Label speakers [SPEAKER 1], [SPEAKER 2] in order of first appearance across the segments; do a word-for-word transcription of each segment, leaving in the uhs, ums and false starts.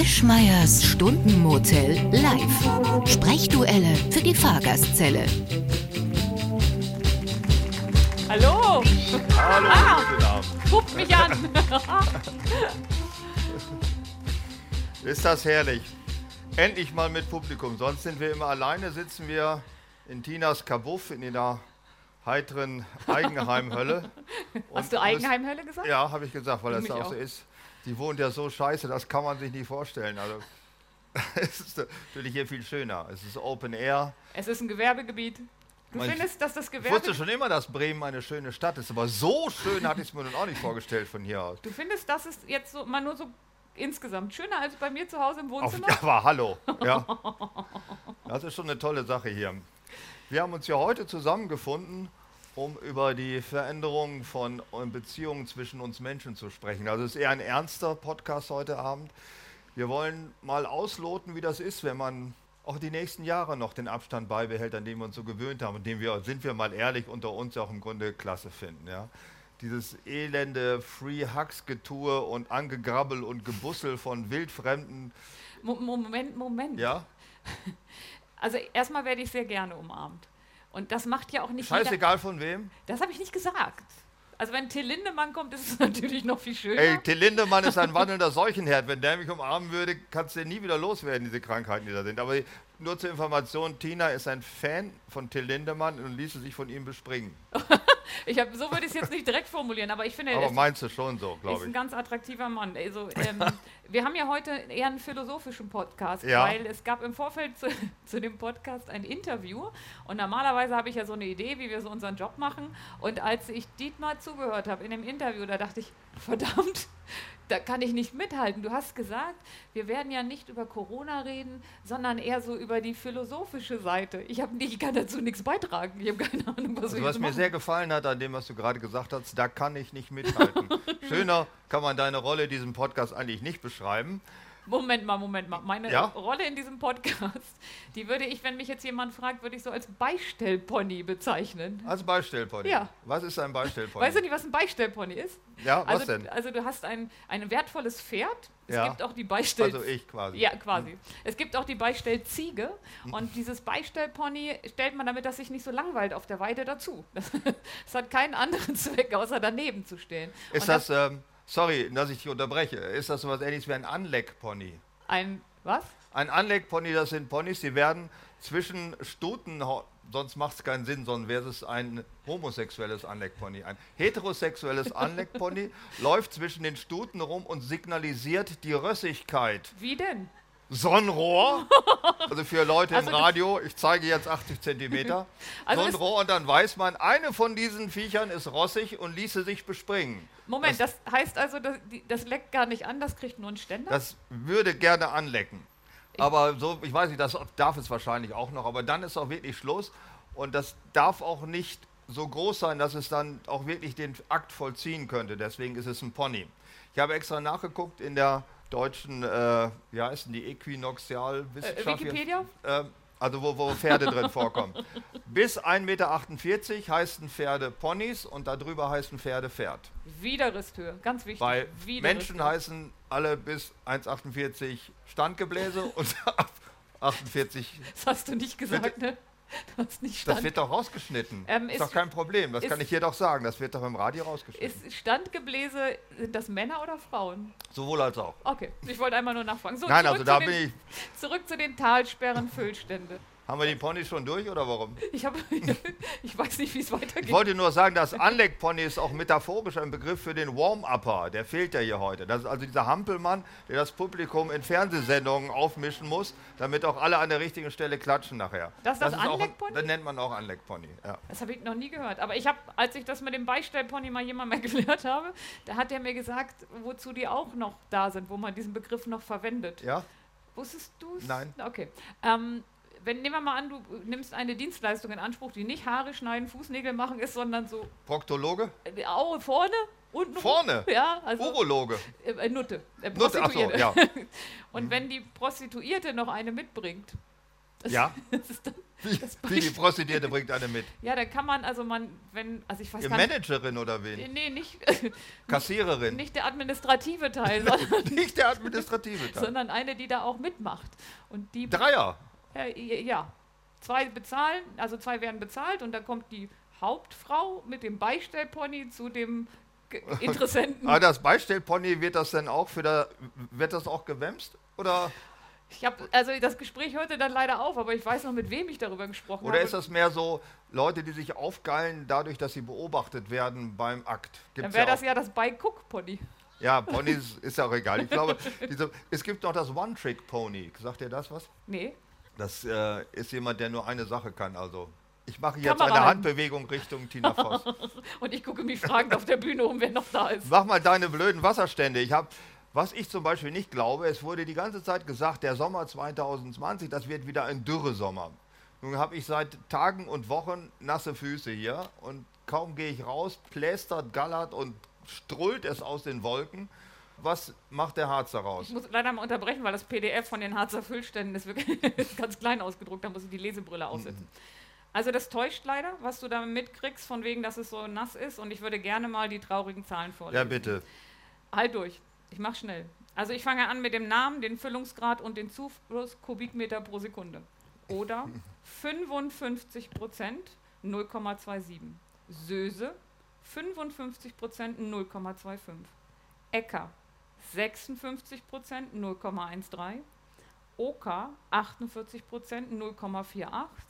[SPEAKER 1] Wischmeiers Stundenmotel live. Sprechduelle für die Fahrgastzelle.
[SPEAKER 2] Hallo!
[SPEAKER 3] Hallo,
[SPEAKER 2] Ah,
[SPEAKER 3] guten Abend.
[SPEAKER 2] guckt mich an!
[SPEAKER 3] Ist das herrlich. Endlich mal mit Publikum. Sonst sind wir immer alleine, sitzen wir in Tinas Kabuff in der heiteren Eigenheimhölle.
[SPEAKER 2] Hast du Eigenheimhölle gesagt?
[SPEAKER 3] Ja, habe ich gesagt, weil
[SPEAKER 2] Du
[SPEAKER 3] das
[SPEAKER 2] mich
[SPEAKER 3] auch,
[SPEAKER 2] auch.
[SPEAKER 3] so ist. Die wohnt ja so scheiße, das kann man sich nicht vorstellen. Also, es ist natürlich hier viel schöner. Es ist Open Air.
[SPEAKER 2] Es ist ein Gewerbegebiet. Du
[SPEAKER 3] Man-
[SPEAKER 2] findest, dass das
[SPEAKER 3] Ich wusste
[SPEAKER 2] Gewerbe...
[SPEAKER 3] schon immer, dass Bremen eine schöne Stadt ist, aber so schön hatte ich es mir nun auch nicht vorgestellt von hier aus.
[SPEAKER 2] Du findest, das ist jetzt so mal nur so insgesamt schöner als bei mir zu Hause im
[SPEAKER 3] Auf,
[SPEAKER 2] Wohnzimmer?
[SPEAKER 3] aber hallo. Ja. Das ist schon eine tolle Sache hier. Wir haben uns ja heute zusammengefunden, um über die Veränderung von Beziehungen zwischen uns Menschen zu sprechen. Also es ist eher ein ernster Podcast heute Abend. Wir wollen mal ausloten, wie das ist, wenn man auch die nächsten Jahre noch den Abstand beibehält, an den wir uns so gewöhnt haben und den wir, sind wir mal ehrlich, unter uns auch im Grunde klasse finden. Ja? Dieses elende Free-Hugs-Getue und Angegrabbel und Gebussel von Wildfremden.
[SPEAKER 2] Mo- Moment, Moment.
[SPEAKER 3] Ja?
[SPEAKER 2] Also erstmal werde ich sehr gerne umarmt. Und das macht ja auch nicht jeder...
[SPEAKER 3] Scheißegal von wem.
[SPEAKER 2] Das habe ich nicht gesagt. Also wenn Till Lindemann kommt, ist es natürlich noch viel schöner.
[SPEAKER 3] Ey, Till Lindemann ist ein wandelnder Seuchenherd. Wenn der mich umarmen würde, kannst du nie wieder loswerden, diese Krankheiten, die da sind. Aber nur zur Information, Tina ist ein Fan von Till Lindemann und ließe sich von ihm bespringen.
[SPEAKER 2] Ich hab, so würde ich es jetzt nicht direkt formulieren, aber ich finde,
[SPEAKER 3] Aber
[SPEAKER 2] es
[SPEAKER 3] meinst du schon so,
[SPEAKER 2] ist
[SPEAKER 3] glaube
[SPEAKER 2] ein
[SPEAKER 3] ich.
[SPEAKER 2] ganz attraktiver Mann. Also, ähm, wir haben ja heute eher einen philosophischen Podcast,
[SPEAKER 3] Ja.
[SPEAKER 2] weil es gab im Vorfeld zu, zu dem Podcast ein Interview und normalerweise habe ich ja so eine Idee, wie wir so unseren Job machen und als ich Dietmar zugehört habe in dem Interview, da dachte ich, verdammt, da kann ich nicht mithalten. Du hast gesagt, wir werden ja nicht über Corona reden, sondern eher so über die philosophische Seite. Ich, hab nicht, ich kann dazu nichts beitragen. Ich habe keine Ahnung, was
[SPEAKER 3] Also,
[SPEAKER 2] wir
[SPEAKER 3] was
[SPEAKER 2] jetzt
[SPEAKER 3] mir
[SPEAKER 2] machen.
[SPEAKER 3] sehr gefallen hat an dem, was du gerade gesagt hast, da kann ich nicht mithalten. Schöner kann man deine Rolle in diesem Podcast eigentlich nicht beschreiben.
[SPEAKER 2] Moment mal, Moment mal. Meine
[SPEAKER 3] Ja?
[SPEAKER 2] Rolle in diesem Podcast, die würde ich, wenn mich jetzt jemand fragt, würde ich so als Beistellpony bezeichnen.
[SPEAKER 3] Als Beistellpony.
[SPEAKER 2] Ja.
[SPEAKER 3] Was ist ein Beistellpony?
[SPEAKER 2] Weißt du nicht, was ein Beistellpony ist?
[SPEAKER 3] Ja, was
[SPEAKER 2] also,
[SPEAKER 3] denn?
[SPEAKER 2] Also du hast ein, ein wertvolles Pferd. Es
[SPEAKER 3] Ja.
[SPEAKER 2] gibt auch die Beistell...
[SPEAKER 3] Also ich quasi.
[SPEAKER 2] Ja, quasi. Es gibt auch die Beistellziege und dieses Beistellpony stellt man, damit das sich nicht so langweilt auf der Weide, dazu. Das, das hat keinen anderen Zweck, außer daneben zu stehen.
[SPEAKER 3] Ist
[SPEAKER 2] Und
[SPEAKER 3] das, ähm, sorry, dass ich dich unterbreche, ist das so was Ähnliches wie ein Anleckpony?
[SPEAKER 2] ein... Was?
[SPEAKER 3] Ein Anleckpony, das sind Ponys, die werden zwischen Stuten, sonst macht es keinen Sinn, sondern wäre es ein homosexuelles Anleckpony. Ein heterosexuelles Anleckpony läuft zwischen den Stuten rum und signalisiert die Rössigkeit.
[SPEAKER 2] Wie denn?
[SPEAKER 3] Sonnenrohr, also für Leute
[SPEAKER 2] Also
[SPEAKER 3] im
[SPEAKER 2] das-
[SPEAKER 3] Radio, ich zeige jetzt achtzig Zentimeter,
[SPEAKER 2] Also es-
[SPEAKER 3] Sonnenrohr und dann weiß man, eine von diesen Viechern ist rossig und ließe sich bespringen.
[SPEAKER 2] Moment, das, heißt also, das, die, das leckt gar nicht an, das kriegt nur einen Ständer?
[SPEAKER 3] Das würde gerne anlecken. Aber so, ich weiß nicht, das darf es wahrscheinlich auch noch, aber dann ist auch wirklich Schluss. Und das darf auch nicht so groß sein, dass es dann auch wirklich den Akt vollziehen könnte. Deswegen ist es ein Pony. Ich habe extra nachgeguckt in der deutschen, äh, wie heißt denn die, Äquinoxialwissenschaft?
[SPEAKER 2] Äh, Wikipedia?
[SPEAKER 3] Ähm, also wo, wo Pferde drin vorkommen. Bis ein Meter achtundvierzig heißen Pferde Ponys und darüber heißen Pferde Pferd.
[SPEAKER 2] Widerristhöhe, ganz wichtig.
[SPEAKER 3] Bei
[SPEAKER 2] Widerristhöhe.
[SPEAKER 3] Menschen heißen alle bis eins Komma achtundvierzig Standgebläse und ab achtundvierzig.
[SPEAKER 2] Das hast du nicht gesagt,
[SPEAKER 3] Bitte?
[SPEAKER 2] ne? Du hast nicht
[SPEAKER 3] Das
[SPEAKER 2] Stand.
[SPEAKER 3] wird doch rausgeschnitten.
[SPEAKER 2] Ähm,
[SPEAKER 3] ist,
[SPEAKER 2] ist-
[SPEAKER 3] doch kein Problem. Das
[SPEAKER 2] ist-
[SPEAKER 3] kann ich hier doch sagen. Das wird doch im Radio rausgeschnitten.
[SPEAKER 2] Ist Standgebläse, sind das Männer oder Frauen?
[SPEAKER 3] Sowohl als auch.
[SPEAKER 2] Okay, ich wollte einmal nur nachfragen. So,
[SPEAKER 3] Nein,
[SPEAKER 2] zurück
[SPEAKER 3] also da
[SPEAKER 2] zu
[SPEAKER 3] bin
[SPEAKER 2] den,
[SPEAKER 3] ich.
[SPEAKER 2] Zurück zu den Talsperren Füllstände.
[SPEAKER 3] Haben wir die Ponys schon durch oder warum?
[SPEAKER 2] Ich, hab, ich weiß nicht, wie es weitergeht.
[SPEAKER 3] Ich wollte nur sagen, das Anleckpony ist auch metaphorisch ein Begriff für den Warm-Upper. Der fehlt ja hier heute. Das ist also dieser Hampelmann, der das Publikum in Fernsehsendungen aufmischen muss, damit auch alle an der richtigen Stelle klatschen nachher.
[SPEAKER 2] Das ist das
[SPEAKER 3] auch-
[SPEAKER 2] Anleckpony?
[SPEAKER 3] Das nennt man auch Anleckpony. Ja.
[SPEAKER 2] Das habe ich noch nie gehört. Aber ich habe, als ich das mit dem Beistellpony mal jemandem erklärt habe, da hat er mir gesagt, wozu die auch noch da sind, wo man diesen Begriff noch verwendet.
[SPEAKER 3] Ja?
[SPEAKER 2] Wusstest du es?
[SPEAKER 3] Nein.
[SPEAKER 2] Okay. Ähm, wenn, nehmen wir mal an, du nimmst eine Dienstleistung in Anspruch, die nicht Haare schneiden, Fußnägel machen ist, sondern so
[SPEAKER 3] Proktologe?
[SPEAKER 2] äh, Auge vorne und
[SPEAKER 3] Vorne?
[SPEAKER 2] Ja, also
[SPEAKER 3] Urologe?
[SPEAKER 2] äh, äh, Nutte. Äh,
[SPEAKER 3] Nutte, ach so,
[SPEAKER 2] Prostituierte.
[SPEAKER 3] ja.
[SPEAKER 2] Und wenn die Prostituierte noch eine mitbringt, Das,
[SPEAKER 3] Ja.
[SPEAKER 2] Das ist dann
[SPEAKER 3] Wie,
[SPEAKER 2] das
[SPEAKER 3] wie die Prostituierte bringt eine mit.
[SPEAKER 2] Ja, da kann man, also man, wenn, also ich weiß
[SPEAKER 3] Ihr
[SPEAKER 2] gar nicht.
[SPEAKER 3] Managerin oder wen?
[SPEAKER 2] Nee, nicht,
[SPEAKER 3] Kassiererin.
[SPEAKER 2] nicht der administrative Teil, sondern,
[SPEAKER 3] Nicht der administrative Teil.
[SPEAKER 2] sondern eine, die da auch mitmacht. Und die,
[SPEAKER 3] Dreier.
[SPEAKER 2] äh, ja, zwei bezahlen, also zwei werden bezahlt und dann kommt die Hauptfrau mit dem Beistellpony zu dem Ge- Interessenten.
[SPEAKER 3] Aber das Beistellpony, wird das denn auch für der, wird das auch gewämst? Oder,
[SPEAKER 2] Ich habe also das Gespräch hörte dann leider auf, aber ich weiß noch, mit wem ich darüber gesprochen
[SPEAKER 3] oder
[SPEAKER 2] habe.
[SPEAKER 3] ist das mehr so Leute, die sich aufgeilen, dadurch, dass sie beobachtet werden beim Akt?
[SPEAKER 2] Dann
[SPEAKER 3] Gibt's
[SPEAKER 2] wäre
[SPEAKER 3] ja
[SPEAKER 2] das ja das Bei-Cook-Pony.
[SPEAKER 3] Ja, Ponys ist ja auch egal. Ich glaube, diese, es gibt noch das One-Trick-Pony. Sagt ihr das was?
[SPEAKER 2] Nee.
[SPEAKER 3] Das äh, ist jemand, der nur eine Sache kann. Also ich mache jetzt
[SPEAKER 2] Kamera
[SPEAKER 3] eine
[SPEAKER 2] halten.
[SPEAKER 3] Handbewegung Richtung Tina Voss.
[SPEAKER 2] Und ich gucke mich fragend auf der Bühne um, wer noch da ist.
[SPEAKER 3] Mach mal deine blöden Wasserstände. Ich habe, was ich zum Beispiel nicht glaube, es wurde die ganze Zeit gesagt, der Sommer zwanzig zwanzig, das wird wieder ein Dürresommer. Nun habe ich seit Tagen und Wochen nasse Füße hier und kaum gehe ich raus, plästert, gallert und strullt es aus den Wolken. Was macht der Harz daraus?
[SPEAKER 2] Ich muss leider mal unterbrechen, weil das P D F von den Harzer Füllständen ist wirklich ganz klein ausgedruckt, da muss ich die Lesebrille aussetzen. Also das täuscht leider, was du da mitkriegst, von wegen, dass es so nass ist und ich würde gerne mal die traurigen Zahlen vorlesen.
[SPEAKER 3] Ja, bitte.
[SPEAKER 2] Halt durch, ich mach schnell. Also ich fange an mit dem Namen, den Füllungsgrad und den Zufluss Kubikmeter pro Sekunde. Oder fünfundfünfzig Prozent null Komma siebenundzwanzig. Söse fünfundfünfzig Prozent null Komma fünfundzwanzig. Äcker sechsundfünfzig Prozent null Komma dreizehn. Oker achtundvierzig Prozent null Komma achtundvierzig.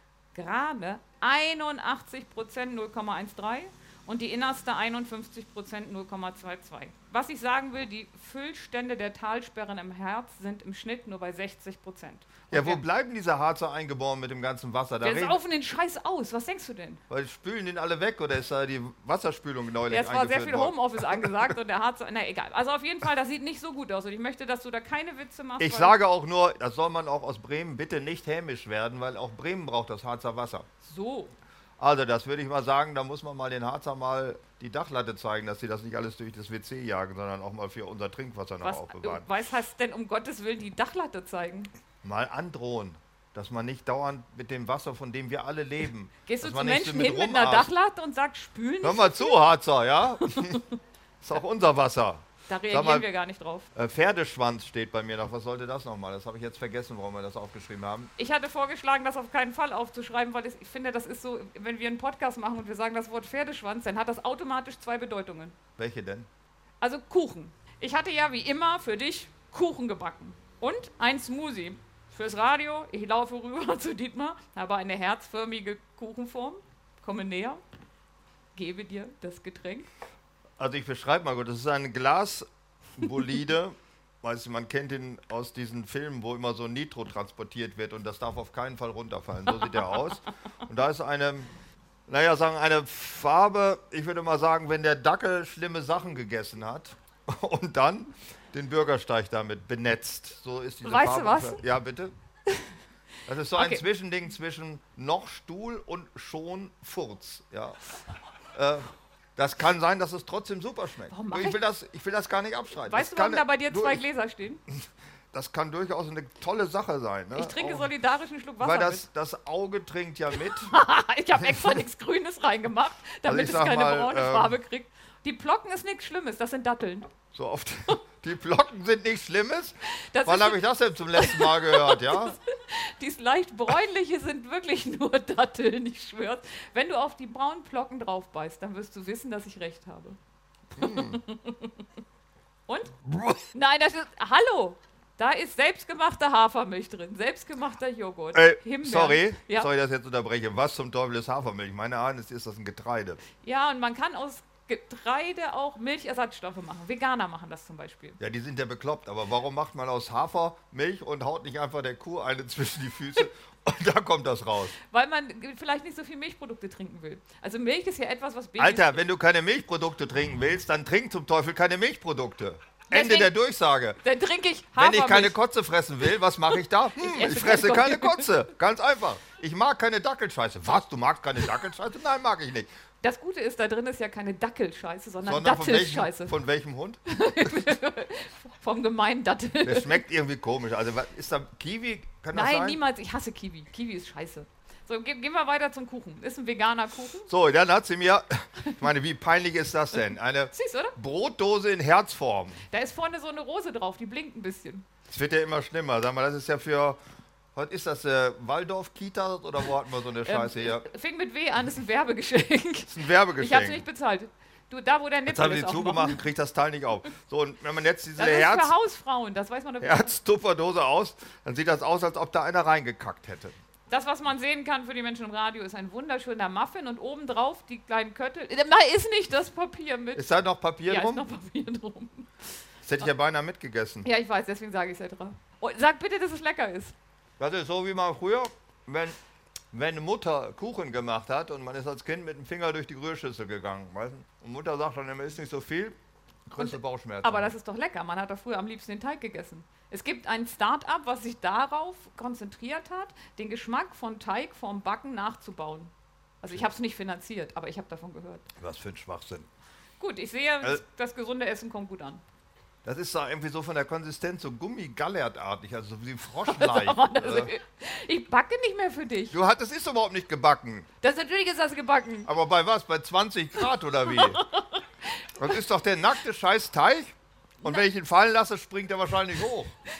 [SPEAKER 2] Grade einundachtzig Prozent null Komma dreizehn und die innerste einundfünfzig Prozent null Komma zweiundzwanzig. Was ich sagen will, die Füllstände der Talsperren im Harz sind im Schnitt nur bei sechzig Prozent.
[SPEAKER 3] Ja, wo bleiben diese Harzer eingeboren mit dem ganzen Wasser? Da
[SPEAKER 2] Wir
[SPEAKER 3] reden-
[SPEAKER 2] saufen den Scheiß aus, was denkst du denn?
[SPEAKER 3] Weil spülen den alle weg oder ist da die Wasserspülung neulich
[SPEAKER 2] Jetzt war sehr
[SPEAKER 3] eingeführt
[SPEAKER 2] viel
[SPEAKER 3] worden?
[SPEAKER 2] Homeoffice angesagt und der Harz, na egal. Also auf jeden Fall, das sieht nicht so gut aus und ich möchte, dass du da keine Witze machst.
[SPEAKER 3] Ich
[SPEAKER 2] weil-
[SPEAKER 3] sage auch nur, das soll man auch aus Bremen bitte nicht hämisch werden, weil auch Bremen braucht das Harzer Wasser.
[SPEAKER 2] So.
[SPEAKER 3] Also das würde ich mal sagen, da muss man mal den Harzer mal die Dachlatte zeigen, dass sie das nicht alles durch das W C jagen, sondern auch mal für unser Trinkwasser noch
[SPEAKER 2] Was,
[SPEAKER 3] aufbewahren.
[SPEAKER 2] was heißt denn um Gottes Willen die Dachlatte zeigen?
[SPEAKER 3] Mal androhen, dass man nicht dauernd mit dem Wasser, von dem wir alle leben.
[SPEAKER 2] Gehst du
[SPEAKER 3] dass
[SPEAKER 2] zu
[SPEAKER 3] man nicht
[SPEAKER 2] Menschen
[SPEAKER 3] so mit
[SPEAKER 2] hin mit einer
[SPEAKER 3] rumarzt.
[SPEAKER 2] Dachlatte und sagst, spülen
[SPEAKER 3] Hör
[SPEAKER 2] nicht?
[SPEAKER 3] mal zu, Harzer, ja? Ist auch unser Wasser.
[SPEAKER 2] Da
[SPEAKER 3] Sag
[SPEAKER 2] reagieren
[SPEAKER 3] mal-
[SPEAKER 2] wir gar nicht drauf.
[SPEAKER 3] Äh, Pferdeschwanz steht bei mir noch. Was sollte das nochmal? Das habe ich jetzt vergessen, warum wir das aufgeschrieben haben.
[SPEAKER 2] Ich hatte vorgeschlagen, das auf keinen Fall aufzuschreiben, weil es, ich finde, das ist so, wenn wir einen Podcast machen und wir sagen das Wort Pferdeschwanz, dann hat das automatisch zwei Bedeutungen.
[SPEAKER 3] Welche denn?
[SPEAKER 2] Also Kuchen. Ich hatte ja wie immer für dich Kuchen gebacken. Und ein Smoothie. Fürs Radio, ich laufe rüber zu Dietmar, habe eine herzförmige Kuchenform, komme näher, gebe dir das Getränk.
[SPEAKER 3] Also ich beschreibe mal gut, das ist ein Glasbolide, weißt du, man kennt ihn aus diesen Filmen, wo immer so Nitro transportiert wird und das darf auf keinen Fall runterfallen, so sieht er aus. Und da ist eine, naja, sagen eine Farbe, ich würde mal sagen, wenn der Dackel schlimme Sachen gegessen hat und dann den Bürgersteig damit benetzt, so ist diese
[SPEAKER 2] Weißt du
[SPEAKER 3] Farbe.
[SPEAKER 2] was?
[SPEAKER 3] Ja, bitte? Das ist so ein
[SPEAKER 2] Okay.
[SPEAKER 3] Zwischending zwischen noch Stuhl und schon Furz, ja. Äh, Das kann sein, dass es trotzdem super schmeckt.
[SPEAKER 2] Warum mach
[SPEAKER 3] ich, will
[SPEAKER 2] ich-
[SPEAKER 3] das, ich will das gar nicht abstreiten.
[SPEAKER 2] Weißt
[SPEAKER 3] das
[SPEAKER 2] du, warum
[SPEAKER 3] kann
[SPEAKER 2] da bei dir
[SPEAKER 3] du-
[SPEAKER 2] zwei Gläser stehen?
[SPEAKER 3] Das kann durchaus eine tolle Sache sein. Ne?
[SPEAKER 2] Ich trinke
[SPEAKER 3] Auch-
[SPEAKER 2] solidarisch einen Schluck Wasser
[SPEAKER 3] Weil das, das Auge trinkt ja mit.
[SPEAKER 2] mit. Ich habe extra nichts Grünes reingemacht, damit
[SPEAKER 3] ich
[SPEAKER 2] es
[SPEAKER 3] sag
[SPEAKER 2] keine
[SPEAKER 3] mal,
[SPEAKER 2] braune
[SPEAKER 3] ähm,
[SPEAKER 2] Farbe kriegt. Die Plocken ist nichts Schlimmes, das sind Datteln.
[SPEAKER 3] So oft. Die Glocken sind nichts Schlimmes.
[SPEAKER 2] Das
[SPEAKER 3] Wann
[SPEAKER 2] ist-
[SPEAKER 3] habe ich das denn zum letzten Mal gehört? Ja?
[SPEAKER 2] Dies leicht bräunliche sind wirklich nur Datteln, ich schwör's. Wenn du auf die braunen Plocken drauf beißt, dann wirst du wissen, dass ich recht habe.
[SPEAKER 3] Hm.
[SPEAKER 2] Und? Nein, das ist. Hallo! Da ist selbstgemachte Hafermilch drin, selbstgemachter Joghurt.
[SPEAKER 3] Äh,
[SPEAKER 2] Himbeeren.
[SPEAKER 3] sorry,
[SPEAKER 2] Ja.
[SPEAKER 3] sorry, dass ich jetzt unterbreche. Was zum Teufel ist Hafermilch? Meine Ahnung ist, ist das ein Getreide.
[SPEAKER 2] Ja, und man kann aus Getreide auch Milchersatzstoffe machen. Veganer machen das zum Beispiel.
[SPEAKER 3] Ja, die sind ja bekloppt, aber warum macht man aus Hafermilch und haut nicht einfach der Kuh eine zwischen die Füße und da kommt das raus?
[SPEAKER 2] Weil man vielleicht nicht so viel Milchprodukte trinken will. Also Milch ist ja etwas, was Babys...
[SPEAKER 3] Alter, wenn du keine Milchprodukte trinken willst, dann trink zum Teufel keine Milchprodukte. Ende
[SPEAKER 2] Deswegen-
[SPEAKER 3] der Durchsage.
[SPEAKER 2] Dann trinke ich
[SPEAKER 3] Wenn
[SPEAKER 2] Hafermilch.
[SPEAKER 3] ich keine Kotze fressen will, was mache ich da? Hm,
[SPEAKER 2] Ich
[SPEAKER 3] ich,
[SPEAKER 2] esse
[SPEAKER 3] fresse
[SPEAKER 2] keine
[SPEAKER 3] keine Kotze. Ganz einfach. Ich mag keine Dackelscheiße. Was? Du magst keine Dackelscheiße? Nein, mag ich nicht.
[SPEAKER 2] Das Gute ist, da drin ist ja keine Dackelscheiße, sondern,
[SPEAKER 3] Sondern von welchem,
[SPEAKER 2] Dattelscheiße.
[SPEAKER 3] von welchem Hund?
[SPEAKER 2] Vom gemeinen Dattel.
[SPEAKER 3] Der schmeckt irgendwie komisch. Also was- ist da Kiwi? Kann das
[SPEAKER 2] Nein,
[SPEAKER 3] sein?
[SPEAKER 2] niemals. Ich hasse Kiwi. Kiwi ist scheiße. So, ge gehen wir weiter zum Kuchen. Ist ein veganer Kuchen.
[SPEAKER 3] So, dann hat sie mir, ich meine, wie peinlich ist das denn? Eine
[SPEAKER 2] Siehst du, oder?
[SPEAKER 3] Brotdose in Herzform.
[SPEAKER 2] Da ist vorne so eine Rose drauf, die blinkt ein bisschen.
[SPEAKER 3] Das wird ja immer schlimmer. Sag mal, das ist ja für, was ist das, äh, Waldorf-Kita oder wo hatten wir so eine Scheiße hier?
[SPEAKER 2] Ähm, fing mit W an, ist ein Werbegeschenk.
[SPEAKER 3] Das ist ein
[SPEAKER 2] Ich hab's
[SPEAKER 3] Werbegeschenk.
[SPEAKER 2] nicht bezahlt. Du, da wo der
[SPEAKER 3] Jetzt
[SPEAKER 2] Nippel
[SPEAKER 3] haben
[SPEAKER 2] ist
[SPEAKER 3] sie
[SPEAKER 2] aufmachen.
[SPEAKER 3] zugemacht und kriegt das Teil nicht auf. So, und wenn man jetzt diese
[SPEAKER 2] Das ist
[SPEAKER 3] Herz,
[SPEAKER 2] für Hausfrauen, das weiß man doch.
[SPEAKER 3] Herztupperdose aus, dann sieht das aus, als ob da einer reingekackt hätte.
[SPEAKER 2] Das, was man sehen kann für die Menschen im Radio, ist ein wunderschöner Muffin und obendrauf die kleinen Köttel. Äh, Da ist nicht das Papier mit.
[SPEAKER 3] Ist da noch Papier
[SPEAKER 2] ja,
[SPEAKER 3] drum?
[SPEAKER 2] ist noch Papier drum.
[SPEAKER 3] Das hätte ich ja beinahe mitgegessen.
[SPEAKER 2] Ja, ich weiß, deswegen sage ich es ja dran. Und sag bitte, dass es lecker ist.
[SPEAKER 3] Das ist so wie man früher, wenn, wenn eine Mutter Kuchen gemacht hat und man ist als Kind mit dem Finger durch die Rührschüssel gegangen. Weißt du? Und Mutter sagt dann immer, ist nicht so viel, kriegst du Bauchschmerzen.
[SPEAKER 2] Aber das ist doch lecker. Man hat doch früher am liebsten den Teig gegessen. Es gibt ein Start-up, was sich darauf konzentriert hat, den Geschmack von Teig vorm Backen nachzubauen. Also ich habe es nicht finanziert, aber ich habe davon gehört.
[SPEAKER 3] Was für ein Schwachsinn.
[SPEAKER 2] Gut, ich sehe,
[SPEAKER 3] Also-
[SPEAKER 2] das gesunde Essen kommt gut an.
[SPEAKER 3] Das ist da irgendwie so von der Konsistenz so Gummi-Gallertartig, also so wie Froschleich.
[SPEAKER 2] Also,
[SPEAKER 3] äh,
[SPEAKER 2] ich backe nicht mehr für dich.
[SPEAKER 3] du hast, das ist überhaupt nicht gebacken.
[SPEAKER 2] Das natürlich ist das gebacken.
[SPEAKER 3] Aber bei was? Bei zwanzig Grad oder wie? Das ist doch der nackte scheiß Teig. Und wenn ich ihn fallen lasse, springt er wahrscheinlich hoch.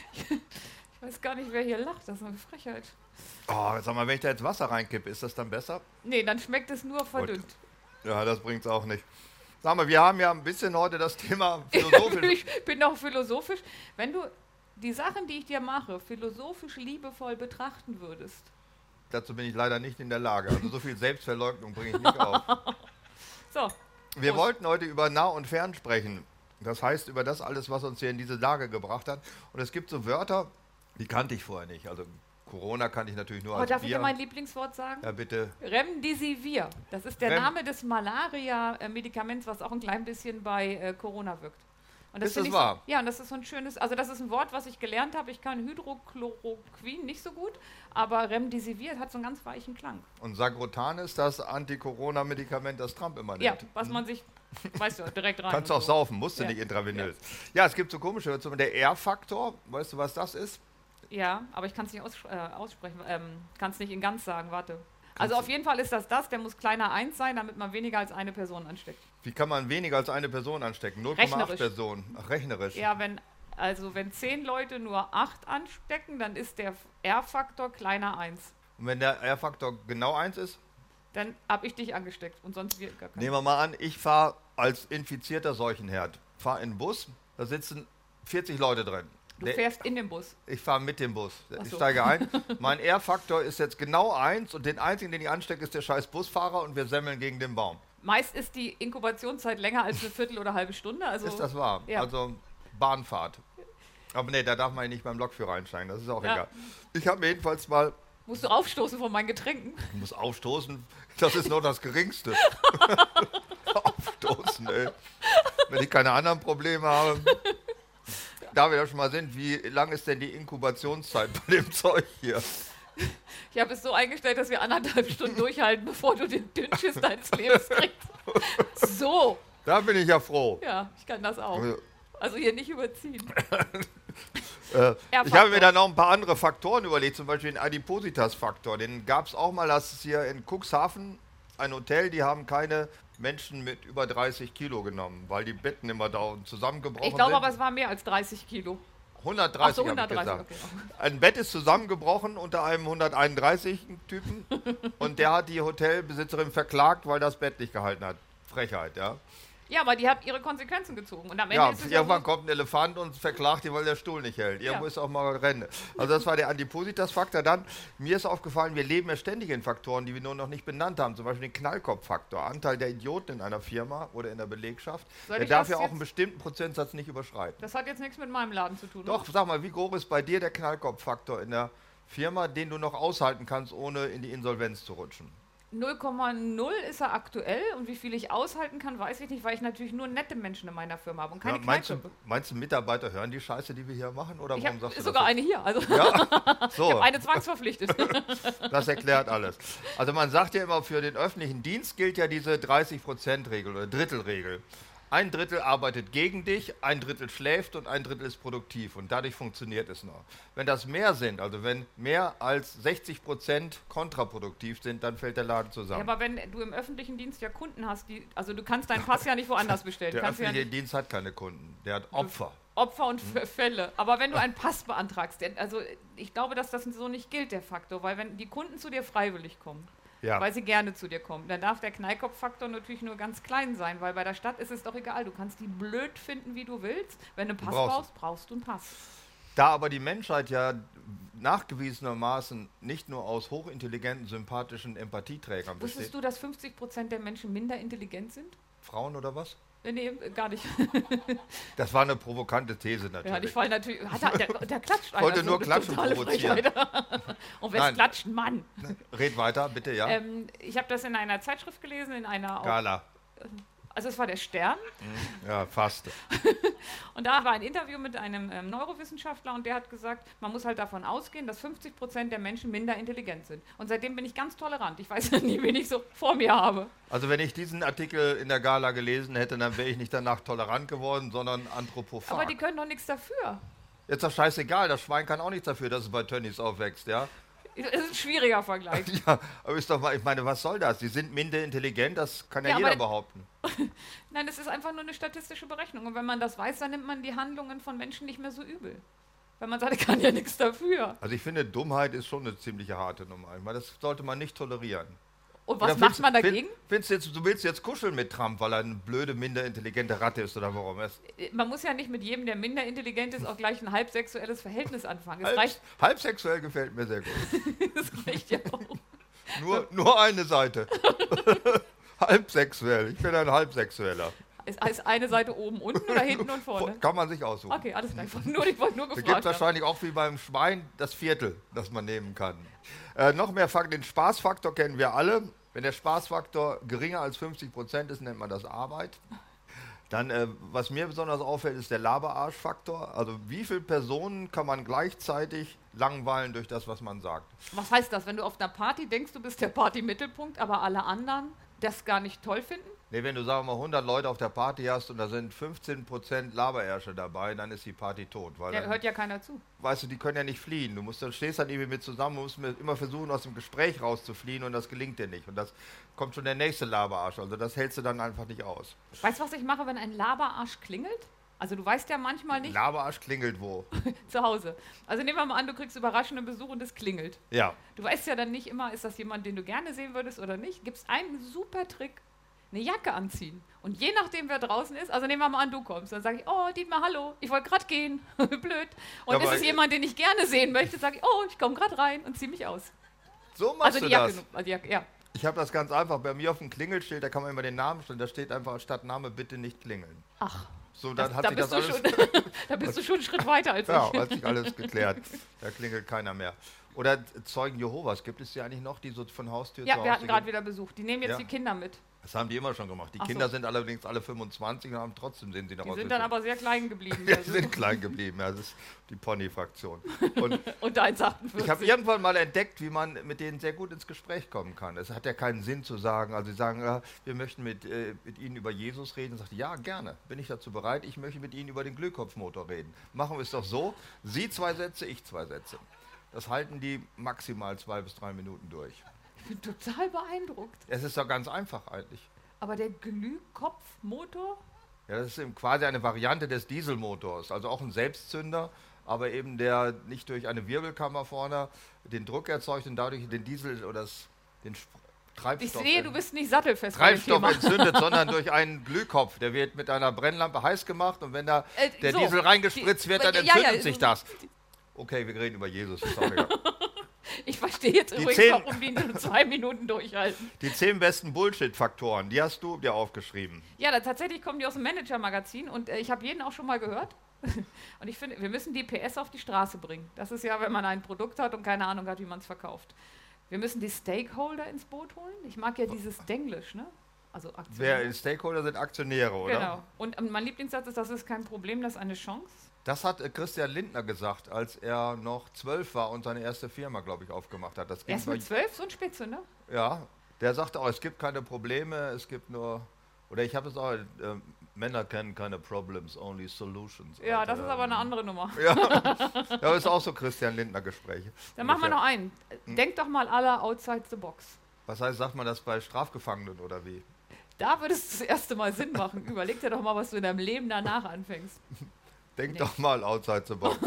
[SPEAKER 2] Ich weiß gar nicht, wer hier lacht. Das ist eine Frechheit.
[SPEAKER 3] Oh, sag mal, wenn ich da jetzt Wasser reinkippe, ist das dann besser?
[SPEAKER 2] Nee, dann schmeckt es nur verdünnt.
[SPEAKER 3] Ja, das bringt's auch nicht. Sag mal, wir haben ja ein bisschen heute das Thema philosophisch.
[SPEAKER 2] Ich bin auch philosophisch. Wenn du die Sachen, die ich dir mache, philosophisch liebevoll betrachten würdest.
[SPEAKER 3] Dazu bin ich leider nicht in der Lage. Also so viel Selbstverleugnung bringe ich nicht auf.
[SPEAKER 2] So,
[SPEAKER 3] Wir
[SPEAKER 2] Prost.
[SPEAKER 3] wollten heute über nah und fern sprechen. Das heißt, über das alles, was uns hier in diese Lage gebracht hat. Und es gibt so Wörter, die kannte ich vorher nicht. Also Corona kannte ich natürlich nur
[SPEAKER 2] oh,
[SPEAKER 3] als
[SPEAKER 2] darf ich dir
[SPEAKER 3] Bier.
[SPEAKER 2] mein Lieblingswort sagen?
[SPEAKER 3] Ja, bitte.
[SPEAKER 2] Remdesivir. Das ist der
[SPEAKER 3] Rem-
[SPEAKER 2] Name des Malaria-Medikaments, was auch ein klein bisschen bei äh, Corona wirkt. Und
[SPEAKER 3] Ist
[SPEAKER 2] finde
[SPEAKER 3] das
[SPEAKER 2] ich
[SPEAKER 3] wahr?
[SPEAKER 2] So, ja, und das ist so ein schönes, also das ist ein Wort, was ich gelernt habe. Ich kann Hydrochloroquin nicht so gut, aber Remdesivir hat so einen ganz weichen Klang.
[SPEAKER 3] Und Sagrotan ist das Anti-Corona-Medikament, das Trump immer
[SPEAKER 2] Ja,
[SPEAKER 3] nimmt.
[SPEAKER 2] was man sich, weißt du, direkt rein.
[SPEAKER 3] Kannst du
[SPEAKER 2] und
[SPEAKER 3] auch
[SPEAKER 2] so.
[SPEAKER 3] saufen, musst du
[SPEAKER 2] Ja.
[SPEAKER 3] nicht intravenös. Ja. es gibt so komische Wörter. Zum Beispiel der R-Faktor, weißt du, was das ist?
[SPEAKER 2] Ja, aber ich kann es nicht aus, äh, aussprechen, ähm, kann es nicht in ganz sagen, warte. Also
[SPEAKER 3] du-
[SPEAKER 2] auf jeden Fall ist das das, der muss kleiner eins sein, damit man weniger als eine Person ansteckt.
[SPEAKER 3] Wie kann man weniger als eine Person anstecken? null Komma acht
[SPEAKER 2] Rechnerisch.
[SPEAKER 3] Personen. Ach, rechnerisch.
[SPEAKER 2] Ja, wenn, also wenn zehn Leute nur acht anstecken, dann ist der R-Faktor kleiner eins.
[SPEAKER 3] Und wenn der R-Faktor genau eins ist,
[SPEAKER 2] Dann habe ich dich angesteckt und sonst wird gar keiner.
[SPEAKER 3] nehmen wir mal an, ich fahre als infizierter Seuchenherd, fahre in den Bus, da sitzen vierzig Leute drin.
[SPEAKER 2] Du
[SPEAKER 3] Der-
[SPEAKER 2] fährst in den Bus.
[SPEAKER 3] Ich fahre mit dem Bus.
[SPEAKER 2] Ach
[SPEAKER 3] Ich
[SPEAKER 2] so.
[SPEAKER 3] steige ein. Mein R-Faktor ist jetzt genau eins und den einzigen, den ich anstecke, ist der scheiß Busfahrer und wir semmeln gegen den Baum.
[SPEAKER 2] Meist ist die Inkubationszeit länger als eine Viertel oder halbe Stunde. Also
[SPEAKER 3] Ist das wahr?
[SPEAKER 2] Ja.
[SPEAKER 3] Also Bahnfahrt. Aber nee, da darf man nicht beim Lokführer einsteigen, das ist auch
[SPEAKER 2] Ja.
[SPEAKER 3] egal. Ich habe mir jedenfalls mal,
[SPEAKER 2] musst du aufstoßen von meinen Getränken.
[SPEAKER 3] ich muss aufstoßen, das ist nur das Geringste. Aufstoßen, ey. Wenn ich keine anderen Probleme habe. Da wir ja schon mal sind, wie lang ist denn die Inkubationszeit bei dem Zeug hier?
[SPEAKER 2] Ich habe es so eingestellt, dass wir anderthalb Stunden durchhalten, bevor du den Dünnschiss deines Lebens kriegst. So,
[SPEAKER 3] Da bin ich ja froh.
[SPEAKER 2] ja, ich kann das auch.
[SPEAKER 3] Also,
[SPEAKER 2] Also hier nicht überziehen.
[SPEAKER 3] Äh, ich
[SPEAKER 2] R-Faktor.
[SPEAKER 3] habe mir da noch ein paar andere Faktoren überlegt, zum Beispiel den Adipositas-Faktor. Den gab es auch mal, das ist hier in Cuxhaven ein Hotel, die haben keine Menschen mit über dreißig Kilo genommen, weil die Betten immer da zusammengebrochen
[SPEAKER 2] Ich glaube
[SPEAKER 3] sind.
[SPEAKER 2] aber, es war mehr als dreißig Kilo.
[SPEAKER 3] hundertdreißig,
[SPEAKER 2] Ach so,
[SPEAKER 3] habe ich
[SPEAKER 2] hundertdreißig,
[SPEAKER 3] gesagt.
[SPEAKER 2] okay.
[SPEAKER 3] Ein Bett ist zusammengebrochen unter einem hunderteinunddreißigen Typen und der hat die Hotelbesitzerin verklagt, weil das Bett nicht gehalten hat. Frechheit, ja.
[SPEAKER 2] Ja, aber die hat ihre Konsequenzen gezogen. Und am Ende
[SPEAKER 3] Ja,
[SPEAKER 2] ist es ja
[SPEAKER 3] irgendwann
[SPEAKER 2] so,
[SPEAKER 3] kommt ein Elefant und verklagt die, weil der Stuhl nicht hält. Irgendwo
[SPEAKER 2] Ja.
[SPEAKER 3] ist auch mal Rennen. Also das war der Adipositas-Faktor. Dann, mir ist aufgefallen, wir leben ja ständig in Faktoren, die wir nur noch nicht benannt haben. Zum Beispiel den Knallkopf-Faktor. Anteil der Idioten in einer Firma oder in der Belegschaft.
[SPEAKER 2] Soll
[SPEAKER 3] Der
[SPEAKER 2] ich
[SPEAKER 3] darf
[SPEAKER 2] das
[SPEAKER 3] ja auch
[SPEAKER 2] jetzt-
[SPEAKER 3] einen bestimmten Prozentsatz nicht überschreiten.
[SPEAKER 2] das hat jetzt nichts mit meinem Laden zu tun.
[SPEAKER 3] Doch,
[SPEAKER 2] oder?
[SPEAKER 3] sag mal, wie groß ist bei dir der Knallkopf-Faktor in der Firma, den du noch aushalten kannst, ohne in die Insolvenz zu rutschen?
[SPEAKER 2] null Komma null ist er aktuell und wie viel ich aushalten kann, weiß ich nicht, weil ich natürlich nur nette Menschen in meiner Firma habe und keine
[SPEAKER 3] Ja, meinst, du,
[SPEAKER 2] Kneipe.
[SPEAKER 3] meinst du, Mitarbeiter hören die Scheiße, die wir hier machen? Oder
[SPEAKER 2] Ich
[SPEAKER 3] warum
[SPEAKER 2] habe
[SPEAKER 3] sagst du
[SPEAKER 2] sogar
[SPEAKER 3] das
[SPEAKER 2] eine hier, also
[SPEAKER 3] Ja, so.
[SPEAKER 2] ich habe eine zwangsverpflichtet.
[SPEAKER 3] Das erklärt alles. Also man sagt ja immer, für den öffentlichen Dienst gilt ja diese dreißig Prozent Regel oder Drittelregel. Ein Drittel arbeitet gegen dich, ein Drittel schläft und ein Drittel ist produktiv und dadurch funktioniert es noch. Wenn das mehr sind, also wenn mehr als sechzig Prozent kontraproduktiv sind, dann fällt der Laden zusammen.
[SPEAKER 2] Ja, aber wenn du im öffentlichen Dienst ja Kunden hast, die, also du kannst deinen Pass ja nicht woanders bestellen.
[SPEAKER 3] Der
[SPEAKER 2] kannst
[SPEAKER 3] öffentliche
[SPEAKER 2] ja nicht
[SPEAKER 3] Dienst hat keine Kunden, der hat Opfer.
[SPEAKER 2] Opfer und F- Fälle. Aber wenn du einen Pass beantragst, der, also ich glaube, dass das so nicht gilt, der Faktor, weil wenn die Kunden zu dir freiwillig kommen,
[SPEAKER 3] Ja.
[SPEAKER 2] weil sie gerne zu dir kommen, dann darf der Knallkopf-Faktor natürlich nur ganz klein sein, weil bei der Stadt ist es doch egal, du kannst die blöd finden, wie du willst. Wenn du einen Pass
[SPEAKER 3] brauchst-
[SPEAKER 2] brauchst, brauchst du einen Pass.
[SPEAKER 3] Da aber die Menschheit ja nachgewiesenermaßen nicht nur aus hochintelligenten, sympathischen Empathieträgern
[SPEAKER 2] Wusstest
[SPEAKER 3] besteht.
[SPEAKER 2] du, dass fünfzig Prozent der Menschen minder intelligent sind?
[SPEAKER 3] Frauen oder was?
[SPEAKER 2] Nee, nee, gar nicht.
[SPEAKER 3] Das war eine provokante These natürlich.
[SPEAKER 2] Ja, ich fall natürlich. Hat er, der, der klatscht einer
[SPEAKER 3] Wollte
[SPEAKER 2] so,
[SPEAKER 3] nur
[SPEAKER 2] eine
[SPEAKER 3] Klatschen
[SPEAKER 2] totale
[SPEAKER 3] provozieren.
[SPEAKER 2] Frechheit. Und wer
[SPEAKER 3] Nein.
[SPEAKER 2] klatscht, Mann.
[SPEAKER 3] Red weiter, bitte, ja.
[SPEAKER 2] Ähm, ich habe das in einer Zeitschrift gelesen, in einer.
[SPEAKER 3] Gala.
[SPEAKER 2] Also es war der Stern.
[SPEAKER 3] Ja, fast.
[SPEAKER 2] Und da war ein Interview mit einem ähm, Neurowissenschaftler und der hat gesagt, man muss halt davon ausgehen, dass fünfzig Prozent der Menschen minder intelligent sind. Und seitdem bin ich ganz tolerant. Ich weiß ja nie, wen ich so vor mir habe.
[SPEAKER 3] Also wenn ich diesen Artikel in der Gala gelesen hätte, dann wäre ich nicht danach tolerant geworden, sondern anthropophag.
[SPEAKER 2] Aber die können doch nichts dafür.
[SPEAKER 3] Jetzt ist doch scheißegal, das Schwein kann auch nichts dafür, dass es bei Tönnies aufwächst, ja?
[SPEAKER 2] Es ist ein schwieriger Vergleich.
[SPEAKER 3] Ja, aber ist doch mal, ich meine, was soll das? Die sind minder intelligent, das kann ja,
[SPEAKER 2] Ja,
[SPEAKER 3] jeder
[SPEAKER 2] aber-
[SPEAKER 3] behaupten.
[SPEAKER 2] Nein, es ist einfach nur eine statistische Berechnung. Und wenn man das weiß, dann nimmt man die Handlungen von Menschen nicht mehr so übel. Weil man sagt, er kann ja nichts dafür.
[SPEAKER 3] Also ich finde, Dummheit ist schon eine ziemliche harte Nummer. Ich meine, das sollte man nicht tolerieren.
[SPEAKER 2] Und was
[SPEAKER 3] Oder
[SPEAKER 2] macht
[SPEAKER 3] findest-
[SPEAKER 2] man
[SPEAKER 3] find-
[SPEAKER 2] dagegen?
[SPEAKER 3] Findest du, jetzt, du willst jetzt kuscheln mit Trump, weil er eine blöde, minder intelligente Ratte ist oder warum? Es
[SPEAKER 2] Man muss ja nicht mit jedem, der minder intelligent ist, auch gleich ein halbsexuelles Verhältnis anfangen. Es
[SPEAKER 3] halb,
[SPEAKER 2] reicht,
[SPEAKER 3] halbsexuell gefällt mir sehr gut.
[SPEAKER 2] das reicht ja auch.
[SPEAKER 3] Nur, nur eine Seite. Halbsexuell. Ich bin ein Halbsexueller.
[SPEAKER 2] Ist, ist eine Seite oben, unten oder hinten und vorne?
[SPEAKER 3] Kann man sich aussuchen.
[SPEAKER 2] Okay, alles klar. Ich wollte nur, ich wollte nur
[SPEAKER 3] Da gibt
[SPEAKER 2] gefragt
[SPEAKER 3] es
[SPEAKER 2] haben.
[SPEAKER 3] wahrscheinlich auch wie beim Schwein das Viertel, das man nehmen kann. Äh, noch mehr Fakten. Den Spaßfaktor kennen wir alle. Wenn der Spaßfaktor geringer als fünfzig Prozent ist, nennt man das Arbeit. Dann, äh, was mir besonders auffällt, ist der Laberarschfaktor. Also wie viele Personen kann man gleichzeitig langweilen durch das, was man sagt?
[SPEAKER 2] Was heißt das, wenn du auf einer Party denkst, du bist der Party-Mittelpunkt, aber alle anderen das gar nicht toll finden?
[SPEAKER 3] Nee, wenn du, sagen wir mal, hundert Leute auf der Party hast und da sind fünfzehn Prozent Laberärsche dabei, dann ist die Party tot. Weil
[SPEAKER 2] Der
[SPEAKER 3] dann,
[SPEAKER 2] hört ja keiner zu.
[SPEAKER 3] weißt du, die können ja nicht fliehen. Du musst, dann stehst dann irgendwie mit zusammen, musst mit- immer versuchen, aus dem Gespräch rauszufliehen und das gelingt dir nicht. Und das kommt schon der nächste Laberarsch. Also das hältst du dann einfach nicht aus.
[SPEAKER 2] Weißt du, was ich mache, wenn ein Laberarsch klingelt? Also du weißt ja manchmal nicht
[SPEAKER 3] Laberarsch klingelt wo?
[SPEAKER 2] zu Hause. Also nehmen wir mal an, du kriegst überraschenden Besuch und es klingelt.
[SPEAKER 3] Ja.
[SPEAKER 2] Du weißt ja dann nicht immer, ist das jemand, den du gerne sehen würdest oder nicht. Gibt es einen super Trick, eine Jacke anziehen. Und je nachdem, wer draußen ist, also nehmen wir mal an, du kommst, dann sage ich, oh, Dietmar, hallo, ich wollte gerade gehen. Blöd. Und
[SPEAKER 3] Ja,
[SPEAKER 2] ist
[SPEAKER 3] aber-
[SPEAKER 2] es jemand, den ich gerne sehen möchte, sage ich, oh, ich komme gerade rein und ziehe mich aus.
[SPEAKER 3] So machst
[SPEAKER 2] Also
[SPEAKER 3] du
[SPEAKER 2] die Jacke,
[SPEAKER 3] das.
[SPEAKER 2] also die Jacke, ja.
[SPEAKER 3] Ich habe das ganz einfach. Bei mir auf dem Klingelschild, da kann man immer den Namen stellen. Da steht einfach statt Name bitte nicht klingeln.
[SPEAKER 2] Ach,
[SPEAKER 3] So, dann
[SPEAKER 2] das,
[SPEAKER 3] hat
[SPEAKER 2] da,
[SPEAKER 3] sich
[SPEAKER 2] bist
[SPEAKER 3] das
[SPEAKER 2] du
[SPEAKER 3] alles...
[SPEAKER 2] schon, da bist du schon einen Schritt weiter als
[SPEAKER 3] Ja,
[SPEAKER 2] ich.
[SPEAKER 3] hat sich alles geklärt. Da klingelt keiner mehr. Oder Zeugen Jehovas, gibt es die eigentlich noch, die so von Haustür
[SPEAKER 2] Ja,
[SPEAKER 3] zu
[SPEAKER 2] wir
[SPEAKER 3] Haustür
[SPEAKER 2] hatten gerade
[SPEAKER 3] gehen?
[SPEAKER 2] wieder Besuch. Die nehmen jetzt
[SPEAKER 3] Ja.
[SPEAKER 2] die Kinder mit.
[SPEAKER 3] Das haben die immer schon gemacht. Die
[SPEAKER 2] Ach so.
[SPEAKER 3] Kinder sind allerdings alle fünfundzwanzig und haben trotzdem sehen sie noch
[SPEAKER 2] Die
[SPEAKER 3] aus.
[SPEAKER 2] sind
[SPEAKER 3] wie
[SPEAKER 2] dann
[SPEAKER 3] fünf-
[SPEAKER 2] aber sehr klein geblieben.
[SPEAKER 3] Ja,
[SPEAKER 2] Also.
[SPEAKER 3] die sind klein geblieben. Ja, das ist die Pony-Fraktion. Und
[SPEAKER 2] Und eins Komma achtundvierzig.
[SPEAKER 3] ich habe irgendwann mal entdeckt, wie man mit denen sehr gut ins Gespräch kommen kann. Es hat ja keinen Sinn zu sagen, also sie sagen, ja, wir möchten mit, äh, mit Ihnen über Jesus reden. Ich sagte, ja, gerne, bin ich dazu bereit. Ich möchte mit Ihnen über den Glühkopfmotor reden. Machen wir es doch so, Sie zwei Sätze, ich zwei Sätze. Das halten die maximal zwei bis drei Minuten durch.
[SPEAKER 2] Ich bin total beeindruckt.
[SPEAKER 3] Es ist doch ganz einfach eigentlich.
[SPEAKER 2] Aber der Glühkopfmotor?
[SPEAKER 3] Ja, das ist eben quasi eine Variante des Dieselmotors, also auch ein Selbstzünder, aber eben der nicht durch eine Wirbelkammer vorne den Druck erzeugt und dadurch den Diesel oder das, den Sp
[SPEAKER 2] Ich
[SPEAKER 3] Treibstoff,
[SPEAKER 2] sehe, du bist nicht sattelfest bei dem
[SPEAKER 3] Treibstoff
[SPEAKER 2] Thema.
[SPEAKER 3] entzündet, sondern durch einen Glühkopf. Der wird mit einer Brennlampe heiß gemacht und wenn da
[SPEAKER 2] Äh,
[SPEAKER 3] der
[SPEAKER 2] so,
[SPEAKER 3] Diesel reingespritzt
[SPEAKER 2] die-
[SPEAKER 3] wird, dann
[SPEAKER 2] ja,
[SPEAKER 3] entzündet
[SPEAKER 2] ja,
[SPEAKER 3] sich das. Okay, wir reden über Jesus. Ist auch egal.
[SPEAKER 2] Ich verstehe jetzt
[SPEAKER 3] Die
[SPEAKER 2] übrigens,
[SPEAKER 3] zehn-
[SPEAKER 2] warum die nur zwei Minuten durchhalten.
[SPEAKER 3] Die zehn besten Bullshit-Faktoren, die hast du dir aufgeschrieben.
[SPEAKER 2] Ja, da, tatsächlich kommen die aus dem Manager-Magazin und äh, ich habe jeden auch schon mal gehört. Und ich finde, wir müssen die P S auf die Straße bringen. Das ist ja, wenn man ein Produkt hat und keine Ahnung hat, wie man es verkauft. Wir müssen die Stakeholder ins Boot holen. Ich mag ja dieses Denglisch, ne? Also
[SPEAKER 3] Aktionäre. Wer Stakeholder sind Aktionäre, oder?
[SPEAKER 2] Genau. Und ähm, mein Lieblingssatz ist, das ist kein Problem, das ist eine Chance.
[SPEAKER 3] Das hat äh, Christian Lindner gesagt, als er noch zwölf war und seine erste Firma, glaube ich, aufgemacht hat. Das ging
[SPEAKER 2] Erst mit zwölf, so ein Spitze, ne?
[SPEAKER 3] Ja, der sagte auch, es gibt keine Probleme, es gibt nur, oder ich habe es auch, äh, Männer kennen keine Problems, only solutions.
[SPEAKER 2] Ja,
[SPEAKER 3] und,
[SPEAKER 2] das ist
[SPEAKER 3] ähm,
[SPEAKER 2] aber eine andere Nummer.
[SPEAKER 3] Ja, das ist auch so Christian Lindner-Gespräche.
[SPEAKER 2] Dann machen wir noch einen.
[SPEAKER 3] Hm?
[SPEAKER 2] Denk doch mal alle outside the box.
[SPEAKER 3] Was heißt, sagt man das bei Strafgefangenen oder wie?
[SPEAKER 2] Da würde es das erste Mal Sinn machen. Überleg dir doch mal, was du in deinem Leben danach anfängst.
[SPEAKER 3] Denk
[SPEAKER 2] Nee.
[SPEAKER 3] doch mal outside the box.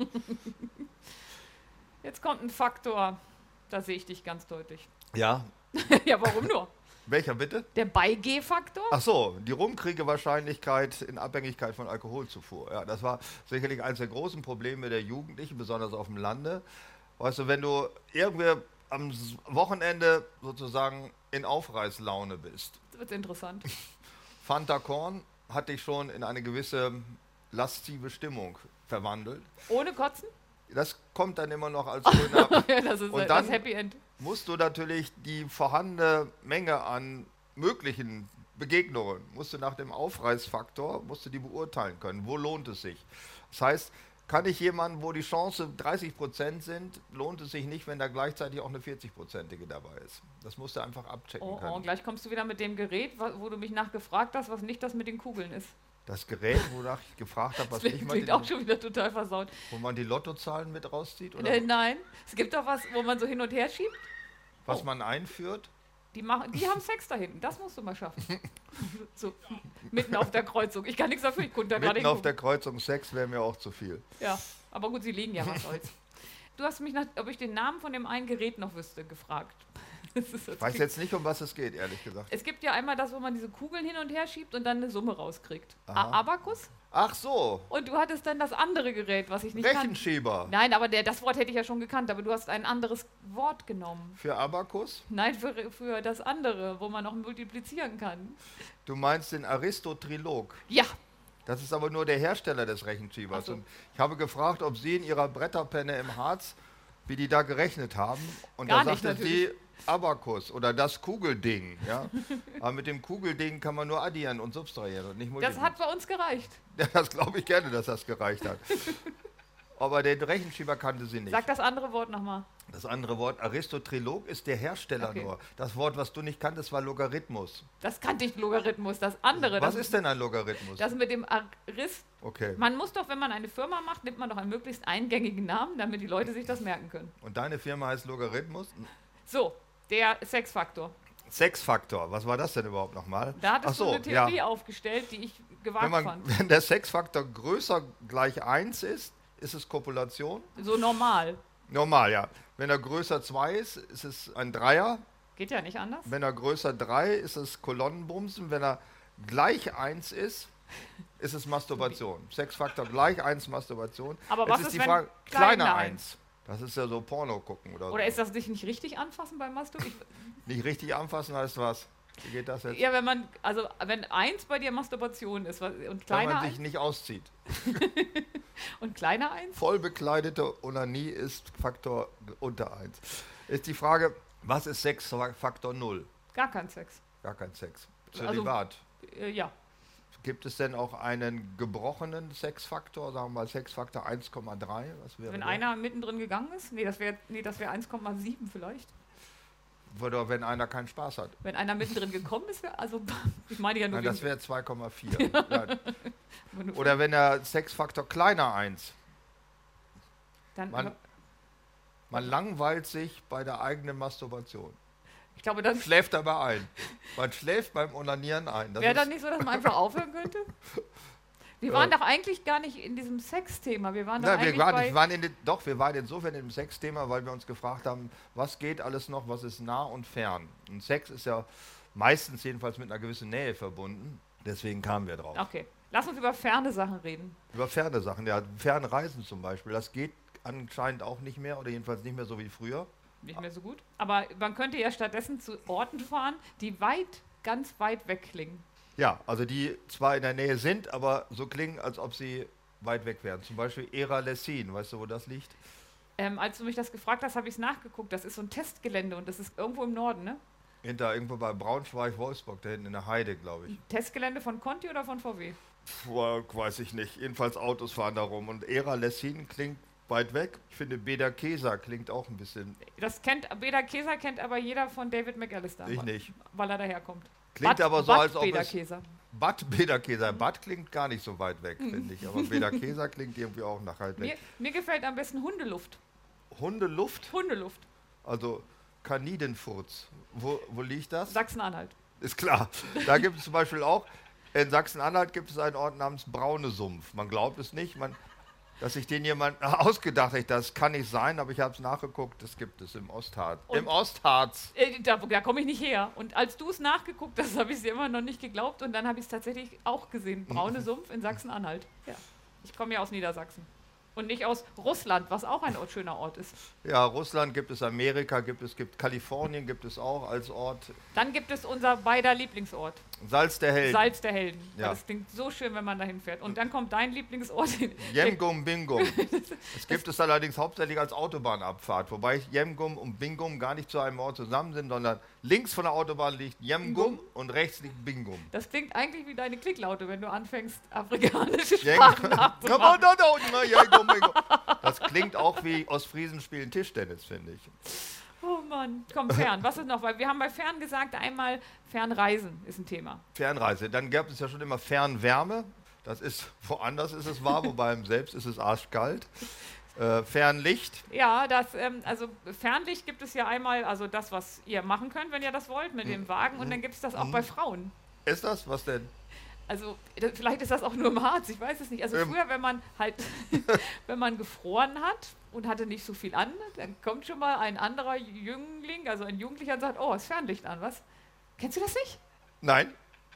[SPEAKER 2] Jetzt kommt ein Faktor, da sehe ich dich ganz deutlich.
[SPEAKER 3] Ja,
[SPEAKER 2] Ja, warum nur?
[SPEAKER 3] welcher bitte?
[SPEAKER 2] Der Beigeh-Faktor?
[SPEAKER 3] Ach so, die Rumkriegewahrscheinlichkeit in Abhängigkeit von Alkoholzufuhr. Ja, das war sicherlich eines der großen Probleme der Jugendlichen, besonders auf dem Lande. Weißt du, wenn du irgendwie am S- Wochenende sozusagen in Aufreißlaune bist,
[SPEAKER 2] Das wird interessant.
[SPEAKER 3] Fanta Korn hat dich schon in eine gewisse lastive Stimmung verwandelt.
[SPEAKER 2] Ohne Kotzen?
[SPEAKER 3] Das kommt dann immer noch als grüner.
[SPEAKER 2] Ja, das ist
[SPEAKER 3] Und
[SPEAKER 2] das
[SPEAKER 3] dann-
[SPEAKER 2] Happy End.
[SPEAKER 3] Musst du natürlich die vorhandene Menge an möglichen Begegnungen, musst du nach dem Aufreißfaktor, musst du die beurteilen können. Wo lohnt es sich? Das heißt, kann ich jemanden, wo die Chance dreißig Prozent sind, lohnt es sich nicht, wenn da gleichzeitig auch eine vierzig-prozentige dabei ist. Das musst du einfach abchecken
[SPEAKER 2] Oh,
[SPEAKER 3] können.
[SPEAKER 2] oh, gleich kommst du wieder mit dem Gerät, wa- wo du mich nachgefragt hast, was nicht das mit den Kugeln ist.
[SPEAKER 3] Das Gerät, wonach ich gefragt habe, was
[SPEAKER 2] Das
[SPEAKER 3] nicht mal
[SPEAKER 2] klingt
[SPEAKER 3] die,
[SPEAKER 2] auch schon wieder total versaut.
[SPEAKER 3] wo man die Lottozahlen mit rauszieht oder
[SPEAKER 2] Äh, nein, es gibt doch was, wo man so hin und her schiebt.
[SPEAKER 3] was
[SPEAKER 2] oh.
[SPEAKER 3] man einführt.
[SPEAKER 2] Die, machen, die haben Sex da hinten, das musst du mal schaffen. So, mitten auf der Kreuzung. Ich kann nichts dafür, ich konnte da gerade
[SPEAKER 3] Mitten auf der
[SPEAKER 2] hingucken.
[SPEAKER 3] Kreuzung Sex wäre mir auch zu viel.
[SPEAKER 2] Ja, aber gut, sie liegen ja, was soll's. Du hast mich, nach, ob ich den Namen von dem einen Gerät noch wüsste, gefragt. Das ist, das
[SPEAKER 3] Ich weiß
[SPEAKER 2] klingt-
[SPEAKER 3] jetzt nicht, um was es geht, ehrlich gesagt.
[SPEAKER 2] Es gibt ja einmal das, wo man diese Kugeln hin und her schiebt und dann eine Summe rauskriegt.
[SPEAKER 3] Aha.
[SPEAKER 2] A- Abakus.
[SPEAKER 3] Ach so,
[SPEAKER 2] Und du hattest dann das andere Gerät, was ich nicht kannte.
[SPEAKER 3] Rechenschieber
[SPEAKER 2] Nein, aber der, das Wort hätte ich ja schon gekannt, aber du hast ein anderes Wort genommen.
[SPEAKER 3] für Abakus.
[SPEAKER 2] Nein, für, für das andere, wo man noch multiplizieren kann.
[SPEAKER 3] Du meinst den Aristotrilog.
[SPEAKER 2] Ja,
[SPEAKER 3] Das ist aber nur der Hersteller des Rechenschiebers.
[SPEAKER 2] Ach so.
[SPEAKER 3] Und ich habe gefragt, ob Sie in Ihrer Bretterpenne im Harz, wie die da gerechnet haben. Und
[SPEAKER 2] Gar
[SPEAKER 3] da
[SPEAKER 2] nicht,
[SPEAKER 3] sagte sie Abakus oder das Kugelding. Ja? Aber mit dem Kugelding kann man nur addieren und subtrahieren und nicht
[SPEAKER 2] das
[SPEAKER 3] multiplizieren.
[SPEAKER 2] hat bei uns gereicht.
[SPEAKER 3] Ja, das glaube ich gerne, dass das gereicht hat. Aber den Rechenschieber kannte sie nicht.
[SPEAKER 2] Sag das andere Wort nochmal.
[SPEAKER 3] Das andere Wort Aristotrilog ist der Hersteller
[SPEAKER 2] Okay.
[SPEAKER 3] nur. Das Wort, was du nicht kanntest, war Logarithmus.
[SPEAKER 2] Das kannte ich, Logarithmus. Das andere,
[SPEAKER 3] Was
[SPEAKER 2] das,
[SPEAKER 3] ist denn ein Logarithmus?
[SPEAKER 2] das mit dem Arist.
[SPEAKER 3] Okay.
[SPEAKER 2] Man muss doch, wenn man eine Firma macht, nimmt man doch einen möglichst eingängigen Namen, damit die Leute sich das merken können.
[SPEAKER 3] Und deine Firma heißt Logarithmus?
[SPEAKER 2] So, der Sexfaktor.
[SPEAKER 3] Sexfaktor, was war das denn überhaupt nochmal?
[SPEAKER 2] Da hattest
[SPEAKER 3] Ach so,
[SPEAKER 2] du eine Theorie
[SPEAKER 3] ja.
[SPEAKER 2] aufgestellt, die ich
[SPEAKER 3] Wenn,
[SPEAKER 2] gewagt
[SPEAKER 3] man,
[SPEAKER 2] fand.
[SPEAKER 3] wenn der Sexfaktor größer gleich eins ist, ist es Kopulation.
[SPEAKER 2] So normal.
[SPEAKER 3] Normal, ja. Wenn er größer zwei ist, ist es ein Dreier.
[SPEAKER 2] Geht ja nicht anders.
[SPEAKER 3] Wenn er größer drei ist es Kolonnenbumsen. Wenn er gleich eins ist, ist es Masturbation. Sexfaktor gleich eins Masturbation.
[SPEAKER 2] Aber
[SPEAKER 3] Jetzt
[SPEAKER 2] was
[SPEAKER 3] ist
[SPEAKER 2] ist,
[SPEAKER 3] die
[SPEAKER 2] wenn
[SPEAKER 3] Frage,
[SPEAKER 2] kleiner
[SPEAKER 3] kleiner
[SPEAKER 2] eins?
[SPEAKER 3] eins. Das ist ja so Porno gucken oder,
[SPEAKER 2] Oder
[SPEAKER 3] so.
[SPEAKER 2] ist das dich nicht richtig anfassen beim Mastur? Ich,
[SPEAKER 3] Nicht richtig anfassen heißt was? Wie geht das jetzt?
[SPEAKER 2] ja, wenn man, also wenn eins bei dir Masturbation ist was- und
[SPEAKER 3] Wenn
[SPEAKER 2] kleiner
[SPEAKER 3] man sich
[SPEAKER 2] eins
[SPEAKER 3] nicht auszieht.
[SPEAKER 2] und kleiner eins,
[SPEAKER 3] Voll bekleidete Onanie ist Faktor unter eins. Ist die Frage, was ist Sex Faktor null?
[SPEAKER 2] gar kein Sex.
[SPEAKER 3] Gar kein Sex.
[SPEAKER 2] Also-
[SPEAKER 3] Zölibat.
[SPEAKER 2] Äh, ja,
[SPEAKER 3] Gibt es denn auch einen gebrochenen Sexfaktor, sagen wir mal Sexfaktor eins Komma drei? Was wäre
[SPEAKER 2] wenn
[SPEAKER 3] der?
[SPEAKER 2] einer mittendrin gegangen ist, nee, das wäre nee, das wäre eins Komma sieben vielleicht.
[SPEAKER 3] Oder wenn einer keinen Spaß hat.
[SPEAKER 2] Wenn einer mittendrin gekommen ist, wär, also ich meine ja nur
[SPEAKER 3] Nein, das
[SPEAKER 2] wegen-
[SPEAKER 3] wäre zwei Komma vier. Ja.
[SPEAKER 2] wenn du-
[SPEAKER 3] Oder wenn der Sexfaktor kleiner eins.
[SPEAKER 2] dann,
[SPEAKER 3] Man, man langweilt sich bei der eigenen Masturbation.
[SPEAKER 2] ich glaube, das
[SPEAKER 3] Schläft dabei ein. Man schläft beim Onanieren ein. Das
[SPEAKER 2] wäre
[SPEAKER 3] ist-
[SPEAKER 2] dann nicht so, dass man einfach aufhören könnte. Wir waren doch eigentlich gar nicht in diesem Sex-Thema. Wir waren doch
[SPEAKER 3] Nein,
[SPEAKER 2] eigentlich
[SPEAKER 3] wir waren,
[SPEAKER 2] bei
[SPEAKER 3] wir waren in den, doch, wir waren insofern im Sex-Thema, weil wir uns gefragt haben, was geht alles noch, was ist nah und fern. Und Sex ist ja meistens jedenfalls mit einer gewissen Nähe verbunden. Deswegen kamen wir drauf.
[SPEAKER 2] Okay, lass uns über ferne Sachen reden.
[SPEAKER 3] Über ferne Sachen, ja, Fernreisen zum Beispiel, das geht anscheinend auch nicht mehr oder jedenfalls nicht mehr so wie früher.
[SPEAKER 2] Nicht mehr so gut. Aber man könnte ja stattdessen zu Orten fahren, die weit, ganz weit weg klingen.
[SPEAKER 3] Ja, also die zwar in der Nähe sind, aber so klingen, als ob sie weit weg wären. Zum Beispiel Era Lessin, weißt du, wo das liegt?
[SPEAKER 2] Ähm, als du mich das gefragt hast, habe ich es nachgeguckt. Das ist so ein Testgelände und das ist irgendwo im Norden, ne?
[SPEAKER 3] Hinter irgendwo bei Braunschweig, Wolfsburg, da hinten in der Heide, glaube ich.
[SPEAKER 2] Testgelände von Conti oder von V W?
[SPEAKER 3] Puh, weiß ich nicht. Jedenfalls Autos fahren da rum. Und Era Lessin klingt weit weg. Ich finde Beda Kesa klingt auch ein bisschen...
[SPEAKER 2] Das kennt, Beda Kesa kennt aber jeder von David McAllister.
[SPEAKER 3] Ich nicht.
[SPEAKER 2] Weil er daherkommt.
[SPEAKER 3] Klingt
[SPEAKER 2] Bad,
[SPEAKER 3] aber so,
[SPEAKER 2] Bad
[SPEAKER 3] als ob
[SPEAKER 2] Beda
[SPEAKER 3] es...
[SPEAKER 2] Kesa.
[SPEAKER 3] Bad Beda Kesa. Bad klingt gar nicht so weit weg, finde ich. Aber Beda Kesa klingt irgendwie auch nach weit weg.
[SPEAKER 2] Mir, mir gefällt am besten Hundeluft.
[SPEAKER 3] Hundeluft?
[SPEAKER 2] Hundeluft.
[SPEAKER 3] Also Kanidenfurz. Wo, wo liegt das?
[SPEAKER 2] Sachsen-Anhalt.
[SPEAKER 3] Ist klar. Da gibt es zum Beispiel auch, in Sachsen-Anhalt gibt es einen Ort namens Braune Sumpf. Man glaubt es nicht, man, dass sich den jemand ausgedacht hat. Das kann nicht sein, aber ich habe es nachgeguckt, das gibt es im Ostharz.
[SPEAKER 2] Und
[SPEAKER 3] Im Ostharz.
[SPEAKER 2] Äh, da da komme ich nicht her. Und als du es nachgeguckt hast, habe ich es dir immer noch nicht geglaubt und dann habe ich es tatsächlich auch gesehen. Braune Sumpf in Sachsen-Anhalt. Ja. Ich komme ja aus Niedersachsen. Und nicht aus Russland, was auch ein Ort, schöner Ort ist.
[SPEAKER 3] Ja, Russland gibt es, Amerika gibt es, gibt Kalifornien gibt es auch als Ort.
[SPEAKER 2] Dann gibt es unser beider Lieblingsort.
[SPEAKER 3] Salz der Helden.
[SPEAKER 2] Salz der Helden.
[SPEAKER 3] Ja.
[SPEAKER 2] Weil das klingt so schön, wenn man dahin fährt. Und dann kommt dein Lieblingsort.
[SPEAKER 3] Jemgum Bingum. Es gibt es allerdings hauptsächlich als Autobahnabfahrt, wobei Jemgum und Bingum gar nicht zu einem Ort zusammen sind, sondern links von der Autobahn liegt Jemgum und rechts liegt Bingum.
[SPEAKER 2] Das klingt eigentlich wie deine Klicklaute, wenn du anfängst, afrikanische
[SPEAKER 3] Jeng-
[SPEAKER 2] Sprachen nachzumachen.
[SPEAKER 3] Das klingt auch wie Ostfriesen spielen Tischtennis, finde ich.
[SPEAKER 2] Oh Mann, komm, fern. Was ist noch? Weil wir haben bei fern gesagt, einmal Fernreisen ist ein Thema.
[SPEAKER 3] Fernreise. Dann gab es ja schon immer Fernwärme. Das ist, woanders ist es warm, wobei im Selbst ist es arschkalt. Äh, Fernlicht.
[SPEAKER 2] Ja, das, ähm, also Fernlicht gibt es ja einmal, also das, was ihr machen könnt, wenn ihr das wollt, mit dem Wagen. Und dann gibt es das auch bei Frauen.
[SPEAKER 3] Ist das? Was denn?
[SPEAKER 2] Also das, vielleicht ist das auch nur im Harz, ich weiß es nicht. Also
[SPEAKER 3] Ähm.
[SPEAKER 2] früher, wenn man halt, wenn man gefroren hat und hatte nicht so viel an, dann kommt schon mal ein anderer Jüngling, also ein Jugendlicher und sagt, oh, ist Fernlicht an, was? Kennst du das nicht?
[SPEAKER 3] Nein.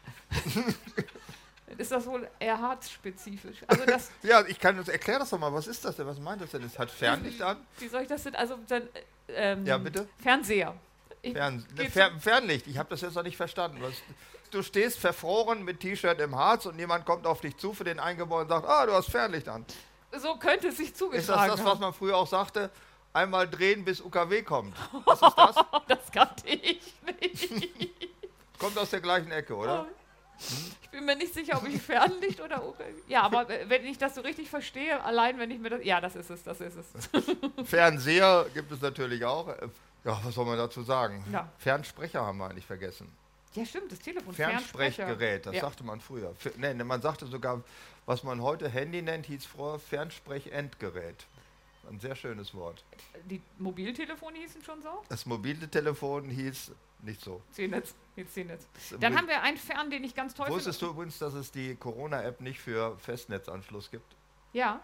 [SPEAKER 2] Ist das wohl eher harzspezifisch? Also das,
[SPEAKER 3] Ja, ich kann das, erklär das doch mal. Was ist das denn? Was meint das denn? Es hat Fernlicht an?
[SPEAKER 2] wie soll ich das denn, also dann, ähm,
[SPEAKER 3] Ja, bitte?
[SPEAKER 2] Fernseher. Ich,
[SPEAKER 3] Fern, ne,
[SPEAKER 2] geht's-
[SPEAKER 3] Fer, Fernlicht. Ich habe das jetzt noch nicht verstanden. Was, du stehst verfroren mit T-Shirt im Harz und jemand kommt auf dich zu für den Eingebäude und sagt, ah, du hast Fernlicht an.
[SPEAKER 2] so könnte es sich
[SPEAKER 3] Ist
[SPEAKER 2] zugetragen
[SPEAKER 3] das das, was
[SPEAKER 2] haben.
[SPEAKER 3] man früher auch sagte? Einmal drehen, bis U K W kommt. Was ist das?
[SPEAKER 2] Das kannte ich nicht.
[SPEAKER 3] Kommt aus der gleichen Ecke, oder?
[SPEAKER 2] Ich bin mir nicht sicher, ob ich Fernlicht oder O K W. Ja, aber wenn ich das so richtig verstehe, allein wenn ich mir das. Ja, das ist es, das ist es.
[SPEAKER 3] Fernseher gibt es natürlich auch. Ja, was soll man dazu sagen?
[SPEAKER 2] Ja.
[SPEAKER 3] Fernsprecher haben wir eigentlich vergessen.
[SPEAKER 2] Ja, stimmt, das Telefon.
[SPEAKER 3] Fernsprechgerät, das
[SPEAKER 2] ja.
[SPEAKER 3] sagte man früher. F nee, man sagte sogar, was man heute Handy nennt, hieß früher Fernsprechendgerät. Ein sehr schönes Wort.
[SPEAKER 2] Die Mobiltelefone hießen schon so?
[SPEAKER 3] Das mobile Telefon hieß nicht so.
[SPEAKER 2] C-Netz, jetzt C-Netz. Dann haben wir einen Fern, den ich ganz toll finde.
[SPEAKER 3] Wusstest du übrigens, dass es die Corona-App nicht für Festnetzanschluss gibt?
[SPEAKER 2] Ja,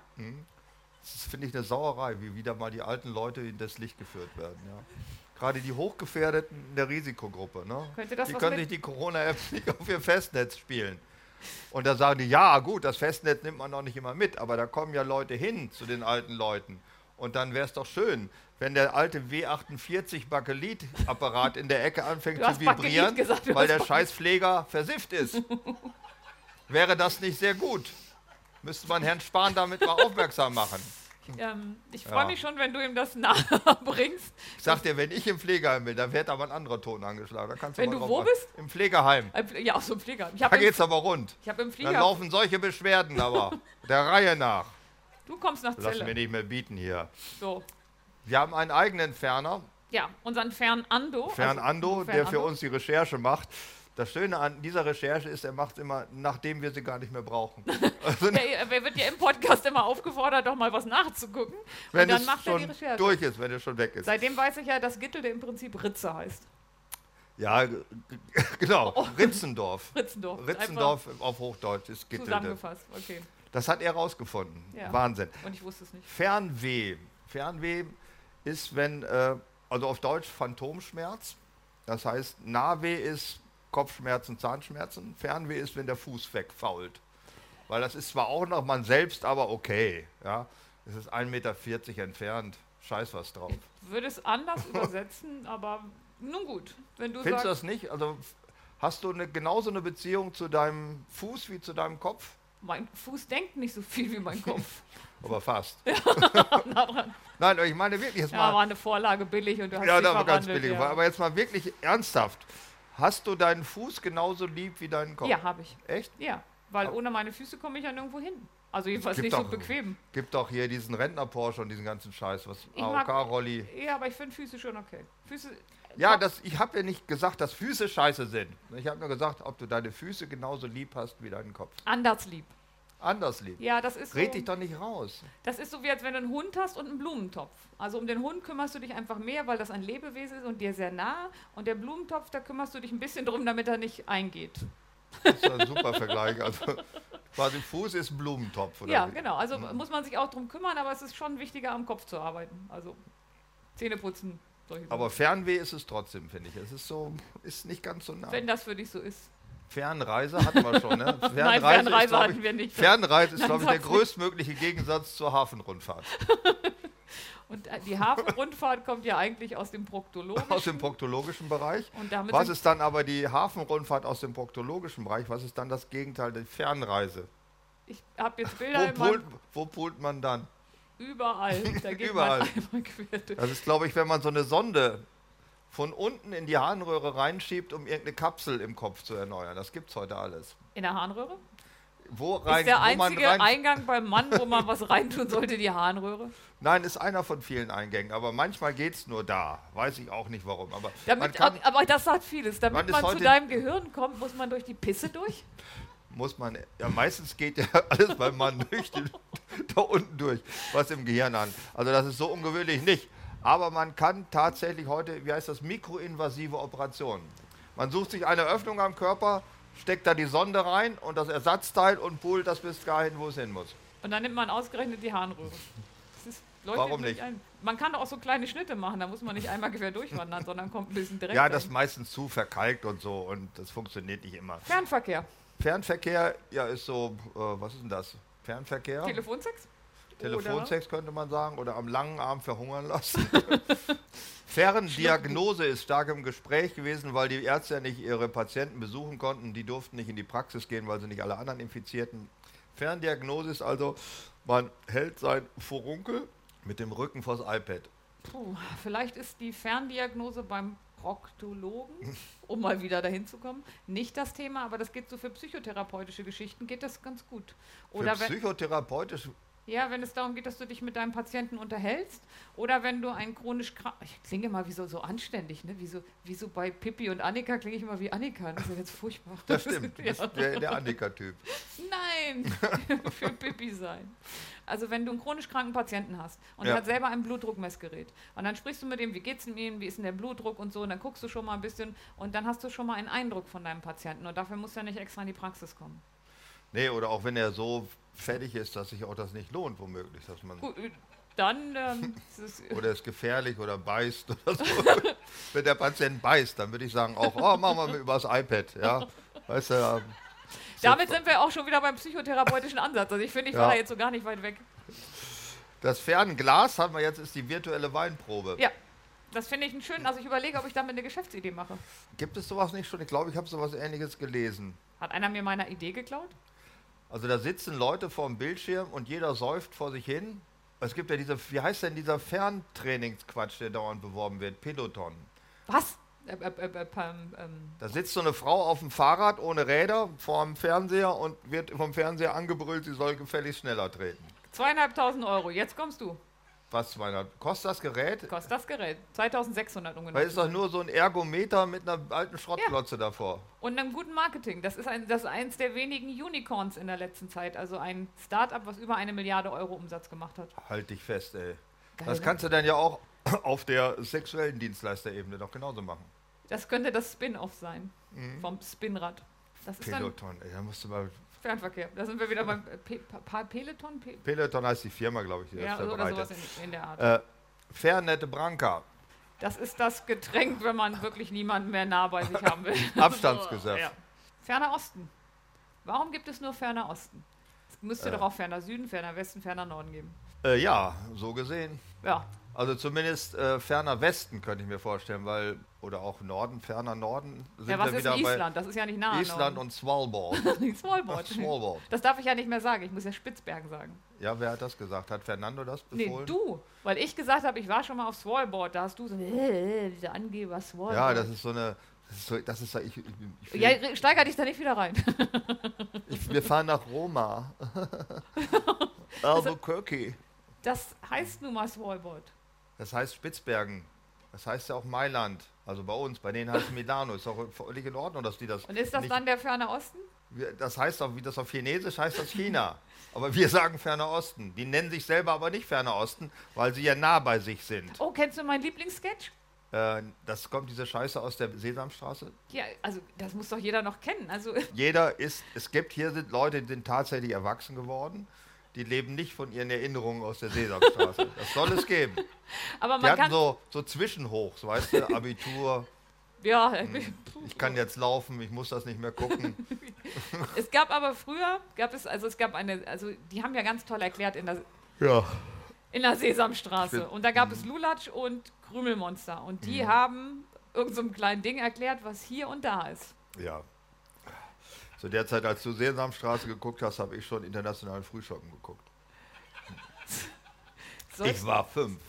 [SPEAKER 3] Das finde ich eine Sauerei, wie wieder mal die alten Leute in das Licht geführt werden. Ja. Gerade die Hochgefährdeten in der Risikogruppe. Ne?
[SPEAKER 2] Könnte das
[SPEAKER 3] die
[SPEAKER 2] was
[SPEAKER 3] können
[SPEAKER 2] mit-
[SPEAKER 3] sich die Corona-App nicht auf ihr Festnetz spielen. Und da sagen die, ja gut, das Festnetz nimmt man noch nicht immer mit, aber da kommen ja Leute hin zu den alten Leuten. Und dann wäre es doch schön, wenn der alte W achtundvierzig Bakelit-Apparat in der Ecke anfängt
[SPEAKER 2] Du
[SPEAKER 3] zu
[SPEAKER 2] hast Bakelit
[SPEAKER 3] vibrieren,
[SPEAKER 2] gesagt, du
[SPEAKER 3] weil
[SPEAKER 2] hast
[SPEAKER 3] der
[SPEAKER 2] Bakelit.
[SPEAKER 3] Scheißpfleger versifft ist. Wäre das nicht sehr gut? Müsste man Herrn Spahn damit mal aufmerksam machen.
[SPEAKER 2] ähm, ich freue
[SPEAKER 3] Ja.
[SPEAKER 2] mich schon, wenn du ihm das nahebringst.
[SPEAKER 3] Ich sag dir, wenn ich im Pflegeheim bin, dann wird aber ein anderer Ton angeschlagen. Da kannst du
[SPEAKER 2] Wenn
[SPEAKER 3] mal
[SPEAKER 2] du
[SPEAKER 3] drauf
[SPEAKER 2] wo
[SPEAKER 3] achten.
[SPEAKER 2] bist?
[SPEAKER 3] Im Pflegeheim.
[SPEAKER 2] Äh, Ja, auch so ein Flieger. Ich
[SPEAKER 3] Da
[SPEAKER 2] habe im,
[SPEAKER 3] geht's aber rund.
[SPEAKER 2] ich hab im
[SPEAKER 3] Dann
[SPEAKER 2] Flieger.
[SPEAKER 3] laufen solche Beschwerden aber der Reihe nach.
[SPEAKER 2] Du kommst nach
[SPEAKER 3] Lass mir
[SPEAKER 2] Celle.
[SPEAKER 3] nicht mehr bieten hier.
[SPEAKER 2] So.
[SPEAKER 3] Wir haben einen eigenen Ferner,
[SPEAKER 2] Ja, unseren Fernando.
[SPEAKER 3] Fernando,
[SPEAKER 2] also,
[SPEAKER 3] der für
[SPEAKER 2] Fernando.
[SPEAKER 3] uns die Recherche macht. Das Schöne an dieser Recherche ist, er macht es immer, nachdem wir sie gar nicht mehr brauchen. Also,
[SPEAKER 2] Der, wer wird ja im Podcast immer aufgefordert, doch mal was nachzugucken.
[SPEAKER 3] wenn
[SPEAKER 2] und dann
[SPEAKER 3] es
[SPEAKER 2] macht er die
[SPEAKER 3] schon
[SPEAKER 2] Recherche.
[SPEAKER 3] durch ist, wenn es schon weg ist.
[SPEAKER 2] Seitdem weiß ich ja, dass Gittelde im Prinzip Ritze heißt.
[SPEAKER 3] Ja, g- g- genau.
[SPEAKER 2] Oh.
[SPEAKER 3] Ritzendorf.
[SPEAKER 2] Ritzendorf.
[SPEAKER 3] Ritzendorf auf Hochdeutsch ist
[SPEAKER 2] Einfach
[SPEAKER 3] Gittelde.
[SPEAKER 2] zusammengefasst, okay.
[SPEAKER 3] Das hat er rausgefunden.
[SPEAKER 2] Ja.
[SPEAKER 3] Wahnsinn.
[SPEAKER 2] Und ich wusste es nicht.
[SPEAKER 3] Fernweh. Fernweh ist, wenn, äh, also auf Deutsch Phantomschmerz. Das heißt, Nahweh ist Kopfschmerzen, Zahnschmerzen. Fernweh ist, wenn der Fuß wegfault. Weil das ist zwar auch noch man selbst, aber okay. Ja? Es ist ein Meter vierzig entfernt. Scheiß was drauf.
[SPEAKER 2] Ich würde es anders übersetzen, aber nun gut. Wenn du
[SPEAKER 3] Findest du
[SPEAKER 2] sagst,
[SPEAKER 3] das nicht? Also f- hast du eine, genauso eine Beziehung zu deinem Fuß wie zu deinem Kopf?
[SPEAKER 2] Mein Fuß denkt nicht so viel wie mein Kopf.
[SPEAKER 3] Aber fast.
[SPEAKER 2] Na dran.
[SPEAKER 3] Nein, aber ich meine wirklich jetzt
[SPEAKER 2] Ja,
[SPEAKER 3] mal.
[SPEAKER 2] war eine Vorlage billig und du hast
[SPEAKER 3] Ja,
[SPEAKER 2] sie
[SPEAKER 3] das war ganz
[SPEAKER 2] verwandelt,
[SPEAKER 3] billig.
[SPEAKER 2] ja.
[SPEAKER 3] Aber jetzt mal wirklich ernsthaft. Hast du deinen Fuß genauso lieb wie deinen Kopf?
[SPEAKER 2] Ja, habe ich.
[SPEAKER 3] Echt?
[SPEAKER 2] Ja, weil ohne meine Füße komme ich ja nirgendwo hin. Also jedenfalls
[SPEAKER 3] Gibt
[SPEAKER 2] nicht so
[SPEAKER 3] doch-
[SPEAKER 2] bequem.
[SPEAKER 3] Gibt doch hier diesen Rentner-Porsche und diesen ganzen Scheiß, was
[SPEAKER 2] Ich
[SPEAKER 3] A O
[SPEAKER 2] mag-
[SPEAKER 3] K-Rolli.
[SPEAKER 2] Ja, aber ich finde Füße schon okay. Füße.
[SPEAKER 3] Ja,
[SPEAKER 2] Kopf-
[SPEAKER 3] das, ich habe ja nicht gesagt, dass Füße scheiße sind. Ich habe nur gesagt, ob du deine Füße genauso lieb hast wie deinen Kopf.
[SPEAKER 2] Anders lieb.
[SPEAKER 3] Anders lieb.
[SPEAKER 2] Ja, das ist so.
[SPEAKER 3] Red dich doch nicht raus.
[SPEAKER 2] Das ist so wie als wenn du einen Hund hast und einen Blumentopf. Also um den Hund kümmerst du dich einfach mehr, weil das ein Lebewesen ist und dir sehr nah. Und der Blumentopf, da kümmerst du dich ein bisschen drum, damit er nicht eingeht.
[SPEAKER 3] Das ist ein super Vergleich. Also quasi Fuß ist ein Blumentopf. Oder
[SPEAKER 2] Ja,
[SPEAKER 3] wie?
[SPEAKER 2] genau. Also muss man sich auch drum kümmern, aber es ist schon wichtiger, am Kopf zu arbeiten. Also Zähne putzen, solche Sachen.
[SPEAKER 3] Aber Fernweh ist es trotzdem, finde ich. Es ist so, ist nicht ganz so nah.
[SPEAKER 2] Wenn das für dich so ist.
[SPEAKER 3] Fernreise hatten wir schon, ne? Fernreise
[SPEAKER 2] Nein, Fernreise
[SPEAKER 3] ist, glaub
[SPEAKER 2] hatten
[SPEAKER 3] ich,
[SPEAKER 2] wir nicht.
[SPEAKER 3] Fernreise ist,
[SPEAKER 2] Nein,
[SPEAKER 3] glaube ich, der
[SPEAKER 2] sag's nicht.
[SPEAKER 3] größtmögliche Gegensatz zur Hafenrundfahrt.
[SPEAKER 2] Und äh, die Hafenrundfahrt kommt ja eigentlich aus dem Proktologischen.
[SPEAKER 3] Aus dem proktologischen Bereich.
[SPEAKER 2] Und damit
[SPEAKER 3] Was
[SPEAKER 2] sind-
[SPEAKER 3] ist dann aber die Hafenrundfahrt aus dem proktologischen Bereich? Was ist dann das Gegenteil der Fernreise?
[SPEAKER 2] Ich habe jetzt Bilder
[SPEAKER 3] Wo
[SPEAKER 2] in
[SPEAKER 3] poolt,
[SPEAKER 2] meinem,
[SPEAKER 3] wo poolt man dann?
[SPEAKER 2] überall. Da geht
[SPEAKER 3] Überall.
[SPEAKER 2] man einmal quer durch.
[SPEAKER 3] Das ist, glaube ich, wenn man so eine Sonde von unten in die Harnröhre reinschiebt, um irgendeine Kapsel im Kopf zu erneuern. Das gibt es heute alles.
[SPEAKER 2] In der Harnröhre?
[SPEAKER 3] Wo rein,
[SPEAKER 2] Ist der
[SPEAKER 3] wo man
[SPEAKER 2] einzige
[SPEAKER 3] rein,
[SPEAKER 2] Eingang beim Mann, wo man was reintun sollte, die Harnröhre?
[SPEAKER 3] Nein, ist einer von vielen Eingängen, aber manchmal geht es nur da. Weiß ich auch nicht warum. Aber man
[SPEAKER 2] Damit,
[SPEAKER 3] kann,
[SPEAKER 2] ab- aber das sagt vieles.
[SPEAKER 3] Man
[SPEAKER 2] Damit
[SPEAKER 3] ist
[SPEAKER 2] man zu
[SPEAKER 3] heute-
[SPEAKER 2] deinem Gehirn kommt, muss man durch die Pisse durch.
[SPEAKER 3] muss man, ja meistens geht ja alles beim Mann durch, den, da unten durch, was im Gehirn an. Also das ist so ungewöhnlich nicht. Aber man kann tatsächlich heute, wie heißt das, mikroinvasive Operationen. Man sucht sich eine Öffnung am Körper, steckt da die Sonde rein und das Ersatzteil und poolt das bis dahin, wo es hin muss.
[SPEAKER 2] Und dann nimmt man ausgerechnet die Harnröhre. Das ist, leuchtet
[SPEAKER 3] Warum
[SPEAKER 2] mich
[SPEAKER 3] nicht?
[SPEAKER 2] Ein. Man kann auch so kleine Schnitte machen, da muss man nicht einmal quer durchwandern, sondern kommt ein bisschen direkt
[SPEAKER 3] Ja,
[SPEAKER 2] rein.
[SPEAKER 3] das ist meistens zu verkalkt und so und das funktioniert nicht immer.
[SPEAKER 2] Fernverkehr.
[SPEAKER 3] Fernverkehr, ja, ist so, äh, was ist denn das? Fernverkehr?
[SPEAKER 2] Telefonsex?
[SPEAKER 3] Telefonsex könnte man sagen oder am langen Arm verhungern lassen. Ferndiagnose ist stark im Gespräch gewesen, weil die Ärzte ja nicht ihre Patienten besuchen konnten. Die durften nicht in die Praxis gehen, weil sie nicht alle anderen Infizierten. Ferndiagnose ist also, man hält sein Furunkel mit dem Rücken vors iPad.
[SPEAKER 2] Puh, vielleicht ist die Ferndiagnose beim Proktologen, um mal wieder dahin zu kommen, nicht das Thema, aber das geht so für psychotherapeutische Geschichten, geht das ganz gut. Oder
[SPEAKER 3] Für
[SPEAKER 2] wenn,
[SPEAKER 3] psychotherapeutisch,
[SPEAKER 2] ja, wenn es darum geht, dass du dich mit deinem Patienten unterhältst oder wenn du einen chronisch krank... Ich klinge immer wie so, so anständig, ne? Wie so, wie so bei Pippi und Annika klinge ich immer wie Annika. Das ist ja jetzt furchtbar.
[SPEAKER 3] das stimmt, du
[SPEAKER 2] Ja.
[SPEAKER 3] bist der, der Annika-Typ.
[SPEAKER 2] Nein, für Pippi sein. Also wenn du einen chronisch kranken Patienten hast und
[SPEAKER 3] Ja.
[SPEAKER 2] der hat selber ein Blutdruckmessgerät und dann sprichst du mit ihm, wie geht's denn ihm, wie ist denn der Blutdruck und so und dann guckst du schon mal ein bisschen und dann hast du schon mal einen Eindruck von deinem Patienten und dafür muss er nicht extra in die Praxis kommen.
[SPEAKER 3] Nee, oder auch wenn er so fertig ist, dass sich auch das nicht lohnt, womöglich. Dass man
[SPEAKER 2] Gut, dann ähm, ist es,
[SPEAKER 3] oder ist gefährlich oder beißt oder so. Wenn der Patient beißt, dann würde ich sagen auch, oh, machen wir mal übers iPad. Ja? Weißt du, ähm,
[SPEAKER 2] damit sind wir auch schon wieder beim psychotherapeutischen Ansatz. Also ich finde, ich
[SPEAKER 3] Ja.
[SPEAKER 2] war da jetzt so gar nicht weit weg.
[SPEAKER 3] das Fernglas haben wir jetzt, ist die virtuelle Weinprobe.
[SPEAKER 2] Ja, das finde ich einen schönen, also ich überlege, ob ich damit eine Geschäftsidee mache.
[SPEAKER 3] Gibt es sowas nicht schon? Ich glaube, ich habe sowas Ähnliches gelesen.
[SPEAKER 2] Hat einer mir meiner Idee geklaut?
[SPEAKER 3] Also da sitzen Leute vor dem Bildschirm und jeder säuft vor sich hin. Es gibt ja diese, wie heißt denn dieser Ferntrainingsquatsch, der dauernd beworben wird? Peloton.
[SPEAKER 2] Was? Äh, äh, äh, äh, ähm, ähm,
[SPEAKER 3] Da sitzt so eine Frau auf dem Fahrrad ohne Räder vor dem Fernseher und wird vom Fernseher angebrüllt, sie soll gefälligst schneller treten.
[SPEAKER 2] zweieinhalbtausend Euro, jetzt kommst du.
[SPEAKER 3] Was, meiner? Kostet das Gerät?
[SPEAKER 2] Kostet das Gerät. zweitausendsechshundert ungefähr.
[SPEAKER 3] Weil es ist doch nur so ein Ergometer mit einer alten Schrottglotze davor.
[SPEAKER 2] Und einem guten Marketing. Das ist, ein, das ist eins der wenigen Unicorns in der letzten Zeit. Also ein Start-up, was über eine Milliarde Euro Umsatz gemacht hat.
[SPEAKER 3] Halt dich fest, ey.
[SPEAKER 2] Geil,
[SPEAKER 3] Das
[SPEAKER 2] ne?
[SPEAKER 3] kannst du dann ja auch auf der sexuellen Dienstleisterebene doch genauso machen.
[SPEAKER 2] Das könnte das Spin-off sein
[SPEAKER 3] Mhm.
[SPEAKER 2] vom Spinrad. Das ist dann
[SPEAKER 3] Peloton, ey, da musst du mal.
[SPEAKER 2] Fernverkehr. Da sind wir wieder beim äh, Pe Pa Peloton? Pe
[SPEAKER 3] Peloton heißt die Firma, glaube ich, die
[SPEAKER 2] ja,
[SPEAKER 3] das
[SPEAKER 2] oder
[SPEAKER 3] verbreitet.
[SPEAKER 2] sowas in, in der Art.
[SPEAKER 3] Äh, Fernette Branca,
[SPEAKER 2] Das ist das Getränk, wenn man wirklich niemanden mehr nah bei sich haben will.
[SPEAKER 3] Abstandsgesöff.
[SPEAKER 2] Ja. Ferner Osten. Warum gibt es nur Ferner Osten? Es müsste
[SPEAKER 3] Äh.
[SPEAKER 2] doch auch Ferner Süden, Ferner Westen, Ferner Norden geben.
[SPEAKER 3] Äh, ja, so gesehen.
[SPEAKER 2] Ja,
[SPEAKER 3] Also zumindest äh, ferner Westen könnte ich mir vorstellen, weil oder auch Norden, ferner Norden, sind
[SPEAKER 2] Ja, was
[SPEAKER 3] wir
[SPEAKER 2] ist
[SPEAKER 3] wieder
[SPEAKER 2] Island? Das ist ja nicht nah.
[SPEAKER 3] bei Island und Svalbard.
[SPEAKER 2] Svalbard.
[SPEAKER 3] Svalbard.
[SPEAKER 2] Das darf ich ja nicht mehr sagen. Ich muss ja Spitzbergen sagen.
[SPEAKER 3] Ja, wer hat das gesagt? Hat Fernando das
[SPEAKER 2] Nee,
[SPEAKER 3] befohlen?
[SPEAKER 2] du. Weil ich gesagt habe, ich war schon mal auf Svalbard. Da hast du so, äh, dieser Angeber Svalbard.
[SPEAKER 3] Ja, das ist so eine, das ist so, das ist, ich, ich, ich,
[SPEAKER 2] Ja, re- steiger dich da nicht wieder rein.
[SPEAKER 3] ich, wir fahren nach Roma. Albuquerque.
[SPEAKER 2] Das heißt nun mal Svalbard.
[SPEAKER 3] Das heißt Spitzbergen. Das heißt ja auch Mailand. Also bei uns, bei denen heißt es Milano. Ist auch völlig in Ordnung, dass die das.
[SPEAKER 2] Und ist das
[SPEAKER 3] nicht,
[SPEAKER 2] dann der Ferne Osten?
[SPEAKER 3] wir- Das heißt auch, wie das auf Chinesisch heißt, das China. Aber wir sagen Ferner Osten. Die nennen sich selber aber nicht Ferner Osten, weil sie ja nah bei sich sind.
[SPEAKER 2] Oh, kennst du meinen Lieblingssketch?
[SPEAKER 3] Äh, das kommt diese Scheiße aus der Sesamstraße.
[SPEAKER 2] Ja, also das muss doch jeder noch kennen. Also
[SPEAKER 3] Jeder ist, es gibt hier sind Leute, die sind tatsächlich erwachsen geworden. Die leben nicht von ihren Erinnerungen aus der Sesamstraße. Das soll es geben.
[SPEAKER 2] aber
[SPEAKER 3] Die
[SPEAKER 2] man
[SPEAKER 3] hatten
[SPEAKER 2] kann.
[SPEAKER 3] so, so Zwischenhochs, weißt du, Abitur.
[SPEAKER 2] Ja,
[SPEAKER 3] Ich kann jetzt laufen, ich muss das nicht mehr gucken.
[SPEAKER 2] es gab aber früher, gab es, also es gab eine, also die haben ja ganz toll erklärt in der,
[SPEAKER 3] Ja.
[SPEAKER 2] in der Sesamstraße.
[SPEAKER 3] Ich bin-
[SPEAKER 2] Und da gab es Lulatsch und Krümelmonster. Und die
[SPEAKER 3] Mhm.
[SPEAKER 2] haben irgend so ein kleines Ding erklärt, was hier und da ist.
[SPEAKER 3] Ja. Zu der Zeit, als du Sesamstraße geguckt hast, habe ich schon internationalen Frühschoppen geguckt.
[SPEAKER 2] Soll-
[SPEAKER 3] Ich war fünf.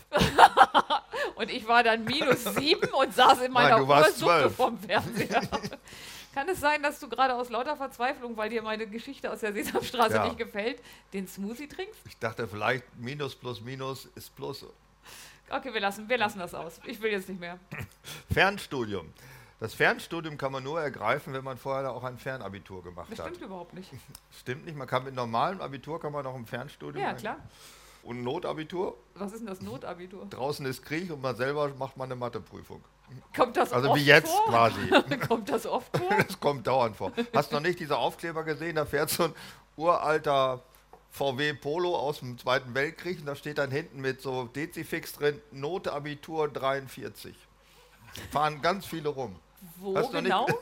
[SPEAKER 2] Und ich war dann minus sieben und saß in meiner
[SPEAKER 3] Nein, du warst
[SPEAKER 2] Ursuppe
[SPEAKER 3] zwölf.
[SPEAKER 2] vom Fernseher. Kann es sein, dass du gerade aus lauter Verzweiflung, weil dir meine Geschichte aus der Sesamstraße
[SPEAKER 3] Ja.
[SPEAKER 2] nicht gefällt, den Smoothie trinkst?
[SPEAKER 3] Ich dachte, vielleicht Minus plus Minus ist Plus.
[SPEAKER 2] Okay, wir lassen, wir lassen das aus. Ich will jetzt nicht mehr.
[SPEAKER 3] Fernstudium. Das Fernstudium kann man nur ergreifen, wenn man vorher auch ein Fernabitur gemacht
[SPEAKER 2] Das
[SPEAKER 3] hat.
[SPEAKER 2] stimmt überhaupt nicht.
[SPEAKER 3] Stimmt nicht, man kann mit normalem Abitur kann man auch im Fernstudium.
[SPEAKER 2] Ja,
[SPEAKER 3] ein-
[SPEAKER 2] klar.
[SPEAKER 3] Und Notabitur.
[SPEAKER 2] Was ist denn das Notabitur?
[SPEAKER 3] Draußen ist Krieg und man selber macht man eine Matheprüfung.
[SPEAKER 2] Kommt das
[SPEAKER 3] Also
[SPEAKER 2] oft
[SPEAKER 3] wie jetzt
[SPEAKER 2] vor?
[SPEAKER 3] quasi.
[SPEAKER 2] Kommt das oft vor?
[SPEAKER 3] Das kommt dauernd vor. Hast du noch nicht diese Aufkleber gesehen? Da fährt so ein uralter V W Polo aus dem Zweiten Weltkrieg und da steht dann hinten mit so Dezifix drin, Notabitur dreiundvierzig. Fahren ganz viele rum.
[SPEAKER 2] Wo
[SPEAKER 3] Hast du noch
[SPEAKER 2] genau?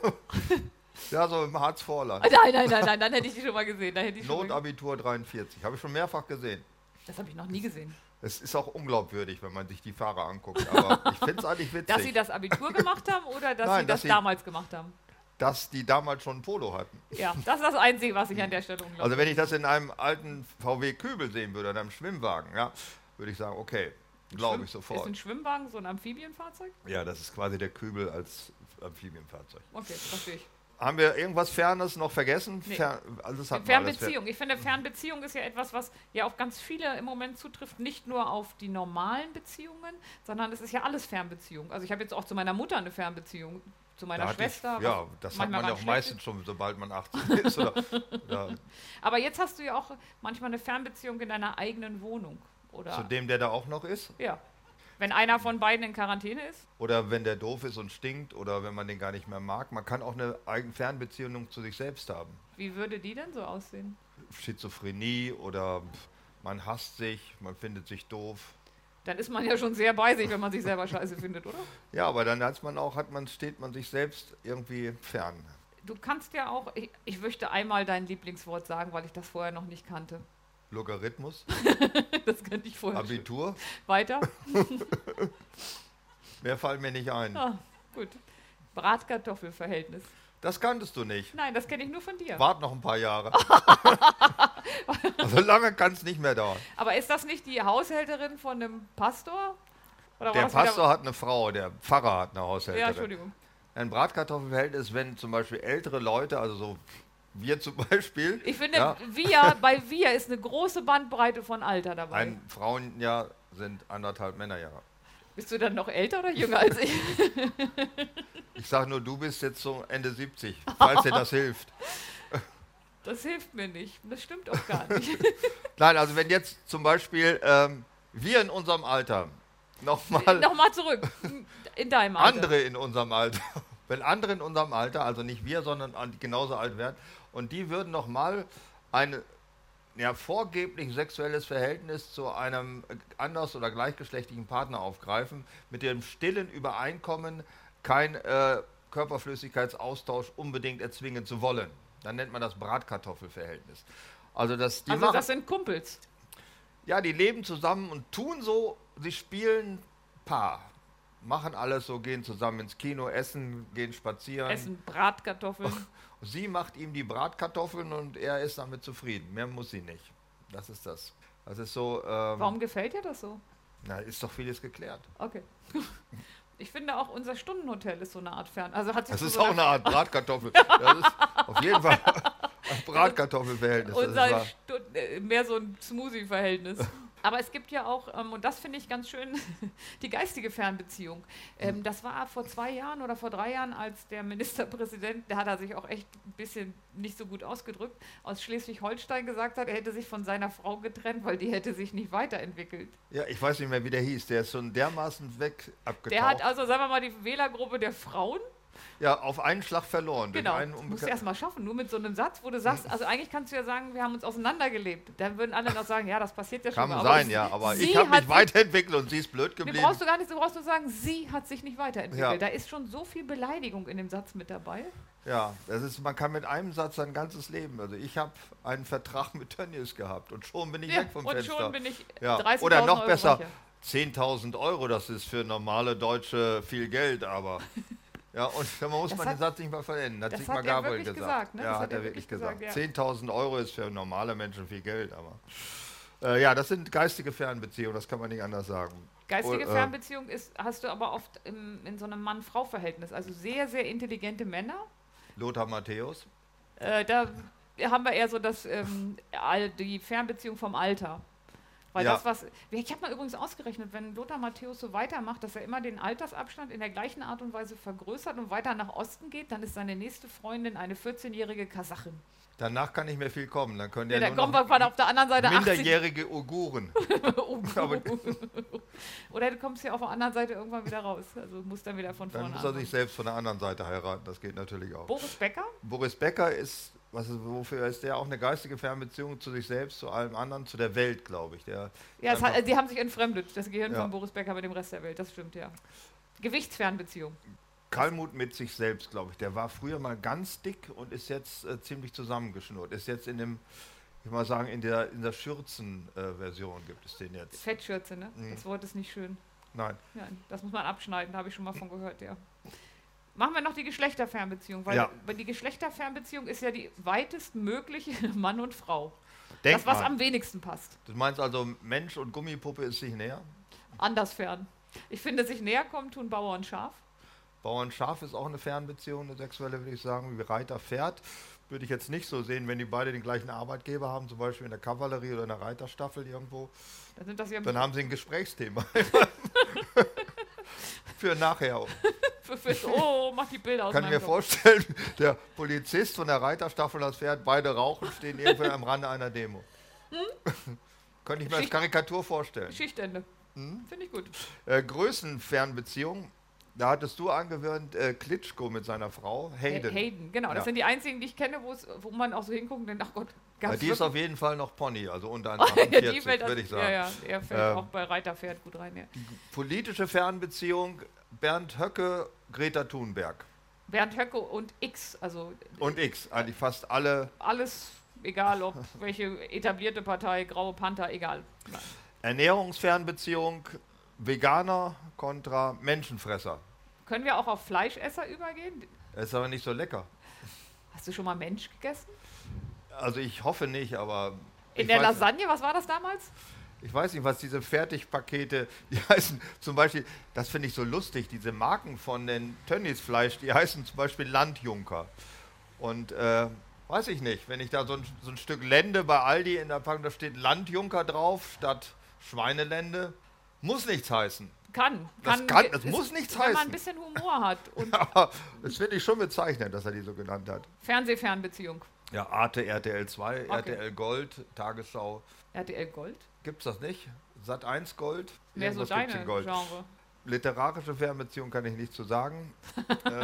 [SPEAKER 3] Ja, so im Harz-Vorland.
[SPEAKER 2] Nein, nein, nein, nein, dann hätte ich die schon mal gesehen. Dann hätte ich schon mal
[SPEAKER 3] Notabitur dreiundvierzig. Habe ich schon mehrfach gesehen.
[SPEAKER 2] das habe ich noch nie gesehen.
[SPEAKER 3] Es ist auch unglaubwürdig, wenn man sich die Fahrer anguckt. Aber ich finde es eigentlich witzig,
[SPEAKER 2] Dass sie das Abitur gemacht haben oder dass
[SPEAKER 3] Nein,
[SPEAKER 2] sie das
[SPEAKER 3] dass sie-
[SPEAKER 2] damals gemacht haben?
[SPEAKER 3] dass die damals schon ein Polo hatten.
[SPEAKER 2] Ja, das ist das Einzige, was ich an der Stelle unglaublich
[SPEAKER 3] Also wenn ich das in einem alten V W Kübel sehen würde, in einem Schwimmwagen, ja, würde ich sagen, okay, glaube ich
[SPEAKER 2] Ist
[SPEAKER 3] sofort.
[SPEAKER 2] ein Schwimmwagen so ein Amphibienfahrzeug?
[SPEAKER 3] Ja, das ist quasi der Kübel als Amphibienfahrzeug.
[SPEAKER 2] Okay, verstehe ich.
[SPEAKER 3] Haben wir irgendwas Fernes noch vergessen?
[SPEAKER 2] Nee.
[SPEAKER 3] Fer alles hatten wir alles ver-
[SPEAKER 2] Fernbeziehung. Ich finde, Fernbeziehung ist ja etwas, was ja auf ganz viele im Moment zutrifft. Nicht nur auf die normalen Beziehungen, sondern es ist ja alles Fernbeziehung. Also ich habe jetzt auch zu meiner Mutter eine Fernbeziehung, zu meiner
[SPEAKER 3] Da hatte
[SPEAKER 2] Schwester.
[SPEAKER 3] Ich, ja,
[SPEAKER 2] was
[SPEAKER 3] das hat
[SPEAKER 2] manchmal
[SPEAKER 3] man ja
[SPEAKER 2] ganz
[SPEAKER 3] auch
[SPEAKER 2] schlecht
[SPEAKER 3] meistens schon, sobald man achtzehn ist. Oder, oder
[SPEAKER 2] Aber jetzt hast du ja auch manchmal eine Fernbeziehung in deiner eigenen Wohnung. Oder
[SPEAKER 3] zu dem, der da auch noch ist.
[SPEAKER 2] ja. Wenn einer von beiden in Quarantäne ist.
[SPEAKER 3] Oder wenn der doof ist und stinkt oder wenn man den gar nicht mehr mag. Man kann auch eine eigene Fernbeziehung zu sich selbst haben.
[SPEAKER 2] Wie würde die denn so aussehen?
[SPEAKER 3] Schizophrenie oder man hasst sich, man findet sich doof.
[SPEAKER 2] Dann ist man ja schon sehr bei sich, wenn man sich selber scheiße findet, oder?
[SPEAKER 3] Ja, aber dann hat man auch, hat man, steht man sich selbst irgendwie fern.
[SPEAKER 2] Du kannst ja auch, ich, ich möchte einmal dein Lieblingswort sagen, weil ich das vorher noch nicht kannte.
[SPEAKER 3] Logarithmus,
[SPEAKER 2] Das könnte ich vorher schon.
[SPEAKER 3] Abitur,
[SPEAKER 2] Weiter?
[SPEAKER 3] mehr fallen mir nicht ein.
[SPEAKER 2] Ah, gut. Bratkartoffelverhältnis.
[SPEAKER 3] Das kanntest du nicht.
[SPEAKER 2] Nein, das kenne ich nur von dir.
[SPEAKER 3] Wart noch ein paar Jahre. Also lange kann es nicht mehr dauern.
[SPEAKER 2] Aber ist das nicht die Haushälterin von einem Pastor? Oder war
[SPEAKER 3] Der
[SPEAKER 2] das wieder-
[SPEAKER 3] Pastor hat eine Frau, der Pfarrer hat eine
[SPEAKER 2] Ja,
[SPEAKER 3] Haushälterin.
[SPEAKER 2] Entschuldigung.
[SPEAKER 3] Ein Bratkartoffelverhältnis ist, wenn zum Beispiel ältere Leute, also so wir zum Beispiel,
[SPEAKER 2] Ich finde,
[SPEAKER 3] ja,
[SPEAKER 2] wir, bei wir ist eine große Bandbreite von Alter dabei.
[SPEAKER 3] ein Frauenjahr sind anderthalb Männerjahre.
[SPEAKER 2] Bist du dann noch älter oder jünger als ich?
[SPEAKER 3] Ich sage nur, du bist jetzt so Ende siebzig, falls dir das hilft.
[SPEAKER 2] Das hilft mir nicht. Das stimmt auch gar nicht.
[SPEAKER 3] Nein, also wenn jetzt zum Beispiel ähm, wir in unserem Alter nochmal
[SPEAKER 2] Nochmal zurück. In deinem Alter.
[SPEAKER 3] andere in unserem Alter, wenn andere in unserem Alter, also nicht wir, sondern an- genauso alt wären, und die würden nochmal ein ja, vorgeblich sexuelles Verhältnis zu einem anders- oder gleichgeschlechtlichen Partner aufgreifen, mit dem stillen Übereinkommen, kein äh, Körperflüssigkeitsaustausch unbedingt erzwingen zu wollen. Dann nennt man das Bratkartoffelverhältnis. Also, das, die
[SPEAKER 2] Also
[SPEAKER 3] machen,
[SPEAKER 2] das sind Kumpels.
[SPEAKER 3] ja, die leben zusammen und tun so, sie spielen Paar. machen alles so, gehen zusammen ins Kino, essen, gehen spazieren.
[SPEAKER 2] Essen Bratkartoffeln.
[SPEAKER 3] Sie macht ihm die Bratkartoffeln und er ist damit zufrieden. Mehr muss sie nicht. Das ist das. Das ist so. Ähm,
[SPEAKER 2] Warum gefällt dir das so?
[SPEAKER 3] Na, ist doch vieles geklärt.
[SPEAKER 2] Okay. Ich finde auch, unser Stundenhotel ist so eine Art Fern. Also hat sich
[SPEAKER 3] Das
[SPEAKER 2] so
[SPEAKER 3] ist
[SPEAKER 2] so
[SPEAKER 3] auch eine Art Bratkartoffel. Das ist auf jeden Fall ein Bratkartoffelverhältnis. Das ist
[SPEAKER 2] unser
[SPEAKER 3] wahr.
[SPEAKER 2] Stund, äh, mehr so ein Smoothie-Verhältnis. Aber es gibt ja auch, ähm, und das finde ich ganz schön, die geistige Fernbeziehung. Ähm, das war vor zwei Jahren oder vor drei Jahren, als der Ministerpräsident, der hat er sich auch echt ein bisschen nicht so gut ausgedrückt, aus Schleswig-Holstein gesagt hat, er hätte sich von seiner Frau getrennt, weil die hätte sich nicht weiterentwickelt.
[SPEAKER 3] Ja, ich weiß nicht mehr, wie der hieß. Der ist schon dermaßen weg abgetaucht.
[SPEAKER 2] Der hat also, sagen wir mal, die Wählergruppe der Frauen,
[SPEAKER 3] ja, auf einen Schlag verloren. durch
[SPEAKER 2] genau,
[SPEAKER 3] einen
[SPEAKER 2] das musst du
[SPEAKER 3] unbekannten-
[SPEAKER 2] erst mal schaffen, nur mit so einem Satz, wo du sagst, also eigentlich kannst du ja sagen, wir haben uns auseinandergelebt. Dann würden alle noch sagen, ja, das passiert ja schon
[SPEAKER 3] Kann
[SPEAKER 2] mal.
[SPEAKER 3] sein,
[SPEAKER 2] Aber
[SPEAKER 3] ja, aber
[SPEAKER 2] sie
[SPEAKER 3] ich habe
[SPEAKER 2] hat
[SPEAKER 3] mich
[SPEAKER 2] sich-
[SPEAKER 3] weiterentwickelt und sie ist blöd
[SPEAKER 2] Du
[SPEAKER 3] geblieben.
[SPEAKER 2] brauchst du gar nicht, du brauchst nur sagen, sie hat sich nicht weiterentwickelt.
[SPEAKER 3] Ja.
[SPEAKER 2] Da ist schon so viel Beleidigung in dem Satz mit dabei.
[SPEAKER 3] Ja, das ist, man kann mit einem Satz sein ganzes Leben. Also ich habe einen Vertrag mit Tönnies gehabt und schon bin ich
[SPEAKER 2] Ja,
[SPEAKER 3] weg vom
[SPEAKER 2] und
[SPEAKER 3] Fenster.
[SPEAKER 2] schon bin ich
[SPEAKER 3] Ja.
[SPEAKER 2] dreißigtausend
[SPEAKER 3] Oder noch
[SPEAKER 2] Euro
[SPEAKER 3] besser,
[SPEAKER 2] reicher.
[SPEAKER 3] zehntausend Euro, das ist für normale Deutsche viel Geld, aber... Ja, und man muss
[SPEAKER 2] Das
[SPEAKER 3] man
[SPEAKER 2] hat-
[SPEAKER 3] den Satz nicht mal verenden. Hat
[SPEAKER 2] das
[SPEAKER 3] Sigmar
[SPEAKER 2] hat er
[SPEAKER 3] Gabriel
[SPEAKER 2] wirklich
[SPEAKER 3] gesagt.
[SPEAKER 2] gesagt, ne?
[SPEAKER 3] Ja,
[SPEAKER 2] Das
[SPEAKER 3] hat er wirklich gesagt.
[SPEAKER 2] gesagt, ja.
[SPEAKER 3] zehntausend Euro ist für normale Menschen viel Geld, aber... Äh, ja, das sind geistige Fernbeziehungen, das kann man nicht anders sagen.
[SPEAKER 2] Geistige
[SPEAKER 3] Und, äh,
[SPEAKER 2] Fernbeziehung ist, hast du aber oft im, in so einem Mann-Frau-Verhältnis. Also sehr, sehr intelligente Männer.
[SPEAKER 3] Lothar Matthäus.
[SPEAKER 2] Äh, da haben wir eher so das, ähm, all- die Fernbeziehung vom Alter. Weil
[SPEAKER 3] Ja.
[SPEAKER 2] das, was. Ich habe mal übrigens ausgerechnet, wenn Lothar Matthäus so weitermacht, dass er immer den Altersabstand in der gleichen Art und Weise vergrößert und weiter nach Osten geht, dann ist seine nächste Freundin eine vierzehnjährige Kasachin.
[SPEAKER 3] Danach kann nicht mehr viel kommen. Dann können
[SPEAKER 2] Ja,
[SPEAKER 3] ja,
[SPEAKER 2] da
[SPEAKER 3] nur
[SPEAKER 2] kommen
[SPEAKER 3] noch
[SPEAKER 2] wir von auf der anderen Seite achtzig.
[SPEAKER 3] minderjährige Uiguren. Aber-
[SPEAKER 2] Oder du kommst ja auf der anderen Seite irgendwann wieder raus. Also musst dann wieder von
[SPEAKER 3] Dann
[SPEAKER 2] vorne
[SPEAKER 3] muss er
[SPEAKER 2] anfangen.
[SPEAKER 3] sich selbst von der anderen Seite heiraten. Das geht natürlich auch.
[SPEAKER 2] Boris Becker?
[SPEAKER 3] Boris Becker ist, was ist, wofür ist der auch eine geistige Fernbeziehung zu sich selbst, zu allem anderen, zu der Welt, glaube ich. Der
[SPEAKER 2] Ja, es hat,
[SPEAKER 3] einfach-
[SPEAKER 2] die haben sich entfremdet, das Gehirn
[SPEAKER 3] Ja.
[SPEAKER 2] von Boris Becker mit dem Rest der Welt, das stimmt, ja. Gewichtsfernbeziehung.
[SPEAKER 3] Kalmut mit sich selbst, glaube ich. Der war früher mal ganz dick und ist jetzt äh, ziemlich zusammengeschnurrt. Ist jetzt in dem, ich mal sagen, in der, in der Schürzen-Version gibt es den jetzt.
[SPEAKER 2] Fettschürze, ne?
[SPEAKER 3] Mhm.
[SPEAKER 2] Das Wort ist nicht schön.
[SPEAKER 3] Nein.
[SPEAKER 2] Ja, das muss man abschneiden, da habe ich schon mal von gehört, ja. Machen wir noch die Geschlechterfernbeziehung, weil
[SPEAKER 3] Ja.
[SPEAKER 2] weil die Geschlechterfernbeziehung ist ja die weitestmögliche Mann und Frau.
[SPEAKER 3] Denk
[SPEAKER 2] das, was
[SPEAKER 3] mal.
[SPEAKER 2] am wenigsten passt.
[SPEAKER 3] Du meinst also, Mensch und Gummipuppe ist sich näher?
[SPEAKER 2] Anders fern. Ich finde, sich näher kommen tun Bauer und Schaf.
[SPEAKER 3] Bauern Schaf ist auch eine Fernbeziehung, eine sexuelle, würde ich sagen, wie Reiter Pferd. Würde ich jetzt nicht so sehen, wenn die beide den gleichen Arbeitgeber haben, zum Beispiel in der Kavallerie oder in der Reiterstaffel irgendwo.
[SPEAKER 2] Dann sind das ja
[SPEAKER 3] Dann haben sie ein Gesprächsthema. Für nachher.
[SPEAKER 2] für, für, oh, mach die Bilder aus
[SPEAKER 3] Kann ich
[SPEAKER 2] meinem
[SPEAKER 3] mir
[SPEAKER 2] Kopf.
[SPEAKER 3] vorstellen, der Polizist von der Reiterstaffel, das Pferd, beide rauchen, stehen irgendwo am Rande einer Demo. Könnte ich mir als
[SPEAKER 2] Schicht-
[SPEAKER 3] Karikatur vorstellen.
[SPEAKER 2] Schichtende.
[SPEAKER 3] Hm?
[SPEAKER 2] Finde ich gut.
[SPEAKER 3] Äh, Größenfernbeziehung, da hattest du angewöhnt, äh, Klitschko mit seiner Frau, Hayden.
[SPEAKER 2] Hayden, genau. Das
[SPEAKER 3] Ja.
[SPEAKER 2] sind die einzigen, die ich kenne, wo's- wo man auch so hinguckt und denkt, ach Gott,
[SPEAKER 3] Ja,
[SPEAKER 2] gab's
[SPEAKER 3] die ist
[SPEAKER 2] wirklich-
[SPEAKER 3] auf jeden Fall noch Pony, also unter
[SPEAKER 2] ja, die
[SPEAKER 3] vierzig,
[SPEAKER 2] fällt
[SPEAKER 3] würde
[SPEAKER 2] das-
[SPEAKER 3] ich sagen.
[SPEAKER 2] Ja, ja, er fällt
[SPEAKER 3] Ähm,
[SPEAKER 2] auch bei Reiterpferd gut rein. Ja.
[SPEAKER 3] Politische Fernbeziehung, Bernd Höcke, Greta Thunberg.
[SPEAKER 2] Bernd Höcke und X, also
[SPEAKER 3] Und X, eigentlich fast alle.
[SPEAKER 2] alles, egal ob welche etablierte Partei, Graue Panther, egal. Nein.
[SPEAKER 3] Ernährungsfernbeziehung, Veganer kontra Menschenfresser.
[SPEAKER 2] Können wir auch auf Fleischesser übergehen?
[SPEAKER 3] Das ist aber nicht so lecker.
[SPEAKER 2] Hast du schon mal Mensch gegessen?
[SPEAKER 3] Also ich hoffe nicht, aber...
[SPEAKER 2] In
[SPEAKER 3] ich
[SPEAKER 2] der
[SPEAKER 3] weiß,
[SPEAKER 2] Lasagne, was war das damals?
[SPEAKER 3] Ich weiß nicht, was diese Fertigpakete, die heißen zum Beispiel, das finde ich so lustig, diese Marken von den Tönnies Fleisch, die heißen zum Beispiel Landjunker. Und äh, weiß ich nicht, wenn ich da so ein, so ein Stück Lende bei Aldi in der Packung, da steht Landjunker drauf statt Schweinelende, muss nichts heißen.
[SPEAKER 2] Kann.
[SPEAKER 3] Das kann- das muss nichts
[SPEAKER 2] Wenn man ein
[SPEAKER 3] heißen.
[SPEAKER 2] bisschen Humor hat. Und
[SPEAKER 3] Aber das finde ich schon bezeichnend, dass er die so genannt hat.
[SPEAKER 2] Fernsehfernbeziehung.
[SPEAKER 3] Ja, Arte, R T L zwei, R T L Gold, Tagesschau.
[SPEAKER 2] R T L Gold?
[SPEAKER 3] Gibt's das nicht? Sat eins Gold?
[SPEAKER 2] Mehr so
[SPEAKER 3] Irgendwas gibt's
[SPEAKER 2] deine
[SPEAKER 3] in Gold.
[SPEAKER 2] Genre.
[SPEAKER 3] Literarische Fernbeziehung kann ich nicht zu sagen. äh,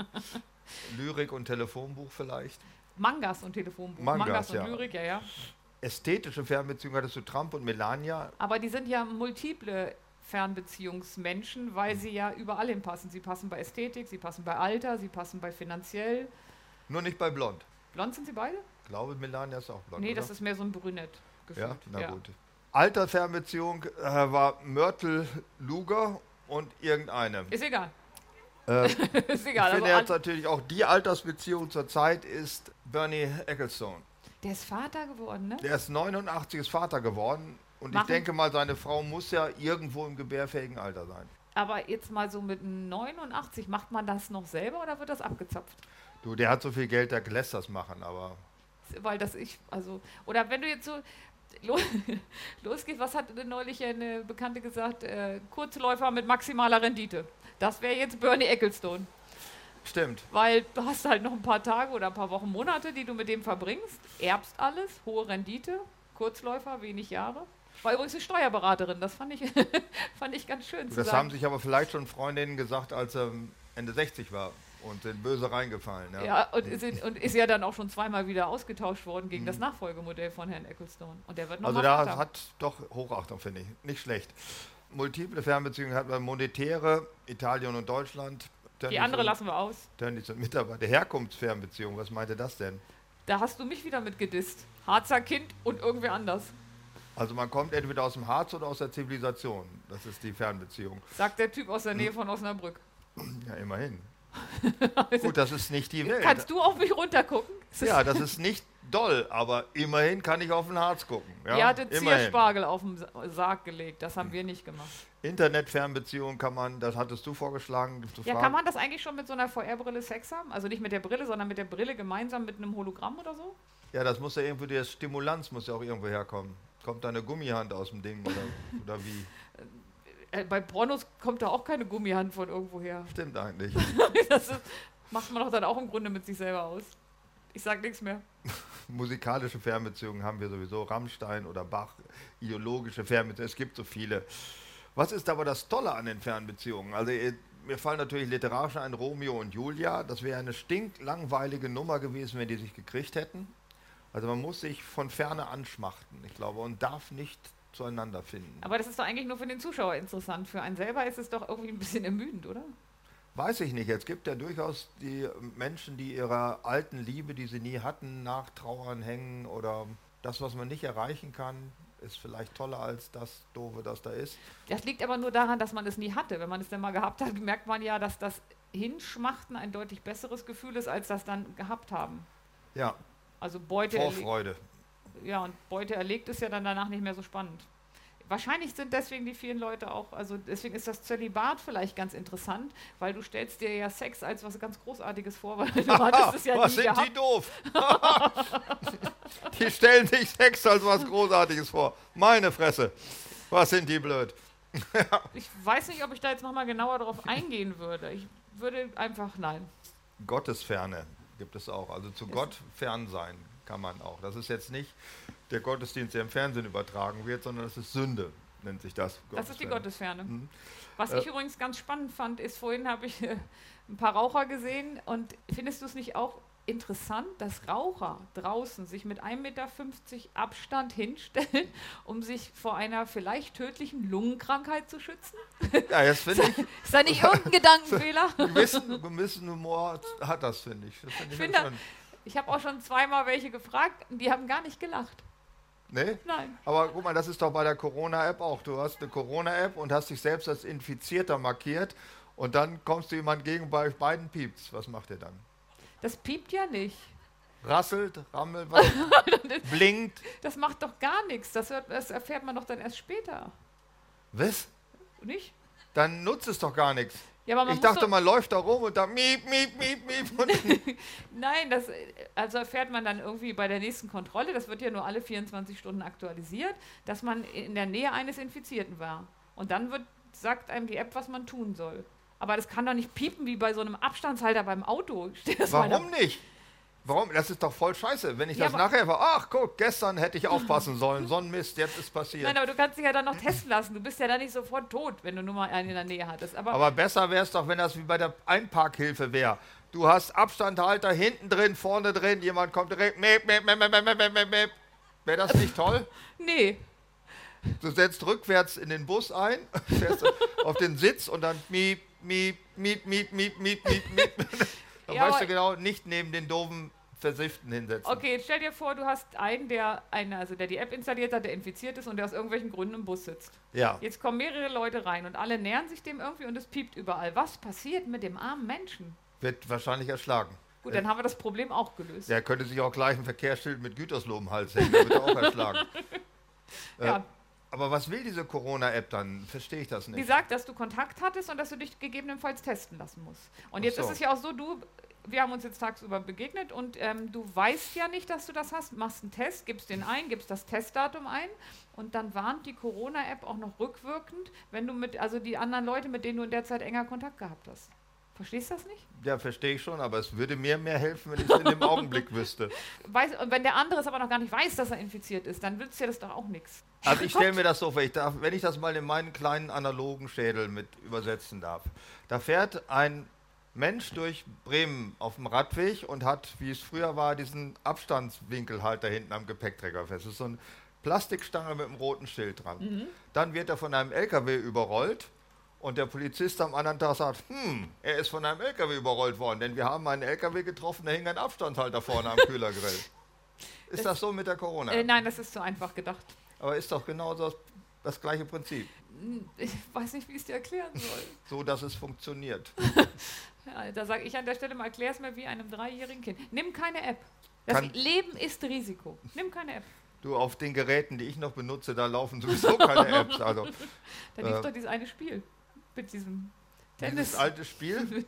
[SPEAKER 3] Lyrik und Telefonbuch vielleicht.
[SPEAKER 2] Mangas und Telefonbuch.
[SPEAKER 3] Mangas,
[SPEAKER 2] und
[SPEAKER 3] ja.
[SPEAKER 2] Lyrik, ja, ja.
[SPEAKER 3] Ästhetische Fernbeziehung hattest du Trump und Melania.
[SPEAKER 2] Aber die sind ja multiple Fernbeziehungsmenschen, weil sie ja überall hinpassen. Sie passen bei Ästhetik, sie passen bei Alter, sie passen bei finanziell.
[SPEAKER 3] Nur nicht bei Blond.
[SPEAKER 2] Blond sind sie beide?
[SPEAKER 3] Ich glaube, Melania ist auch blond.
[SPEAKER 2] Nee,
[SPEAKER 3] oder?
[SPEAKER 2] das ist mehr so ein Brünett gefühlt.
[SPEAKER 3] Ja, na gut. Alter Fernbeziehung äh, war Mörtel Luger und irgendeine.
[SPEAKER 2] Ist egal.
[SPEAKER 3] Äh,
[SPEAKER 2] ist egal.
[SPEAKER 3] ich finde
[SPEAKER 2] Also
[SPEAKER 3] jetzt natürlich auch die Altersbeziehung zur Zeit ist Bernie Ecclestone.
[SPEAKER 2] der ist Vater geworden, ne?
[SPEAKER 3] Der ist neunundachtzig, ist Vater geworden und
[SPEAKER 2] Machen-
[SPEAKER 3] ich denke mal, seine Frau muss ja irgendwo im gebärfähigen Alter sein.
[SPEAKER 2] Aber jetzt mal so mit neunundachtzig, macht man das noch selber oder wird das abgezapft?
[SPEAKER 3] Du, der hat so viel Geld, der lässt das machen, aber
[SPEAKER 2] Weil das ich, also, oder wenn du jetzt so lo- losgehst, was hat denn neulich eine Bekannte gesagt? Äh, Kurzläufer mit maximaler Rendite. Das wäre jetzt Bernie Ecclestone.
[SPEAKER 3] stimmt.
[SPEAKER 2] Weil du hast halt noch ein paar Tage oder ein paar Wochen, Monate, die du mit dem verbringst, erbst alles, hohe Rendite, Kurzläufer, wenig Jahre. War übrigens eine Steuerberaterin, das fand ich, fand ich ganz schön zu
[SPEAKER 3] Das
[SPEAKER 2] sagen.
[SPEAKER 3] haben sich aber vielleicht schon Freundinnen gesagt, als er Ende sechzig war und sind böse reingefallen. Ja,
[SPEAKER 2] Ja, und ist, in- und ist ja dann auch schon zweimal wieder ausgetauscht worden gegen
[SPEAKER 3] Mhm.
[SPEAKER 2] das Nachfolgemodell von Herrn Ecclestone. Und der wird noch
[SPEAKER 3] also
[SPEAKER 2] mal
[SPEAKER 3] da
[SPEAKER 2] Vater.
[SPEAKER 3] hat doch Hochachtung, finde ich. Nicht schlecht. Multiple Fernbeziehungen hat man monetäre, Italien und Deutschland.
[SPEAKER 2] Die
[SPEAKER 3] Tennis
[SPEAKER 2] andere
[SPEAKER 3] und,
[SPEAKER 2] lassen wir aus.
[SPEAKER 3] Tennis und Mitarbeiter. Herkunftsfernbeziehung, was meinte das denn?
[SPEAKER 2] Da hast du mich wieder mit gedisst. Harzer Kind und irgendwer anders.
[SPEAKER 3] Also man kommt entweder aus dem Harz oder aus der Zivilisation. Das ist die Fernbeziehung.
[SPEAKER 2] Sagt der Typ aus der Nähe von Osnabrück.
[SPEAKER 3] Ja, immerhin. Gut, das ist nicht die Welt.
[SPEAKER 2] Kannst du auf mich runtergucken? Es ist-
[SPEAKER 3] Ja, das ist nicht doll, aber immerhin kann ich auf den Harz gucken. Ja,
[SPEAKER 2] Ihr hattet
[SPEAKER 3] immerhin.
[SPEAKER 2] Zierspargel auf den Sa- Sarg gelegt. Das haben wir nicht gemacht.
[SPEAKER 3] Internetfernbeziehung kann man, das hattest du vorgeschlagen. Du
[SPEAKER 2] Ja,
[SPEAKER 3] fragst-
[SPEAKER 2] kann man das eigentlich schon mit so einer V R-Brille Sex haben? Also nicht mit der Brille, sondern mit der Brille gemeinsam mit einem Hologramm oder so?
[SPEAKER 3] Ja, das muss ja irgendwo, die Stimulanz muss ja auch irgendwo herkommen. Kommt da eine Gummihand aus dem Ding oder, oder wie?
[SPEAKER 2] Äh, bei Pornos kommt da auch keine Gummihand von irgendwo her.
[SPEAKER 3] Stimmt eigentlich.
[SPEAKER 2] Das ist, macht man doch dann auch im Grunde mit sich selber aus. Ich sag nichts mehr.
[SPEAKER 3] Musikalische Fernbeziehungen haben wir sowieso, Rammstein oder Bach, ideologische Fernbeziehungen, es gibt so viele. Was ist aber das Tolle an den Fernbeziehungen? Also eh, mir fallen natürlich literarisch ein, Romeo und Julia, das wäre eine stinklangweilige Nummer gewesen, wenn die sich gekriegt hätten. Also man muss sich von Ferne anschmachten, ich glaube, und darf nicht zueinander finden.
[SPEAKER 2] Aber das ist doch eigentlich nur für den Zuschauer interessant. Für einen selber ist es doch irgendwie ein bisschen ermüdend, oder?
[SPEAKER 3] Weiß ich nicht. Es gibt ja durchaus die Menschen, die ihrer alten Liebe, die sie nie hatten, nachtrauern, hängen oder das, was man nicht erreichen kann, ist vielleicht toller als das Doofe, das da ist.
[SPEAKER 2] Das liegt aber nur daran, dass man es nie hatte. Wenn man es dann mal gehabt hat, merkt man ja, dass das Hinschmachten ein deutlich besseres Gefühl ist, als das dann gehabt haben.
[SPEAKER 3] Ja,
[SPEAKER 2] Also Beute, erle
[SPEAKER 3] Vorfreude.
[SPEAKER 2] ja, und Beute erlegt ist ja dann danach nicht mehr so spannend. Wahrscheinlich sind deswegen die vielen Leute auch, also deswegen ist das Zölibat vielleicht ganz interessant, weil du stellst dir ja Sex als was ganz Großartiges vor, weil du hattest es ja
[SPEAKER 3] was
[SPEAKER 2] nie
[SPEAKER 3] sind
[SPEAKER 2] gehabt.
[SPEAKER 3] die doof? Die stellen sich Sex als was Großartiges vor. Meine Fresse. Was sind die blöd?
[SPEAKER 2] Ich weiß nicht, ob ich da jetzt nochmal genauer darauf eingehen würde. Ich würde einfach, nein.
[SPEAKER 3] Gottesferne gibt es auch. Also zu
[SPEAKER 2] Ist-
[SPEAKER 3] Gott fern sein kann man auch. Das ist jetzt nicht der Gottesdienst, der im Fernsehen übertragen wird, sondern das ist Sünde, nennt sich das.
[SPEAKER 2] Das ist die
[SPEAKER 3] Gottesferne.
[SPEAKER 2] Gottesferne.
[SPEAKER 3] Mhm.
[SPEAKER 2] Was
[SPEAKER 3] Äh,
[SPEAKER 2] ich übrigens ganz spannend fand, ist, vorhin habe ich äh, ein paar Raucher gesehen und findest du es nicht auch interessant, dass Raucher draußen sich mit ein Meter fünfzig Abstand hinstellen, um sich vor einer vielleicht tödlichen Lungenkrankheit zu schützen?
[SPEAKER 3] Ja, jetzt finde ich,
[SPEAKER 2] Ist da nicht irgendein Gedankenfehler?
[SPEAKER 3] gewissen, gewissen Humor hat das, finde ich. Das finde
[SPEAKER 2] Ich
[SPEAKER 3] ich
[SPEAKER 2] finde-
[SPEAKER 3] schon.
[SPEAKER 2] Ich habe auch schon zweimal welche gefragt und die haben gar nicht gelacht.
[SPEAKER 3] Nee?
[SPEAKER 2] Nein.
[SPEAKER 3] Aber guck mal, das ist doch bei der Corona-App auch. Du hast eine Corona-App und hast dich selbst als Infizierter markiert und dann kommst du jemand gegen, bei euch beiden piept's. Was macht ihr dann?
[SPEAKER 2] Das piept ja nicht.
[SPEAKER 3] Rasselt, rammelt, was? Blinkt.
[SPEAKER 2] Das macht doch gar nichts. Das, hört, das erfährt man doch dann erst später.
[SPEAKER 3] Was?
[SPEAKER 2] Nicht?
[SPEAKER 3] Dann nutzt es doch gar nichts.
[SPEAKER 2] Ja, aber man
[SPEAKER 3] Ich
[SPEAKER 2] muss
[SPEAKER 3] dachte,
[SPEAKER 2] doch,
[SPEAKER 3] man läuft da rum und da miep, miep, miep, miep. Und
[SPEAKER 2] Nein, das also erfährt man dann irgendwie bei der nächsten Kontrolle, das wird ja nur alle vierundzwanzig Stunden aktualisiert, dass man in der Nähe eines Infizierten war. Und dann wird, sagt einem die App, was man tun soll. Aber das kann doch nicht piepen wie bei so einem Abstandshalter beim Auto. Stell das mal
[SPEAKER 3] warum
[SPEAKER 2] da-
[SPEAKER 3] nicht? Warum? Das ist doch voll scheiße. Wenn ich
[SPEAKER 2] Ja,
[SPEAKER 3] das
[SPEAKER 2] aber-
[SPEAKER 3] nachher war, ach guck, gestern hätte ich aufpassen sollen, so ein Mist, jetzt ist passiert.
[SPEAKER 2] Nein, aber du kannst dich ja dann noch testen lassen. Du bist ja dann nicht sofort tot, wenn du nur mal einen in der Nähe hattest. Aber,
[SPEAKER 3] Aber besser wäre es doch, wenn das wie bei der Einparkhilfe wäre. Du hast Abstandhalter hinten drin, vorne drin, jemand kommt direkt, meep, meep, meep, meep, meep, meep, meep, meep. Wäre das nicht toll?
[SPEAKER 2] nee.
[SPEAKER 3] Du setzt rückwärts in den Bus ein, fährst auf den Sitz und dann miep, miep, miep, miep, miep, miep, miep, miep. Dann
[SPEAKER 2] Ja,
[SPEAKER 3] weißt
[SPEAKER 2] aber-
[SPEAKER 3] du genau, nicht neben den doofen Versifften hinsetzen.
[SPEAKER 2] Okay, jetzt stell dir vor, du hast einen, der eine, also der die App installiert hat, der infiziert ist und der aus irgendwelchen Gründen im Bus sitzt.
[SPEAKER 3] Ja.
[SPEAKER 2] Jetzt kommen mehrere Leute rein und alle nähern sich dem irgendwie und es piept überall. Was passiert mit dem armen Menschen?
[SPEAKER 3] Wird wahrscheinlich erschlagen.
[SPEAKER 2] Gut, dann haben wir das Problem auch gelöst.
[SPEAKER 3] Der könnte sich auch gleich ein Verkehrsschild mit Gütersloh im Hals hängen, der wird auch erschlagen.
[SPEAKER 2] Ja.
[SPEAKER 3] Äh, aber was will diese Corona-App dann? Verstehe ich das nicht.
[SPEAKER 2] Die sagt, dass du Kontakt hattest und dass du dich gegebenenfalls testen lassen musst. Und
[SPEAKER 3] Ach
[SPEAKER 2] jetzt
[SPEAKER 3] so.
[SPEAKER 2] ist es ja auch so, du, wir haben uns jetzt tagsüber begegnet und ähm, du weißt ja nicht, dass du das hast, machst einen Test, gibst den ein, gibst das Testdatum ein und dann warnt die Corona-App auch noch rückwirkend, wenn du mit, also die anderen Leute, mit denen du in der Zeit enger Kontakt gehabt hast. Verstehst du das nicht?
[SPEAKER 3] Ja, verstehe ich schon, aber es würde mir mehr helfen, wenn ich es in dem Augenblick wüsste.
[SPEAKER 2] Weiß, und wenn der andere es aber noch gar nicht weiß, dass er infiziert ist, dann nützt dir das doch auch nichts.
[SPEAKER 3] Also ich stelle mir das so vor, ich darf, wenn ich das mal in meinen kleinen analogen Schädel mit übersetzen darf. Da fährt ein Mensch durch Bremen auf dem Radweg und hat, wie es früher war, diesen Abstandswinkelhalter hinten am Gepäckträger fest. Das ist so eine Plastikstange mit einem roten Schild dran.
[SPEAKER 2] Mhm.
[SPEAKER 3] Dann wird er von einem L K W überrollt und der Polizist am anderen Tag sagt, hm, er ist von einem L K W überrollt worden, denn wir haben einen L K W getroffen, da hing ein Abstandshalter vorne am Kühlergrill. Ist das, das so mit der Corona?
[SPEAKER 2] Äh, nein, das ist zu einfach gedacht.
[SPEAKER 3] Aber ist doch genau das, das gleiche Prinzip.
[SPEAKER 2] Ich weiß nicht, wie ich es dir erklären soll.
[SPEAKER 3] So, dass es funktioniert.
[SPEAKER 2] Ja, da sage ich an der Stelle mal, erklär es mir wie einem dreijährigen Kind. Nimm keine App. Das
[SPEAKER 3] Kann-
[SPEAKER 2] Leben ist Risiko. Nimm keine App.
[SPEAKER 3] Du, auf den Geräten, die ich noch benutze, da laufen sowieso keine Apps. Also,
[SPEAKER 2] Da lief
[SPEAKER 3] Äh.
[SPEAKER 2] doch dieses eine Spiel mit diesem
[SPEAKER 3] dieses
[SPEAKER 2] Tennis.
[SPEAKER 3] alte Spiel,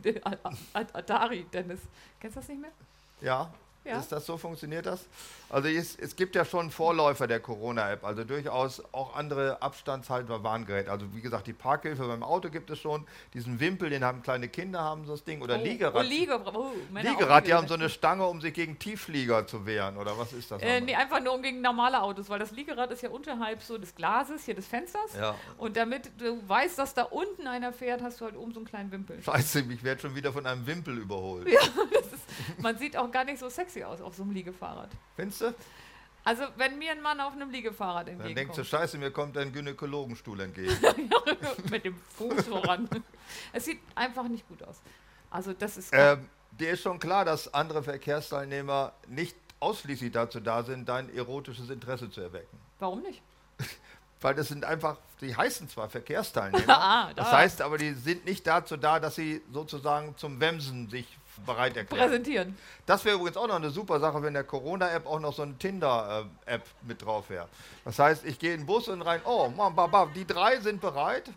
[SPEAKER 2] Atari Tennis. Kennst du das nicht mehr?
[SPEAKER 3] ja,
[SPEAKER 2] Ja.
[SPEAKER 3] ist das so, funktioniert das? Also es, es gibt ja schon Vorläufer der Corona-App, also durchaus auch andere abstandshaltbare Warngeräte. Also wie gesagt, die Parkhilfe beim Auto gibt es schon, diesen Wimpel, den haben kleine Kinder, haben so das Ding, oder
[SPEAKER 2] Oh,
[SPEAKER 3] Liegerad.
[SPEAKER 2] Oh, Liegerad. Oh, Männer auch
[SPEAKER 3] Liegerad, die haben so
[SPEAKER 2] Liegerad.
[SPEAKER 3] eine Stange, um sich gegen Tiefflieger zu wehren, oder was ist das?
[SPEAKER 2] Äh,
[SPEAKER 3] nochmal?
[SPEAKER 2] nee, einfach nur um gegen normale Autos, weil das Liegerad ist ja unterhalb so des Glases, hier des Fensters.
[SPEAKER 3] Ja.
[SPEAKER 2] Und damit du weißt, dass da unten einer fährt, hast du halt oben so einen kleinen Wimpel.
[SPEAKER 3] Scheiße, ich werde schon wieder von einem Wimpel überholt.
[SPEAKER 2] Man sieht auch gar nicht so sexy aus auf so einem Liegefahrrad.
[SPEAKER 3] Findest du?
[SPEAKER 2] Also, wenn mir ein Mann auf einem Liegefahrrad
[SPEAKER 3] Dann denkst du,
[SPEAKER 2] entgegenkommt,
[SPEAKER 3] scheiße, mir kommt ein Gynäkologenstuhl entgegen.
[SPEAKER 2] mit dem Fuß voran. Es sieht einfach nicht gut aus. Also, das ist...
[SPEAKER 3] ähm, dir ist schon klar, dass andere Verkehrsteilnehmer nicht ausschließlich dazu da sind, dein erotisches Interesse zu erwecken.
[SPEAKER 2] Warum nicht?
[SPEAKER 3] Weil das sind einfach, die heißen zwar Verkehrsteilnehmer,
[SPEAKER 2] Ah,
[SPEAKER 3] das
[SPEAKER 2] da.
[SPEAKER 3] heißt aber, die sind nicht dazu da, dass sie sozusagen zum Wemsen sich bereit erklären.
[SPEAKER 2] Präsentieren.
[SPEAKER 3] Das wäre übrigens auch noch eine super Sache, wenn der Corona-App auch noch so eine Tinder-App mit drauf wäre. Das heißt, ich gehe in den Bus und rein, oh, Mann, baba, die drei sind bereit,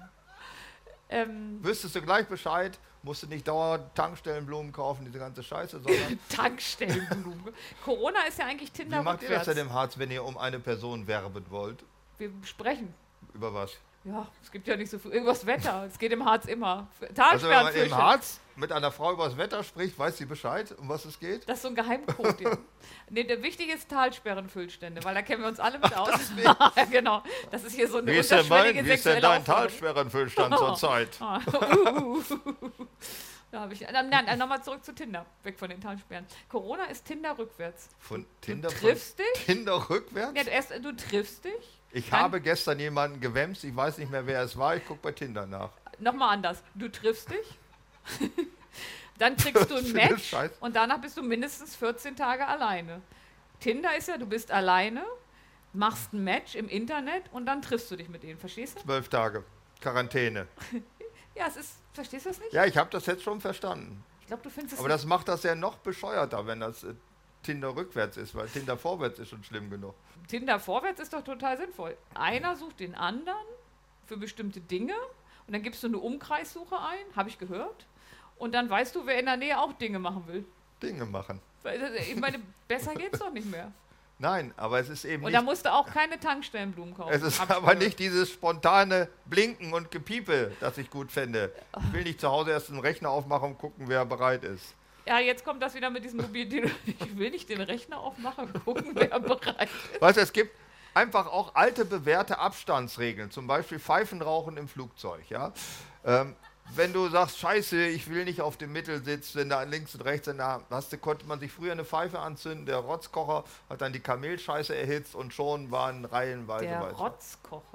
[SPEAKER 2] Ähm,
[SPEAKER 3] wüsstest du gleich Bescheid, musst du nicht dauernd Tankstellenblumen kaufen, diese ganze Scheiße, sondern
[SPEAKER 2] Tankstellenblume. Corona ist ja eigentlich Tinder
[SPEAKER 3] wie macht ihr das
[SPEAKER 2] rückwärts.
[SPEAKER 3] denn im Harz, wenn ihr um eine Person werben wollt?
[SPEAKER 2] Wir sprechen.
[SPEAKER 3] Über was?
[SPEAKER 2] Ja, es gibt ja nicht so viel. Irgendwas Wetter. Es geht im Harz immer.
[SPEAKER 3] Also wenn
[SPEAKER 2] Talsperren
[SPEAKER 3] man im Harz mit einer Frau über das Wetter spricht, weiß sie Bescheid, um was es geht?
[SPEAKER 2] Das ist so ein Geheimcode. Ja. Nee, der wichtige ist Talsperrenfüllstände, weil da kennen wir uns alle mit aus. Ja, genau. Das ist hier so eine
[SPEAKER 3] Wie ist denn,
[SPEAKER 2] unterschwellige
[SPEAKER 3] mein, wie ist denn
[SPEAKER 2] sexuelle
[SPEAKER 3] dein
[SPEAKER 2] Aufforderung.
[SPEAKER 3] Talsperrenfüllstand zurzeit?
[SPEAKER 2] Ah. Uh. Da habe ich. Nein, nein, nochmal zurück zu Tinder. Weg von den Talsperren. Corona ist Tinder rückwärts.
[SPEAKER 3] Von Tinder,
[SPEAKER 2] Du triffst
[SPEAKER 3] von
[SPEAKER 2] dich?
[SPEAKER 3] Tinder rückwärts?
[SPEAKER 2] Ja, du, erst, du triffst dich.
[SPEAKER 3] Ich
[SPEAKER 2] Dann-
[SPEAKER 3] habe gestern jemanden gewämst, ich weiß nicht mehr, wer es war, ich gucke bei Tinder nach.
[SPEAKER 2] Nochmal anders. Du triffst dich. Dann kriegst du ein
[SPEAKER 3] Für den
[SPEAKER 2] Match
[SPEAKER 3] Scheiß.
[SPEAKER 2] und danach bist du mindestens vierzehn Tage alleine. Tinder ist ja, du bist alleine, machst ein Match im Internet und dann triffst du dich mit denen. Verstehst du?
[SPEAKER 3] Zwölf Tage Quarantäne.
[SPEAKER 2] Ja, es ist. Verstehst du das nicht?
[SPEAKER 3] Ja, ich habe das jetzt schon verstanden.
[SPEAKER 2] Ich glaube, du findest es.
[SPEAKER 3] Aber das macht das ja noch bescheuerter, wenn das äh, Tinder rückwärts ist, weil Tinder vorwärts ist schon schlimm genug.
[SPEAKER 2] Tinder vorwärts ist doch total sinnvoll. Einer sucht den anderen für bestimmte Dinge und dann gibst du eine Umkreissuche ein, habe ich gehört. Und dann weißt du, wer in der Nähe auch Dinge machen will.
[SPEAKER 3] Dinge machen.
[SPEAKER 2] Weil, äh, Ich meine, besser geht's doch nicht mehr.
[SPEAKER 3] Nein, aber es ist eben
[SPEAKER 2] Und da
[SPEAKER 3] nicht,
[SPEAKER 2] musst du auch keine Tankstellenblumen kaufen.
[SPEAKER 3] es ist
[SPEAKER 2] hab ich
[SPEAKER 3] aber
[SPEAKER 2] gehört.
[SPEAKER 3] nicht dieses spontane Blinken und Gepiepe, das ich gut fände. Ich will nicht zu Hause erst einen Rechner aufmachen und gucken, wer bereit ist.
[SPEAKER 2] Ja, jetzt kommt das wieder mit diesem Mobil. Ich will nicht den Rechner aufmachen und gucken, wer bereit ist.
[SPEAKER 3] Weißt du, es gibt einfach auch alte bewährte Abstandsregeln, zum Beispiel Pfeifenrauchen im Flugzeug. Ja? Ähm, wenn du sagst, scheiße, ich will nicht auf dem Mittelsitz, wenn da links und rechts in der hast du, konnte man sich früher eine Pfeife anzünden, der Rotzkocher hat dann die Kamelscheiße erhitzt und schon waren reihenweise
[SPEAKER 2] Der
[SPEAKER 3] weiter.
[SPEAKER 2] Rotzkocher.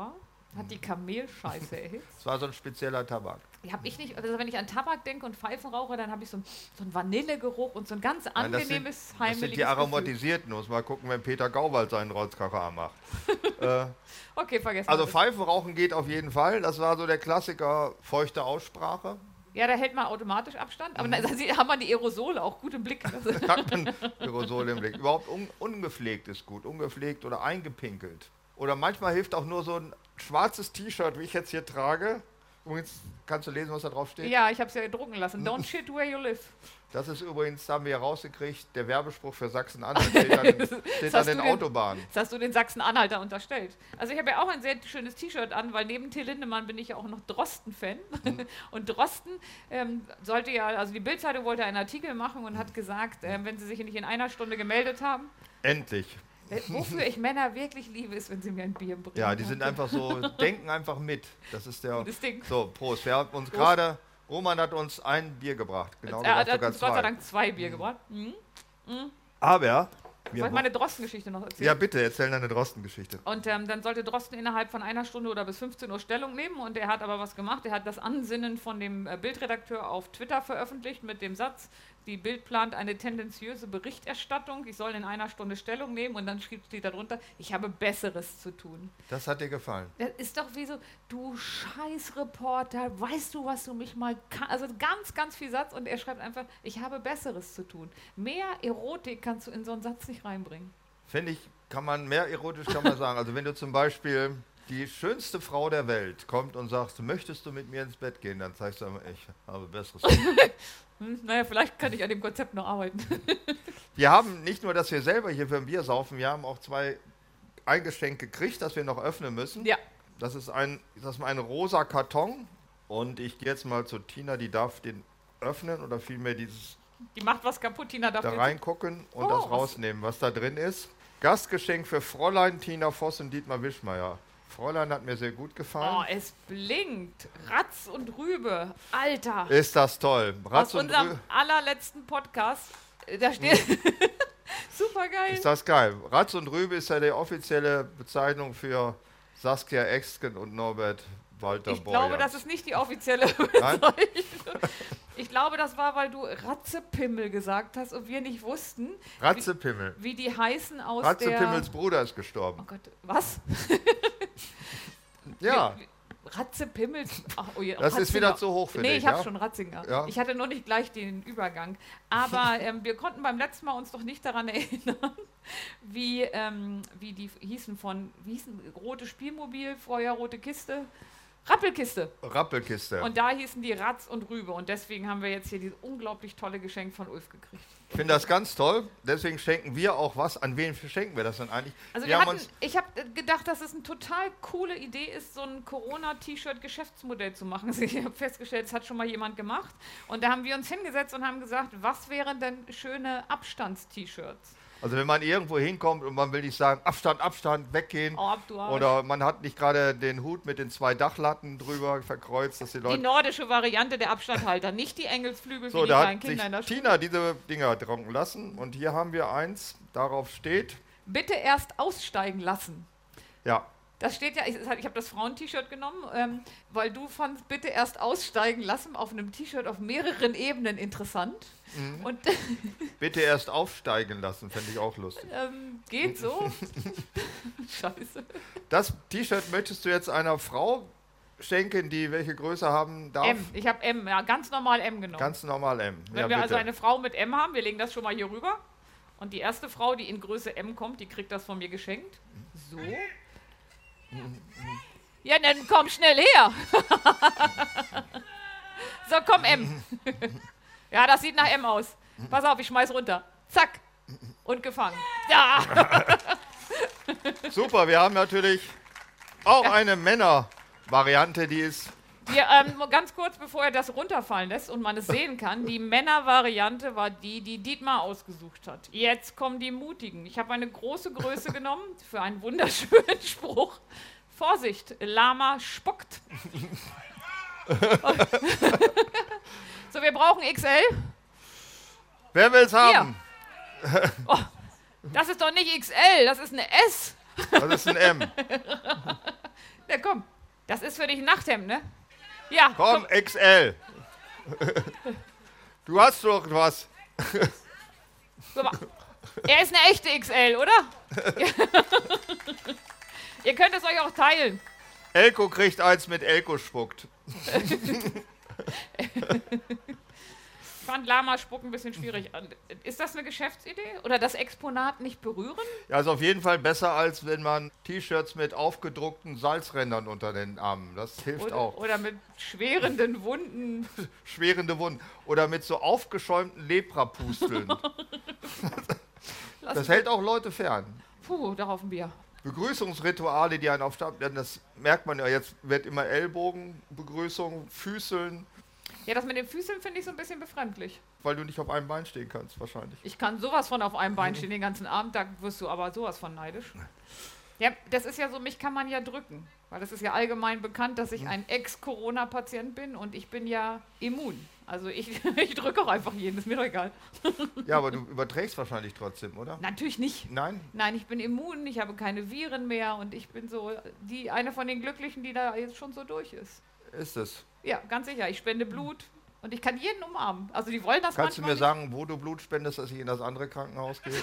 [SPEAKER 2] Hat die Kamelscheiße erhitzt?
[SPEAKER 3] Das war so ein spezieller Tabak.
[SPEAKER 2] Die habe ich nicht, also wenn ich an Tabak denke und Pfeifen rauche, dann habe ich so, ein, so einen Vanillegeruch und so ein ganz
[SPEAKER 3] Nein, das
[SPEAKER 2] angenehmes,
[SPEAKER 3] sind,
[SPEAKER 2] heimeliges
[SPEAKER 3] Das sind die aromatisierten. Muss mal gucken, wenn Peter Gauwald seinen Rotzkacher macht. äh,
[SPEAKER 2] okay, vergessen
[SPEAKER 3] Also
[SPEAKER 2] wir das.
[SPEAKER 3] Pfeifen rauchen geht auf jeden Fall. Das war so der Klassiker, feuchte Aussprache.
[SPEAKER 2] Ja, da hält man automatisch Abstand, aber mhm. dann haben wir die Aerosole auch gut im Blick.
[SPEAKER 3] Hat man Aerosole im Blick. Überhaupt un ungepflegt ist gut, ungepflegt oder eingepinkelt. Oder manchmal hilft auch nur so ein schwarzes T-Shirt, wie ich jetzt hier trage. Übrigens, kannst du lesen, was da drauf steht?
[SPEAKER 2] Ja, ich habe es ja drucken lassen. Don't shit where you live.
[SPEAKER 3] Das ist übrigens, da haben wir ja rausgekriegt, der Werbespruch für Sachsen-Anhalt steht an, steht an den Autobahnen.
[SPEAKER 2] Das hast du den Sachsen-Anhalter unterstellt. Also ich habe ja auch ein sehr schönes T-Shirt an, weil neben Till Lindemann bin ich ja auch noch Drosten-Fan. Mhm. Und Drosten ähm, sollte ja, also die Bild-Zeitung wollte einen Artikel machen und hat gesagt, äh, wenn sie sich nicht in einer Stunde gemeldet haben.
[SPEAKER 3] Endlich.
[SPEAKER 2] Wofür ich Männer wirklich liebe, ist, wenn sie mir ein Bier bringen.
[SPEAKER 3] Ja, die sind einfach so, denken einfach mit. Das ist der.
[SPEAKER 2] Das Ding.
[SPEAKER 3] So, Prost. Wir haben uns gerade, Roman hat uns ein Bier gebracht. Genau,
[SPEAKER 2] er hat
[SPEAKER 3] sogar
[SPEAKER 2] uns
[SPEAKER 3] zwei.
[SPEAKER 2] Gott sei Dank zwei Bier mhm. gebracht. Mhm. Mhm.
[SPEAKER 3] Aber.
[SPEAKER 2] Soll ich meine Drosten-Geschichte noch erzählen?
[SPEAKER 3] Ja, bitte, erzähl deine Drosten-Geschichte.
[SPEAKER 2] Und ähm, dann sollte Drosten innerhalb von einer Stunde oder bis fünfzehn Uhr Stellung nehmen und er hat aber was gemacht. Er hat das Ansinnen von dem äh, Bildredakteur auf Twitter veröffentlicht mit dem Satz, die Bild plant eine tendenziöse Berichterstattung, ich soll in einer Stunde Stellung nehmen und dann schrieb sie darunter, ich habe Besseres zu tun.
[SPEAKER 3] Das hat dir gefallen?
[SPEAKER 2] Das ist doch wie so, du Scheißreporter, weißt du, was du mich mal kann? Also ganz, ganz viel Satz und er schreibt einfach, ich habe Besseres zu tun. Mehr Erotik kannst du in so einen Satz nicht reinbringen.
[SPEAKER 3] Finde ich, kann man mehr erotisch kann man sagen. Also wenn du zum Beispiel die schönste Frau der Welt kommt und sagst, möchtest du mit mir ins Bett gehen, dann zeigst du einmal, ich habe Besseres zu tun.
[SPEAKER 2] Hm, naja, vielleicht kann ich an dem Konzept noch arbeiten.
[SPEAKER 3] Wir haben nicht nur, dass wir selber hier für ein Bier saufen, wir haben auch zwei ein Geschenk gekriegt, das wir noch öffnen müssen.
[SPEAKER 2] Ja.
[SPEAKER 3] Das ist ein, das ist ein rosa Karton und ich gehe jetzt mal zu Tina, die darf den öffnen oder vielmehr dieses
[SPEAKER 2] Die macht was kaputt, Tina darf
[SPEAKER 3] da reingucken und
[SPEAKER 2] oh,
[SPEAKER 3] das rausnehmen, was da drin ist. Gastgeschenk für Fräulein Tina Voss und Dietmar Wischmeier. Fräulein hat mir sehr gut gefallen.
[SPEAKER 2] Oh, es blinkt. Ratz und Rübe. Alter.
[SPEAKER 3] Ist das toll. Ratz
[SPEAKER 2] Aus
[SPEAKER 3] und
[SPEAKER 2] unserem
[SPEAKER 3] Rübe.
[SPEAKER 2] allerletzten Podcast. Da steht... Super geil.
[SPEAKER 3] Ist das geil. Ratz und Rübe ist ja die offizielle Bezeichnung für Saskia Exken und Norbert Walter
[SPEAKER 2] Ich
[SPEAKER 3] Borjans.
[SPEAKER 2] glaube, das ist nicht die offizielle Bezeichnung. Ich glaube, das war, weil du Ratzepimmel gesagt hast und wir nicht wussten,
[SPEAKER 3] Ratzepimmel.
[SPEAKER 2] Wie, wie die heißen aus
[SPEAKER 3] Ratzepimmels
[SPEAKER 2] der...
[SPEAKER 3] Bruder ist gestorben.
[SPEAKER 2] Oh Gott, was?
[SPEAKER 3] Ja.
[SPEAKER 2] Wie, wie, Ratzepimmels... Ach, oh je,
[SPEAKER 3] Das
[SPEAKER 2] Ratzinger.
[SPEAKER 3] ist wieder zu hoch für
[SPEAKER 2] nee,
[SPEAKER 3] dich,
[SPEAKER 2] ich habe
[SPEAKER 3] ja?
[SPEAKER 2] schon Ratzinger.
[SPEAKER 3] Ja.
[SPEAKER 2] Ich hatte nur nicht gleich den Übergang. Aber ähm, wir konnten beim letzten Mal uns doch nicht daran erinnern, wie, ähm, wie die hießen von... Wie hießen Rote Spielmobil, vorher Rote Kiste... Rappelkiste.
[SPEAKER 3] Rappelkiste.
[SPEAKER 2] Und da hießen die Ratz und Rübe. Und deswegen haben wir jetzt hier dieses unglaublich tolle Geschenk von Ulf gekriegt.
[SPEAKER 3] Ich finde das ganz toll. Deswegen schenken wir auch was. An wen schenken wir das denn eigentlich?
[SPEAKER 2] Also
[SPEAKER 3] wir
[SPEAKER 2] wir
[SPEAKER 3] haben
[SPEAKER 2] hatten,
[SPEAKER 3] uns
[SPEAKER 2] ich habe gedacht, dass es eine total coole Idee ist, so ein Corona-T-Shirt-Geschäftsmodell zu machen. Also ich habe festgestellt, es hat schon mal jemand gemacht. Und da haben wir uns hingesetzt und haben gesagt, was wären denn schöne Abstands-T-Shirts?
[SPEAKER 3] Also wenn man irgendwo hinkommt und man will nicht sagen, Abstand, Abstand, weggehen.
[SPEAKER 2] Oh, du Arsch.
[SPEAKER 3] Oder man hat nicht gerade den Hut mit den zwei Dachlatten drüber verkreuzt, dass die Leute...
[SPEAKER 2] Die nordische Variante der Abstandhalter, nicht die Engelsflügel
[SPEAKER 3] So,
[SPEAKER 2] wie die
[SPEAKER 3] da
[SPEAKER 2] kleinen
[SPEAKER 3] hat sich
[SPEAKER 2] Kinder in der Schule.
[SPEAKER 3] Tina diese Dinger trunken lassen. Und hier haben wir eins, darauf steht...
[SPEAKER 2] Bitte erst aussteigen lassen.
[SPEAKER 3] Ja,
[SPEAKER 2] Das steht ja, ich, ich habe das Frauen-T-Shirt genommen, ähm, weil du fandst bitte erst aussteigen lassen auf einem T-Shirt auf mehreren Ebenen interessant. Mhm. Und
[SPEAKER 3] bitte erst aufsteigen lassen, fände ich auch lustig.
[SPEAKER 2] ähm, geht so. Scheiße.
[SPEAKER 3] Das T-Shirt möchtest du jetzt einer Frau schenken, die welche Größe haben darf?
[SPEAKER 2] M, ich habe M, ja, ganz normal M genommen.
[SPEAKER 3] Ganz normal M.
[SPEAKER 2] Wenn
[SPEAKER 3] ja,
[SPEAKER 2] wir
[SPEAKER 3] bitte.
[SPEAKER 2] also eine Frau mit M haben, wir legen das schon mal hier rüber. Und die erste Frau, die in Größe M kommt, die kriegt das von mir geschenkt. So. Ja, dann komm schnell her. So, komm, M. Ja, das sieht nach M aus. Pass auf, ich schmeiß runter. Zack. Und gefangen. Ja.
[SPEAKER 3] Super, wir haben natürlich auch eine Männer-Variante, die ist...
[SPEAKER 2] Wir, ähm, ganz kurz, bevor er das runterfallen lässt und man es sehen kann, die Männer-Variante war die, die Dietmar ausgesucht hat. Jetzt kommen die Mutigen. Ich habe eine große Größe genommen für einen wunderschönen Spruch. Vorsicht, Lama spuckt. So, wir brauchen X L.
[SPEAKER 3] Wer will's haben?
[SPEAKER 2] Oh, das ist doch nicht X L, das ist eine S.
[SPEAKER 3] Das ist ein M.
[SPEAKER 2] Ja, komm. Das ist für dich ein Nachthemd, ne? Ja.
[SPEAKER 3] Komm, X L. Du hast doch was.
[SPEAKER 2] Guck mal. Er ist eine echte X L, oder? Ihr könnt es euch auch teilen.
[SPEAKER 3] Elko kriegt eins mit Elko spuckt.
[SPEAKER 2] Ich fand Lama spucken ein bisschen schwierig. Ist das eine Geschäftsidee? Oder das Exponat nicht berühren?
[SPEAKER 3] Ja, ist auf jeden Fall besser, als wenn man T-Shirts mit aufgedruckten Salzrändern unter den Armen. Das hilft
[SPEAKER 2] Oder,
[SPEAKER 3] auch.
[SPEAKER 2] oder mit schwerenden Wunden.
[SPEAKER 3] Schwerende Wunden. Oder mit so aufgeschäumten Leprapusteln. Das hält auch Leute fern.
[SPEAKER 2] Puh, darauf ein Bier.
[SPEAKER 3] Begrüßungsrituale, die einen auf Stab werden, das merkt man ja jetzt, wird immer Ellbogenbegrüßung, Füßeln.
[SPEAKER 2] Ja, das mit den Füßen finde ich so ein bisschen befremdlich.
[SPEAKER 3] Weil du nicht auf einem Bein stehen kannst, wahrscheinlich.
[SPEAKER 2] Ich kann sowas von auf einem Bein stehen den ganzen Abend, da wirst du aber sowas von neidisch. Ja, das ist ja so, mich kann man ja drücken. Weil das ist ja allgemein bekannt, dass ich ein Ex-Corona-Patient bin und ich bin ja immun. Also ich, ich drücke auch einfach jeden, ist mir doch egal.
[SPEAKER 3] Ja, aber du überträgst wahrscheinlich trotzdem, oder?
[SPEAKER 2] Natürlich nicht.
[SPEAKER 3] Nein?
[SPEAKER 2] Nein, ich bin immun, ich habe keine Viren mehr und ich bin so die eine von den Glücklichen, die da jetzt schon so durch ist.
[SPEAKER 3] Ist es.
[SPEAKER 2] Ja, ganz sicher. Ich spende Blut und ich kann jeden umarmen. Also die wollen das
[SPEAKER 3] Kannst du
[SPEAKER 2] manchmal
[SPEAKER 3] mir sagen, wo du Blut spendest, dass ich in das andere Krankenhaus gehe?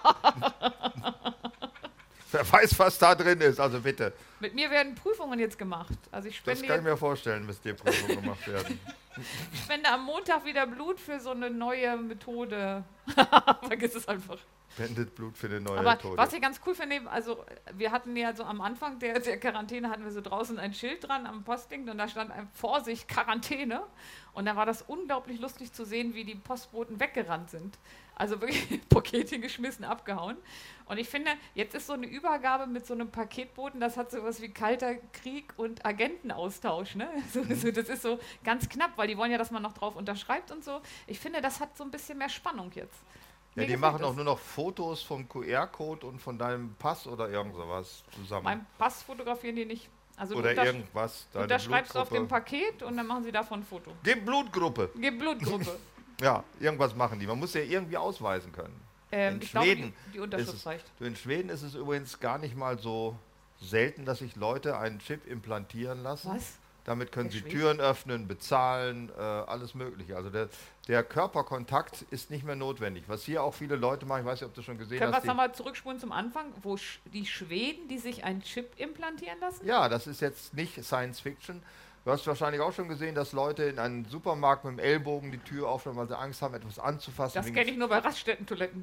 [SPEAKER 3] Wer weiß, was da drin ist, also bitte.
[SPEAKER 2] nicht. Mit mir werden Prüfungen jetzt gemacht. Also ich spende,
[SPEAKER 3] Das kann ich
[SPEAKER 2] jetzt,
[SPEAKER 3] mir vorstellen, bis die Prüfungen gemacht werden.
[SPEAKER 2] ich spende am Montag wieder Blut für so eine neue Methode. Vergiss es einfach.
[SPEAKER 3] Spendet Blut für eine neue
[SPEAKER 2] Aber
[SPEAKER 3] Methode.
[SPEAKER 2] was ich ganz cool finde, also wir hatten ja so am Anfang der, der Quarantäne hatten wir so draußen ein Schild dran am Postding und da stand ein Vorsicht, Quarantäne. Und da war das unglaublich lustig zu sehen, wie die Postboten weggerannt sind. Also wirklich Pakete geschmissen, abgehauen. Und ich finde, jetzt ist so eine Übergabe mit so einem Paketboten, das hat sowas wie Kalter Krieg und Agentenaustausch. Ne? So, so, das ist so ganz knapp, weil die wollen ja, dass man noch drauf unterschreibt und so. Ich finde, das hat so ein bisschen mehr Spannung jetzt.
[SPEAKER 3] Ja,
[SPEAKER 2] Mir
[SPEAKER 3] die
[SPEAKER 2] gefällt
[SPEAKER 3] machen
[SPEAKER 2] das.
[SPEAKER 3] auch nur noch Fotos vom Q R-Code und von deinem Pass oder irgend sowas zusammen.
[SPEAKER 2] Beim Pass fotografieren die nicht. Also du
[SPEAKER 3] oder
[SPEAKER 2] untersch-
[SPEAKER 3] irgendwas.
[SPEAKER 2] du
[SPEAKER 3] Deine
[SPEAKER 2] unterschreibst auf dem
[SPEAKER 3] Blutgruppe.
[SPEAKER 2] Paket und dann machen sie davon ein Foto.
[SPEAKER 3] Gib Blutgruppe.
[SPEAKER 2] Gib Blutgruppe.
[SPEAKER 3] Ja, irgendwas machen die. Man muss ja irgendwie ausweisen können.
[SPEAKER 2] ähm,
[SPEAKER 3] In
[SPEAKER 2] ich glaube,
[SPEAKER 3] Schweden
[SPEAKER 2] die, die Unterschrift
[SPEAKER 3] ist es-
[SPEAKER 2] reicht.
[SPEAKER 3] Du, in Schweden ist es übrigens gar nicht mal so selten, dass sich Leute einen Chip implantieren lassen.
[SPEAKER 2] Was?
[SPEAKER 3] Damit können
[SPEAKER 2] In
[SPEAKER 3] sie
[SPEAKER 2] Schweden?
[SPEAKER 3] Türen öffnen, bezahlen, äh, alles Mögliche. Also der, der Körperkontakt ist nicht mehr notwendig. Was hier auch viele Leute machen, ich weiß nicht, ob du schon gesehen
[SPEAKER 2] Können wir
[SPEAKER 3] hast.
[SPEAKER 2] es nochmal zurückspulen zum Anfang, wo sch die Schweden, die sich einen Chip implantieren lassen?
[SPEAKER 3] Ja, das ist jetzt nicht Science Fiction. Du hast wahrscheinlich auch schon gesehen, dass Leute in einem Supermarkt mit dem Ellbogen die Tür aufmachen, weil sie Angst haben, etwas anzufassen.
[SPEAKER 2] Das kenne ich nur bei Raststätten-Toiletten.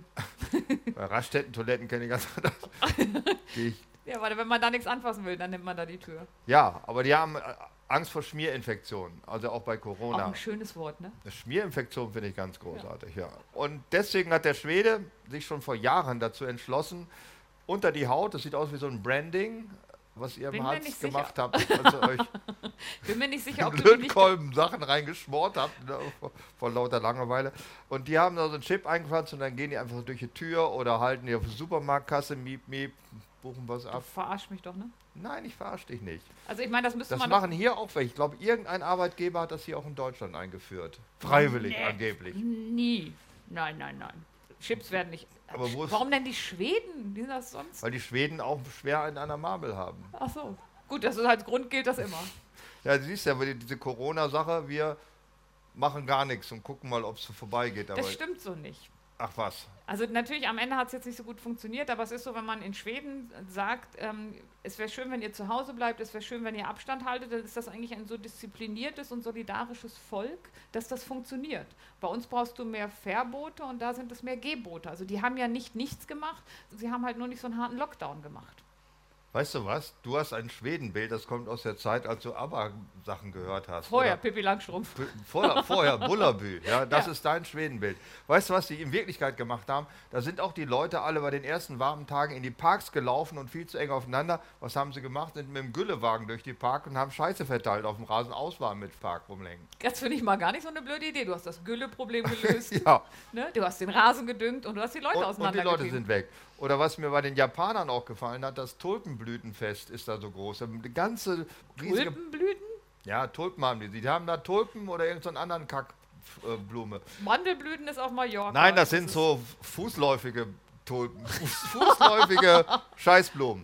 [SPEAKER 3] Bei Raststätten-Toiletten kenne ich ganz anders. Geh ich.
[SPEAKER 2] Ja, weil wenn man da nichts anfassen will, dann nimmt man da die Tür.
[SPEAKER 3] Ja, aber die haben äh, Angst vor Schmierinfektionen, also auch bei
[SPEAKER 2] Auch
[SPEAKER 3] Corona.
[SPEAKER 2] ein schönes Wort, ne?
[SPEAKER 3] Eine Schmierinfektion finde ich ganz großartig, ja. Und deswegen hat der Schwede sich schon vor Jahren dazu entschlossen, unter die Haut, das sieht aus wie so ein Branding, was ihr
[SPEAKER 2] Bin
[SPEAKER 3] im
[SPEAKER 2] mir
[SPEAKER 3] Harz
[SPEAKER 2] nicht
[SPEAKER 3] gemacht habt, als ihr euch
[SPEAKER 2] Bin mir nicht sicher, ob du die nicht...
[SPEAKER 3] Lötkolben Sachen reingeschmort habt, ne, vor, vor lauter Langeweile. Und die haben da so einen Chip eingepflanzt und dann gehen die einfach durch die Tür oder halten die auf der Supermarktkasse, miep, miep, buchen was
[SPEAKER 2] Du
[SPEAKER 3] ab.
[SPEAKER 2] verarsch mich doch, ne?
[SPEAKER 3] Nein, ich verarsche dich nicht.
[SPEAKER 2] Also ich meine, das müsste
[SPEAKER 3] Das
[SPEAKER 2] man...
[SPEAKER 3] machen hier auch welche. Ich glaube, irgendein Arbeitgeber hat das hier auch in Deutschland eingeführt. Freiwillig
[SPEAKER 2] Nee.
[SPEAKER 3] angeblich.
[SPEAKER 2] Nie. Nein, nein, nein. Chips werden nicht...
[SPEAKER 3] Aber wo ist-
[SPEAKER 2] Warum denn die Schweden? Die sind das sonst...
[SPEAKER 3] Weil die Schweden auch schwer in einer Marmel haben.
[SPEAKER 2] Ach so. Gut, das ist als Grund gilt das immer.
[SPEAKER 3] Ja, du siehst ja, weil die- diese Corona-Sache, wir machen gar nichts und gucken mal, ob es so vorbeigeht. Aber
[SPEAKER 2] Das stimmt so nicht.
[SPEAKER 3] ach was.
[SPEAKER 2] Also natürlich, am Ende hat es jetzt nicht so gut funktioniert, aber es ist so, wenn man in Schweden sagt, ähm, es wäre schön, wenn ihr zu Hause bleibt, es wäre schön, wenn ihr Abstand haltet, dann ist das eigentlich ein so diszipliniertes und solidarisches Volk, dass das funktioniert. Bei uns brauchst du mehr Verbote und da sind es mehr Gebote. Also die haben ja nicht nichts gemacht, sie haben halt nur nicht so einen harten Lockdown gemacht.
[SPEAKER 3] Weißt du was? Du hast ein Schwedenbild, das kommt aus der Zeit, als du ABBA-Sachen gehört hast.
[SPEAKER 2] Vorher,
[SPEAKER 3] oder?
[SPEAKER 2] Pippi Langstrumpf.
[SPEAKER 3] P- Vorher, vorher Bullerbü, ja, das
[SPEAKER 2] Ja.
[SPEAKER 3] ist dein Schwedenbild. Weißt du, was die in Wirklichkeit gemacht haben? Da sind auch die Leute alle bei den ersten warmen Tagen in die Parks gelaufen und viel zu eng aufeinander. Was haben sie gemacht? Sind mit dem Güllewagen durch die Park und haben Scheiße verteilt auf dem Rasen. Aus waren mit Park rumlenken.
[SPEAKER 2] Das finde ich mal gar nicht so eine blöde Idee. Du hast das Gülle-Problem gelöst,
[SPEAKER 3] Ja,
[SPEAKER 2] ne? Du hast den Rasen gedüngt und du hast die Leute
[SPEAKER 3] und, und die Leute
[SPEAKER 2] auseinandergetrieben.
[SPEAKER 3] sind weg. Oder was mir bei den Japanern auch gefallen hat, das Tulpenblütenfest ist da so groß. Eine ganze riesige...
[SPEAKER 2] Tulpenblüten?
[SPEAKER 3] Ja, Tulpen haben die. Die haben da Tulpen oder irgendeinen anderen Kackblume.
[SPEAKER 2] Mandelblüten ist auf Mallorca.
[SPEAKER 3] Nein, das sind
[SPEAKER 2] ist-
[SPEAKER 3] so fußläufige Tulpen. Fuß, fußläufige Scheißblumen.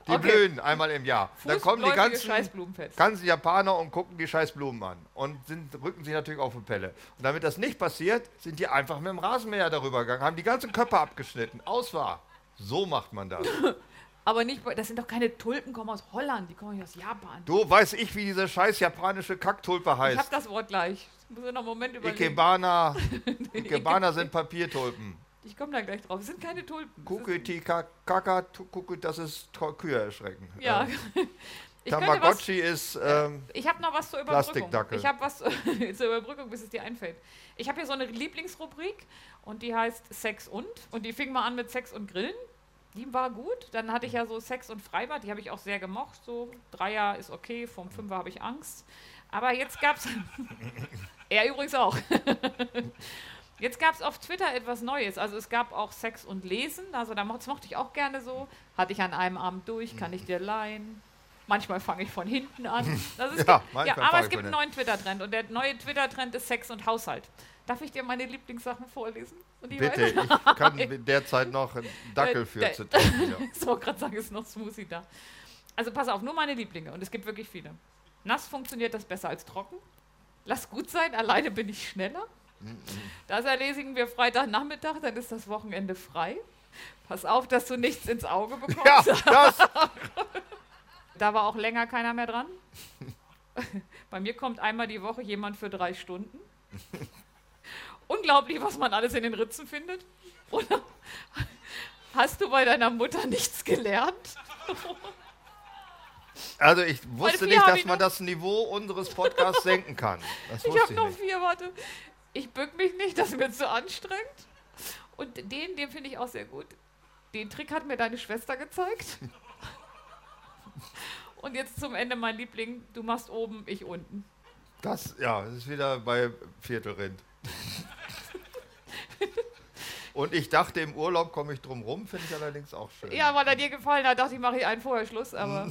[SPEAKER 3] Die
[SPEAKER 2] Okay.
[SPEAKER 3] blühen einmal im Jahr. Dann kommen die
[SPEAKER 2] Fußläufige
[SPEAKER 3] ganzen,
[SPEAKER 2] Scheißblumenfest.
[SPEAKER 3] ganzen Japaner und gucken die Scheißblumen an und sind, rücken sich natürlich auf die Pelle. Und damit das nicht passiert, sind die einfach mit dem Rasenmäher darüber gegangen, haben die ganzen Köpfe abgeschnitten. Aus war. So macht man das.
[SPEAKER 2] Aber nicht, bei- das sind doch keine Tulpen, kommen aus Holland, die kommen nicht aus Japan.
[SPEAKER 3] Du, weiß ich, wie diese scheiß japanische Kacktulpe
[SPEAKER 2] Ich hab
[SPEAKER 3] heißt.
[SPEAKER 2] das Wort gleich. Ich muss noch einen Moment überlegen.
[SPEAKER 3] Ikebana. Ikebana sind Papiertulpen.
[SPEAKER 2] Ich komme da gleich drauf. Es sind keine Tulpen. Es ist-
[SPEAKER 3] Kukuti, Kaka, Kuku, das ist to- Kühe erschrecken.
[SPEAKER 2] Ja.
[SPEAKER 3] Ähm,
[SPEAKER 2] Ich könnte was,
[SPEAKER 3] Tamagotchi ist, ähm,
[SPEAKER 2] ich habe noch was zur Überbrückung.
[SPEAKER 3] Plastikdackel.
[SPEAKER 2] Ich habe was zur Überbrückung, bis es dir einfällt. Ich habe hier so eine Lieblingsrubrik und die heißt Sex und. Und die fing mal an mit Sex und Grillen. Die war gut. Dann hatte ich ja so Sex und Freibad, die habe ich auch sehr gemocht. So Dreier ist okay, vom Fünfer habe ich Angst. Aber jetzt gab's. Er übrigens auch. Jetzt gab es auf Twitter etwas Neues. Also es gab auch Sex und Lesen. Also da mo- das mochte ich auch gerne so. Hatte ich an einem Abend durch, kann ich dir leihen. Manchmal fange ich von hinten an. Das ist
[SPEAKER 3] Ja,
[SPEAKER 2] ge-
[SPEAKER 3] manchmal
[SPEAKER 2] ja,
[SPEAKER 3] fang
[SPEAKER 2] aber
[SPEAKER 3] ich
[SPEAKER 2] es gibt
[SPEAKER 3] von
[SPEAKER 2] einen neuen Twitter-Trend. Und der neue Twitter-Trend ist Sex und Haushalt. Darf ich dir meine Lieblingssachen vorlesen? Und die
[SPEAKER 3] bitte,
[SPEAKER 2] weiter-
[SPEAKER 3] ich kann derzeit noch einen Dackel
[SPEAKER 2] Äh,
[SPEAKER 3] für
[SPEAKER 2] der-
[SPEAKER 3] trinken. Ja.
[SPEAKER 2] Ich wollte gerade sagen, es ist noch Smoothie da. Also pass auf, nur meine Lieblinge. Und es gibt wirklich viele. Nass funktioniert das besser als trocken. Lass gut sein, alleine bin ich schneller. Das erledigen wir Freitagnachmittag, dann ist das Wochenende frei. Pass auf, dass du nichts ins Auge bekommst.
[SPEAKER 3] Ja, das.
[SPEAKER 2] Da war auch länger keiner mehr dran. Bei mir kommt einmal die Woche jemand für drei Stunden. Unglaublich, was man alles in den Ritzen findet. Oder hast du bei deiner Mutter nichts gelernt?
[SPEAKER 3] Also ich wusste
[SPEAKER 2] vier
[SPEAKER 3] nicht,
[SPEAKER 2] hab
[SPEAKER 3] dass
[SPEAKER 2] ich
[SPEAKER 3] man
[SPEAKER 2] noch.
[SPEAKER 3] das Niveau unseres Podcasts senken kann. Das
[SPEAKER 2] Ich
[SPEAKER 3] wusste
[SPEAKER 2] habe
[SPEAKER 3] ich
[SPEAKER 2] noch
[SPEAKER 3] nicht.
[SPEAKER 2] vier, warte. Ich bück mich nicht, das ist mir zu anstrengend. Und den, den finde ich auch sehr gut. Den Trick hat mir deine Schwester gezeigt. Und jetzt zum Ende mein Liebling, du machst oben, ich unten.
[SPEAKER 3] Das, ja, das ist wieder bei Viertelrind. Und ich dachte, im Urlaub komme ich drum rum, finde ich allerdings auch schön.
[SPEAKER 2] Ja, weil er dir gefallen hat, dachte ich, mache ich einen vorher Schluss, aber...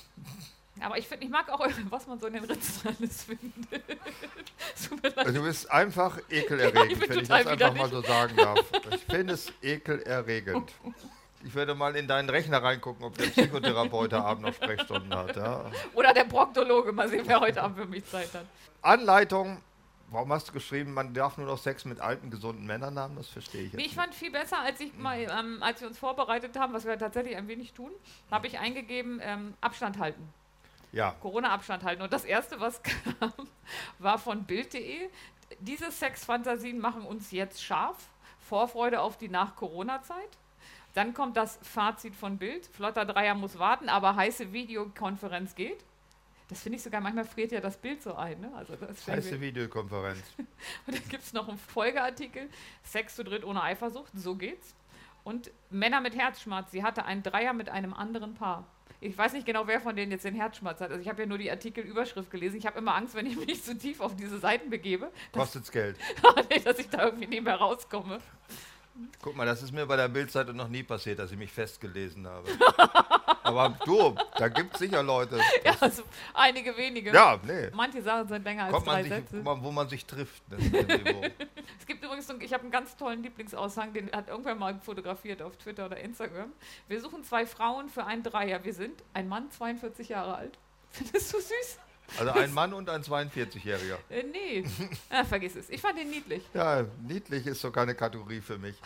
[SPEAKER 2] aber ich finde, ich mag auch, was man so in den Ritzen alles findet. Es tut mir leid.
[SPEAKER 3] Also du bist einfach
[SPEAKER 2] Ja, ich
[SPEAKER 3] ekelerregend,
[SPEAKER 2] bin
[SPEAKER 3] wenn ich
[SPEAKER 2] total
[SPEAKER 3] das einfach mal so sagen darf. Ich finde es ekelerregend. Ich werde mal in deinen Rechner reingucken, ob der Psychotherapeut heute Abend noch Sprechstunden hat. Ja.
[SPEAKER 2] Oder der Proktologe, mal sehen, wer heute Abend für mich Zeit hat.
[SPEAKER 3] Anleitung, warum hast du geschrieben, man darf nur noch Sex mit alten, gesunden Männern haben? Das verstehe ich jetzt
[SPEAKER 2] Ich
[SPEAKER 3] nicht.
[SPEAKER 2] fand viel besser, als ich mal, ähm, als wir uns vorbereitet haben, was wir tatsächlich ein wenig tun, habe ich eingegeben, ähm, Abstand halten.
[SPEAKER 3] Ja,
[SPEAKER 2] Corona-Abstand halten. Und das erste, was kam, war von Bild punkt de. Diese Sexfantasien machen uns jetzt scharf. Vorfreude auf die Nach-Corona-Zeit. Dann kommt das Fazit von Bild. Flotter Dreier muss warten, aber heiße Videokonferenz geht. Das finde ich sogar, manchmal friert ja das Bild so ein. Ne? Also das stellen
[SPEAKER 3] heiße
[SPEAKER 2] wir-
[SPEAKER 3] Videokonferenz.
[SPEAKER 2] Und dann gibt es noch einen Folgeartikel, Sex zu dritt ohne Eifersucht, so geht's. Und Männer mit Herzschmerz, sie hatte einen Dreier mit einem anderen Paar. Ich weiß nicht genau, wer von denen jetzt den Herzschmerz hat. Also ich habe ja nur die Artikelüberschrift gelesen. Ich habe immer Angst, wenn ich mich zu tief auf diese Seiten begebe, dass,
[SPEAKER 3] Kostet's Geld.
[SPEAKER 2] dass ich da irgendwie nicht mehr rauskomme.
[SPEAKER 3] Guck mal, das ist mir bei der Bildzeitung noch nie passiert, dass ich mich festgelesen habe. Aber du, da gibt es sicher Leute.
[SPEAKER 2] Ja, also einige wenige.
[SPEAKER 3] Ja, nee.
[SPEAKER 2] Manche Sachen sind länger als
[SPEAKER 3] Kommt man
[SPEAKER 2] drei
[SPEAKER 3] sich,
[SPEAKER 2] Sätze.
[SPEAKER 3] guck mal, wo man sich trifft. Das ist das Niveau.
[SPEAKER 2] Es gibt übrigens, so, ich habe einen ganz tollen Lieblingsaushang, den hat irgendwer mal fotografiert auf Twitter oder Instagram. Wir suchen zwei Frauen für einen Dreier. Wir sind ein Mann, zweiundvierzig Jahre alt. Findest du süß?
[SPEAKER 3] Also ein Mann und ein zweiundvierzigjähriger.
[SPEAKER 2] Äh, nee. Ah, vergiss es. Ich fand ihn niedlich.
[SPEAKER 3] Ja, niedlich ist so keine Kategorie für mich.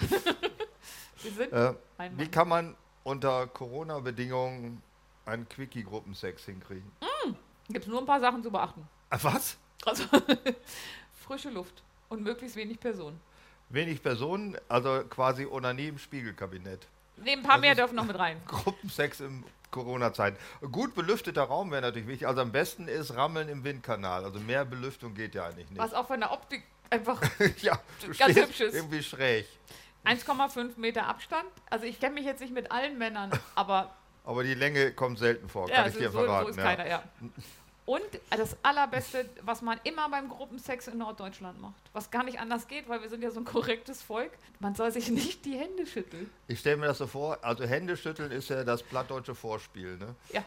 [SPEAKER 2] Wir sind
[SPEAKER 3] Äh,
[SPEAKER 2] ein
[SPEAKER 3] wie
[SPEAKER 2] Mann.
[SPEAKER 3] kann man unter Corona-Bedingungen einen Quickie-Gruppensex hinkriegen?
[SPEAKER 2] Gibt es nur ein paar Sachen zu beachten.
[SPEAKER 3] Ah, was?
[SPEAKER 2] Also frische Luft und möglichst wenig Personen.
[SPEAKER 3] Wenig Personen, also quasi Onanie im Spiegelkabinett.
[SPEAKER 2] Nee, ein paar
[SPEAKER 3] Das
[SPEAKER 2] mehr
[SPEAKER 3] ist-
[SPEAKER 2] dürfen noch mit rein.
[SPEAKER 3] Gruppensex in Corona-Zeit. Gut belüfteter Raum wäre natürlich wichtig. Also am besten ist Rammeln im Windkanal. Also mehr Belüftung geht ja eigentlich nicht.
[SPEAKER 2] Was auch von der Optik einfach
[SPEAKER 3] ja, du
[SPEAKER 2] ganz
[SPEAKER 3] stehst
[SPEAKER 2] hübsch ist.
[SPEAKER 3] irgendwie schräg.
[SPEAKER 2] eins Komma fünf Meter Abstand. Also ich kenne mich jetzt nicht mit allen Männern, aber
[SPEAKER 3] Aber die Länge kommt selten vor,
[SPEAKER 2] ja,
[SPEAKER 3] kann ich
[SPEAKER 2] so,
[SPEAKER 3] dir
[SPEAKER 2] so, so
[SPEAKER 3] verraten.
[SPEAKER 2] ist
[SPEAKER 3] ja.
[SPEAKER 2] keiner, ja. Und das Allerbeste, was man immer beim Gruppensex in Norddeutschland macht, was gar nicht anders geht, weil wir sind ja so ein korrektes Volk, man soll sich nicht die Hände schütteln.
[SPEAKER 3] Ich stelle mir das so vor, also Händeschütteln ist ja das plattdeutsche Vorspiel. Ne?
[SPEAKER 2] Ja.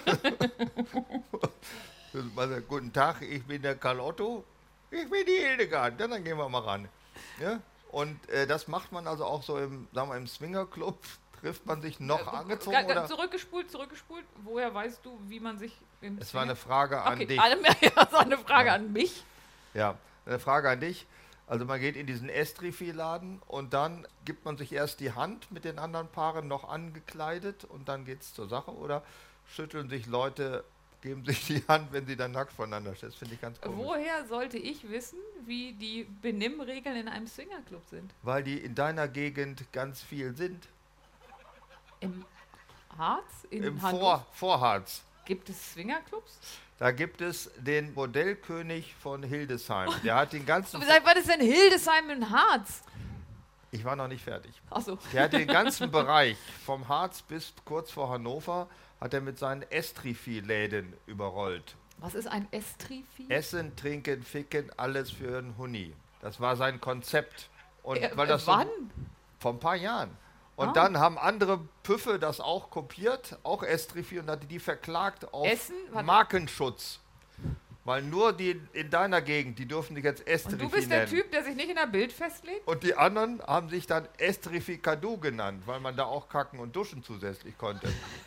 [SPEAKER 3] Also, guten Tag, ich bin der Karl Otto, ich bin die Hildegard, dann, dann gehen wir mal ran. Ja? Und äh, das macht man also auch so im, sagen wir, im Swingerclub, Trifft man sich noch
[SPEAKER 2] Äh,
[SPEAKER 3] angezogen?
[SPEAKER 2] ga- ga-
[SPEAKER 3] Oder?
[SPEAKER 2] Zurückgespult, zurückgespult. Woher weißt du, wie man sich im
[SPEAKER 3] Es war eine
[SPEAKER 2] Swinger-
[SPEAKER 3] Frage an
[SPEAKER 2] Okay,
[SPEAKER 3] dich.
[SPEAKER 2] alle mehr, ja, das war eine Frage
[SPEAKER 3] Ja.
[SPEAKER 2] an mich.
[SPEAKER 3] Ja, eine Frage an dich. Also man geht in diesen Estrifi-Laden und dann gibt man sich erst die Hand mit den anderen Paaren noch angekleidet und dann geht es zur Sache, oder schütteln sich Leute, geben sich die Hand, wenn sie dann nackt voneinander stehen? Das finde ich ganz komisch.
[SPEAKER 2] Woher sollte ich wissen, wie die Benimmregeln in einem Swingerclub sind?
[SPEAKER 3] Weil die in deiner Gegend ganz viel sind.
[SPEAKER 2] Im Harz? In
[SPEAKER 3] Im
[SPEAKER 2] Hannover?
[SPEAKER 3] Vor Vorharz.
[SPEAKER 2] Gibt es Swingerclubs?
[SPEAKER 3] Da gibt es den Modellkönig von Hildesheim. Der hat den ganzen...
[SPEAKER 2] Seit wann ist denn Hildesheim in Harz?
[SPEAKER 3] Ich war noch nicht fertig.
[SPEAKER 2] Achso.
[SPEAKER 3] Der hat den ganzen Bereich vom Harz bis kurz vor Hannover hat er mit seinen Estrifi-Läden überrollt.
[SPEAKER 2] Was ist ein Estrifi?
[SPEAKER 3] Essen, trinken, ficken, alles für einen Huni. Das war sein Konzept. Und
[SPEAKER 2] Äh,
[SPEAKER 3] weil das
[SPEAKER 2] wann?
[SPEAKER 3] So, vor ein paar Jahren. Und
[SPEAKER 2] Ah.
[SPEAKER 3] dann haben andere Püffe das auch kopiert, auch Estrifi, und hat die verklagt auf
[SPEAKER 2] Essen? Warte.
[SPEAKER 3] Markenschutz. Weil nur die in deiner Gegend, die dürfen sich jetzt Estrifi
[SPEAKER 2] Und
[SPEAKER 3] nennen.
[SPEAKER 2] du bist der Typ, der sich nicht in der Bild festlegt?
[SPEAKER 3] Und die anderen haben sich dann Estrifikadu genannt, weil man da auch kacken und duschen zusätzlich konnte.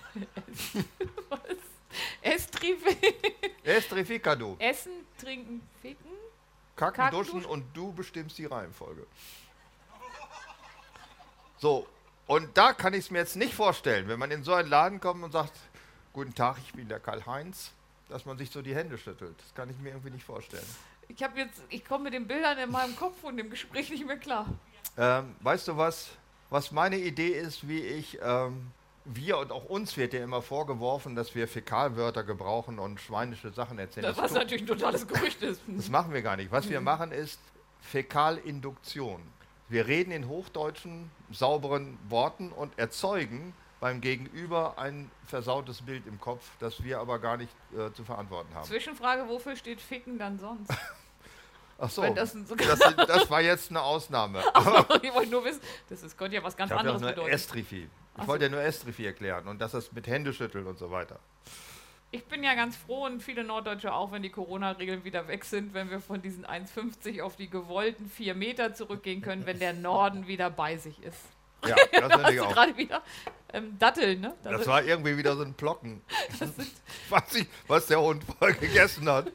[SPEAKER 2] Estrifi.
[SPEAKER 3] Estrifikadu.
[SPEAKER 2] Essen, trinken, ficken.
[SPEAKER 3] Kacken,
[SPEAKER 2] Kacken,
[SPEAKER 3] duschen
[SPEAKER 2] duschen.
[SPEAKER 3] und du bestimmst die Reihenfolge. So, und da kann ich es mir jetzt nicht vorstellen, wenn man in so einen Laden kommt und sagt, guten Tag, ich bin der Karl-Heinz, dass man sich so die Hände schüttelt. Das kann ich mir irgendwie nicht vorstellen.
[SPEAKER 2] Ich habe jetzt, ich komme mit den Bildern in meinem Kopf und dem Gespräch nicht mehr klar.
[SPEAKER 3] Ähm, weißt du was, was meine Idee ist, wie ich, ähm, wir und auch uns wird ja immer vorgeworfen, dass wir Fäkalwörter gebrauchen und schweinische Sachen erzählen.
[SPEAKER 2] Das,
[SPEAKER 3] Das
[SPEAKER 2] was
[SPEAKER 3] tu-
[SPEAKER 2] natürlich ein totales Gerücht ist.
[SPEAKER 3] Das machen wir gar nicht. Was wir machen ist Fäkalinduktion. Wir reden in hochdeutschen, sauberen Worten und erzeugen beim Gegenüber ein versautes Bild im Kopf, das wir aber gar nicht äh, zu verantworten haben.
[SPEAKER 2] Zwischenfrage, wofür steht Ficken dann sonst?
[SPEAKER 3] Ach so,
[SPEAKER 2] Wenn
[SPEAKER 3] das,
[SPEAKER 2] das, ein so
[SPEAKER 3] das war jetzt eine Ausnahme.
[SPEAKER 2] ich wollte nur wissen, das ist, könnte ja was ganz
[SPEAKER 3] Ich habe ja
[SPEAKER 2] anderes
[SPEAKER 3] nur
[SPEAKER 2] bedeuten.
[SPEAKER 3] Estrifi. Ich
[SPEAKER 2] Ach so.
[SPEAKER 3] wollte ja nur Estrifi erklären und dass das mit Händeschütteln und so weiter.
[SPEAKER 2] Ich bin ja ganz froh und viele Norddeutsche auch, wenn die Corona-Regeln wieder weg sind, wenn wir von diesen eins fünfzig auf die gewollten vier Meter zurückgehen können, wenn der Norden wieder bei sich ist.
[SPEAKER 3] Ja, das
[SPEAKER 2] Da
[SPEAKER 3] finde
[SPEAKER 2] hast
[SPEAKER 3] ich
[SPEAKER 2] du
[SPEAKER 3] auch.
[SPEAKER 2] gerade wieder ähm, Datteln, ne?
[SPEAKER 3] Das
[SPEAKER 2] ist-
[SPEAKER 3] war irgendwie wieder so ein Plocken. Ich weiß nicht, was der Hund voll gegessen hat.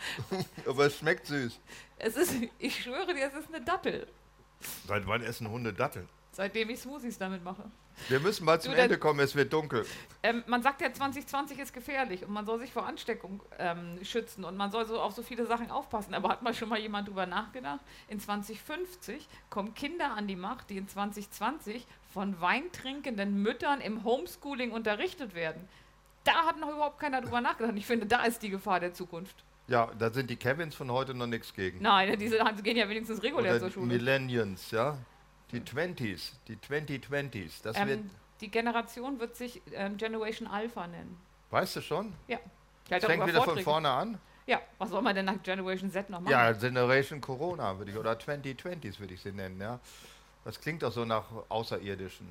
[SPEAKER 3] Aber es schmeckt süß.
[SPEAKER 2] es ist, ich schwöre dir, es ist eine Dattel,
[SPEAKER 3] Seit wann essen Hunde Datteln?
[SPEAKER 2] seitdem ich Smoothies damit mache.
[SPEAKER 3] Wir müssen mal zum
[SPEAKER 2] Du, der-
[SPEAKER 3] Ende kommen, es wird dunkel.
[SPEAKER 2] Ähm, man sagt ja, zwanzig zwanzig ist gefährlich und man soll sich vor Ansteckung ähm, schützen und man soll so auf so viele Sachen aufpassen. Aber hat mal schon mal jemand drüber nachgedacht? In zwanzig fünfzig kommen Kinder an die Macht, die in zwanzig zwanzig von weintrinkenden Müttern im Homeschooling unterrichtet werden. Da hat noch überhaupt keiner drüber nachgedacht. Ich finde, da ist die Gefahr der Zukunft.
[SPEAKER 3] Ja, da sind die Kevins von heute noch nichts gegen.
[SPEAKER 2] Nein, diese gehen ja wenigstens regulär
[SPEAKER 3] Oder
[SPEAKER 2] zur
[SPEAKER 3] die
[SPEAKER 2] Schule.
[SPEAKER 3] Millennials, ja. Die Twenties, die zwanzig zwanzigs. Das wird,
[SPEAKER 2] Ähm, die Generation wird sich ähm, Generation Alpha nennen.
[SPEAKER 3] weißt du schon?
[SPEAKER 2] Ja. Ich halte
[SPEAKER 3] Fängt
[SPEAKER 2] darüber
[SPEAKER 3] wieder von
[SPEAKER 2] Vorträge.
[SPEAKER 3] vorne an?
[SPEAKER 2] Ja, was soll man denn nach Generation Z noch machen?
[SPEAKER 3] Ja, Generation Corona würde ich, oder zwanzig zwanzigs würde ich sie nennen, ja. Das klingt doch so nach Außerirdischen.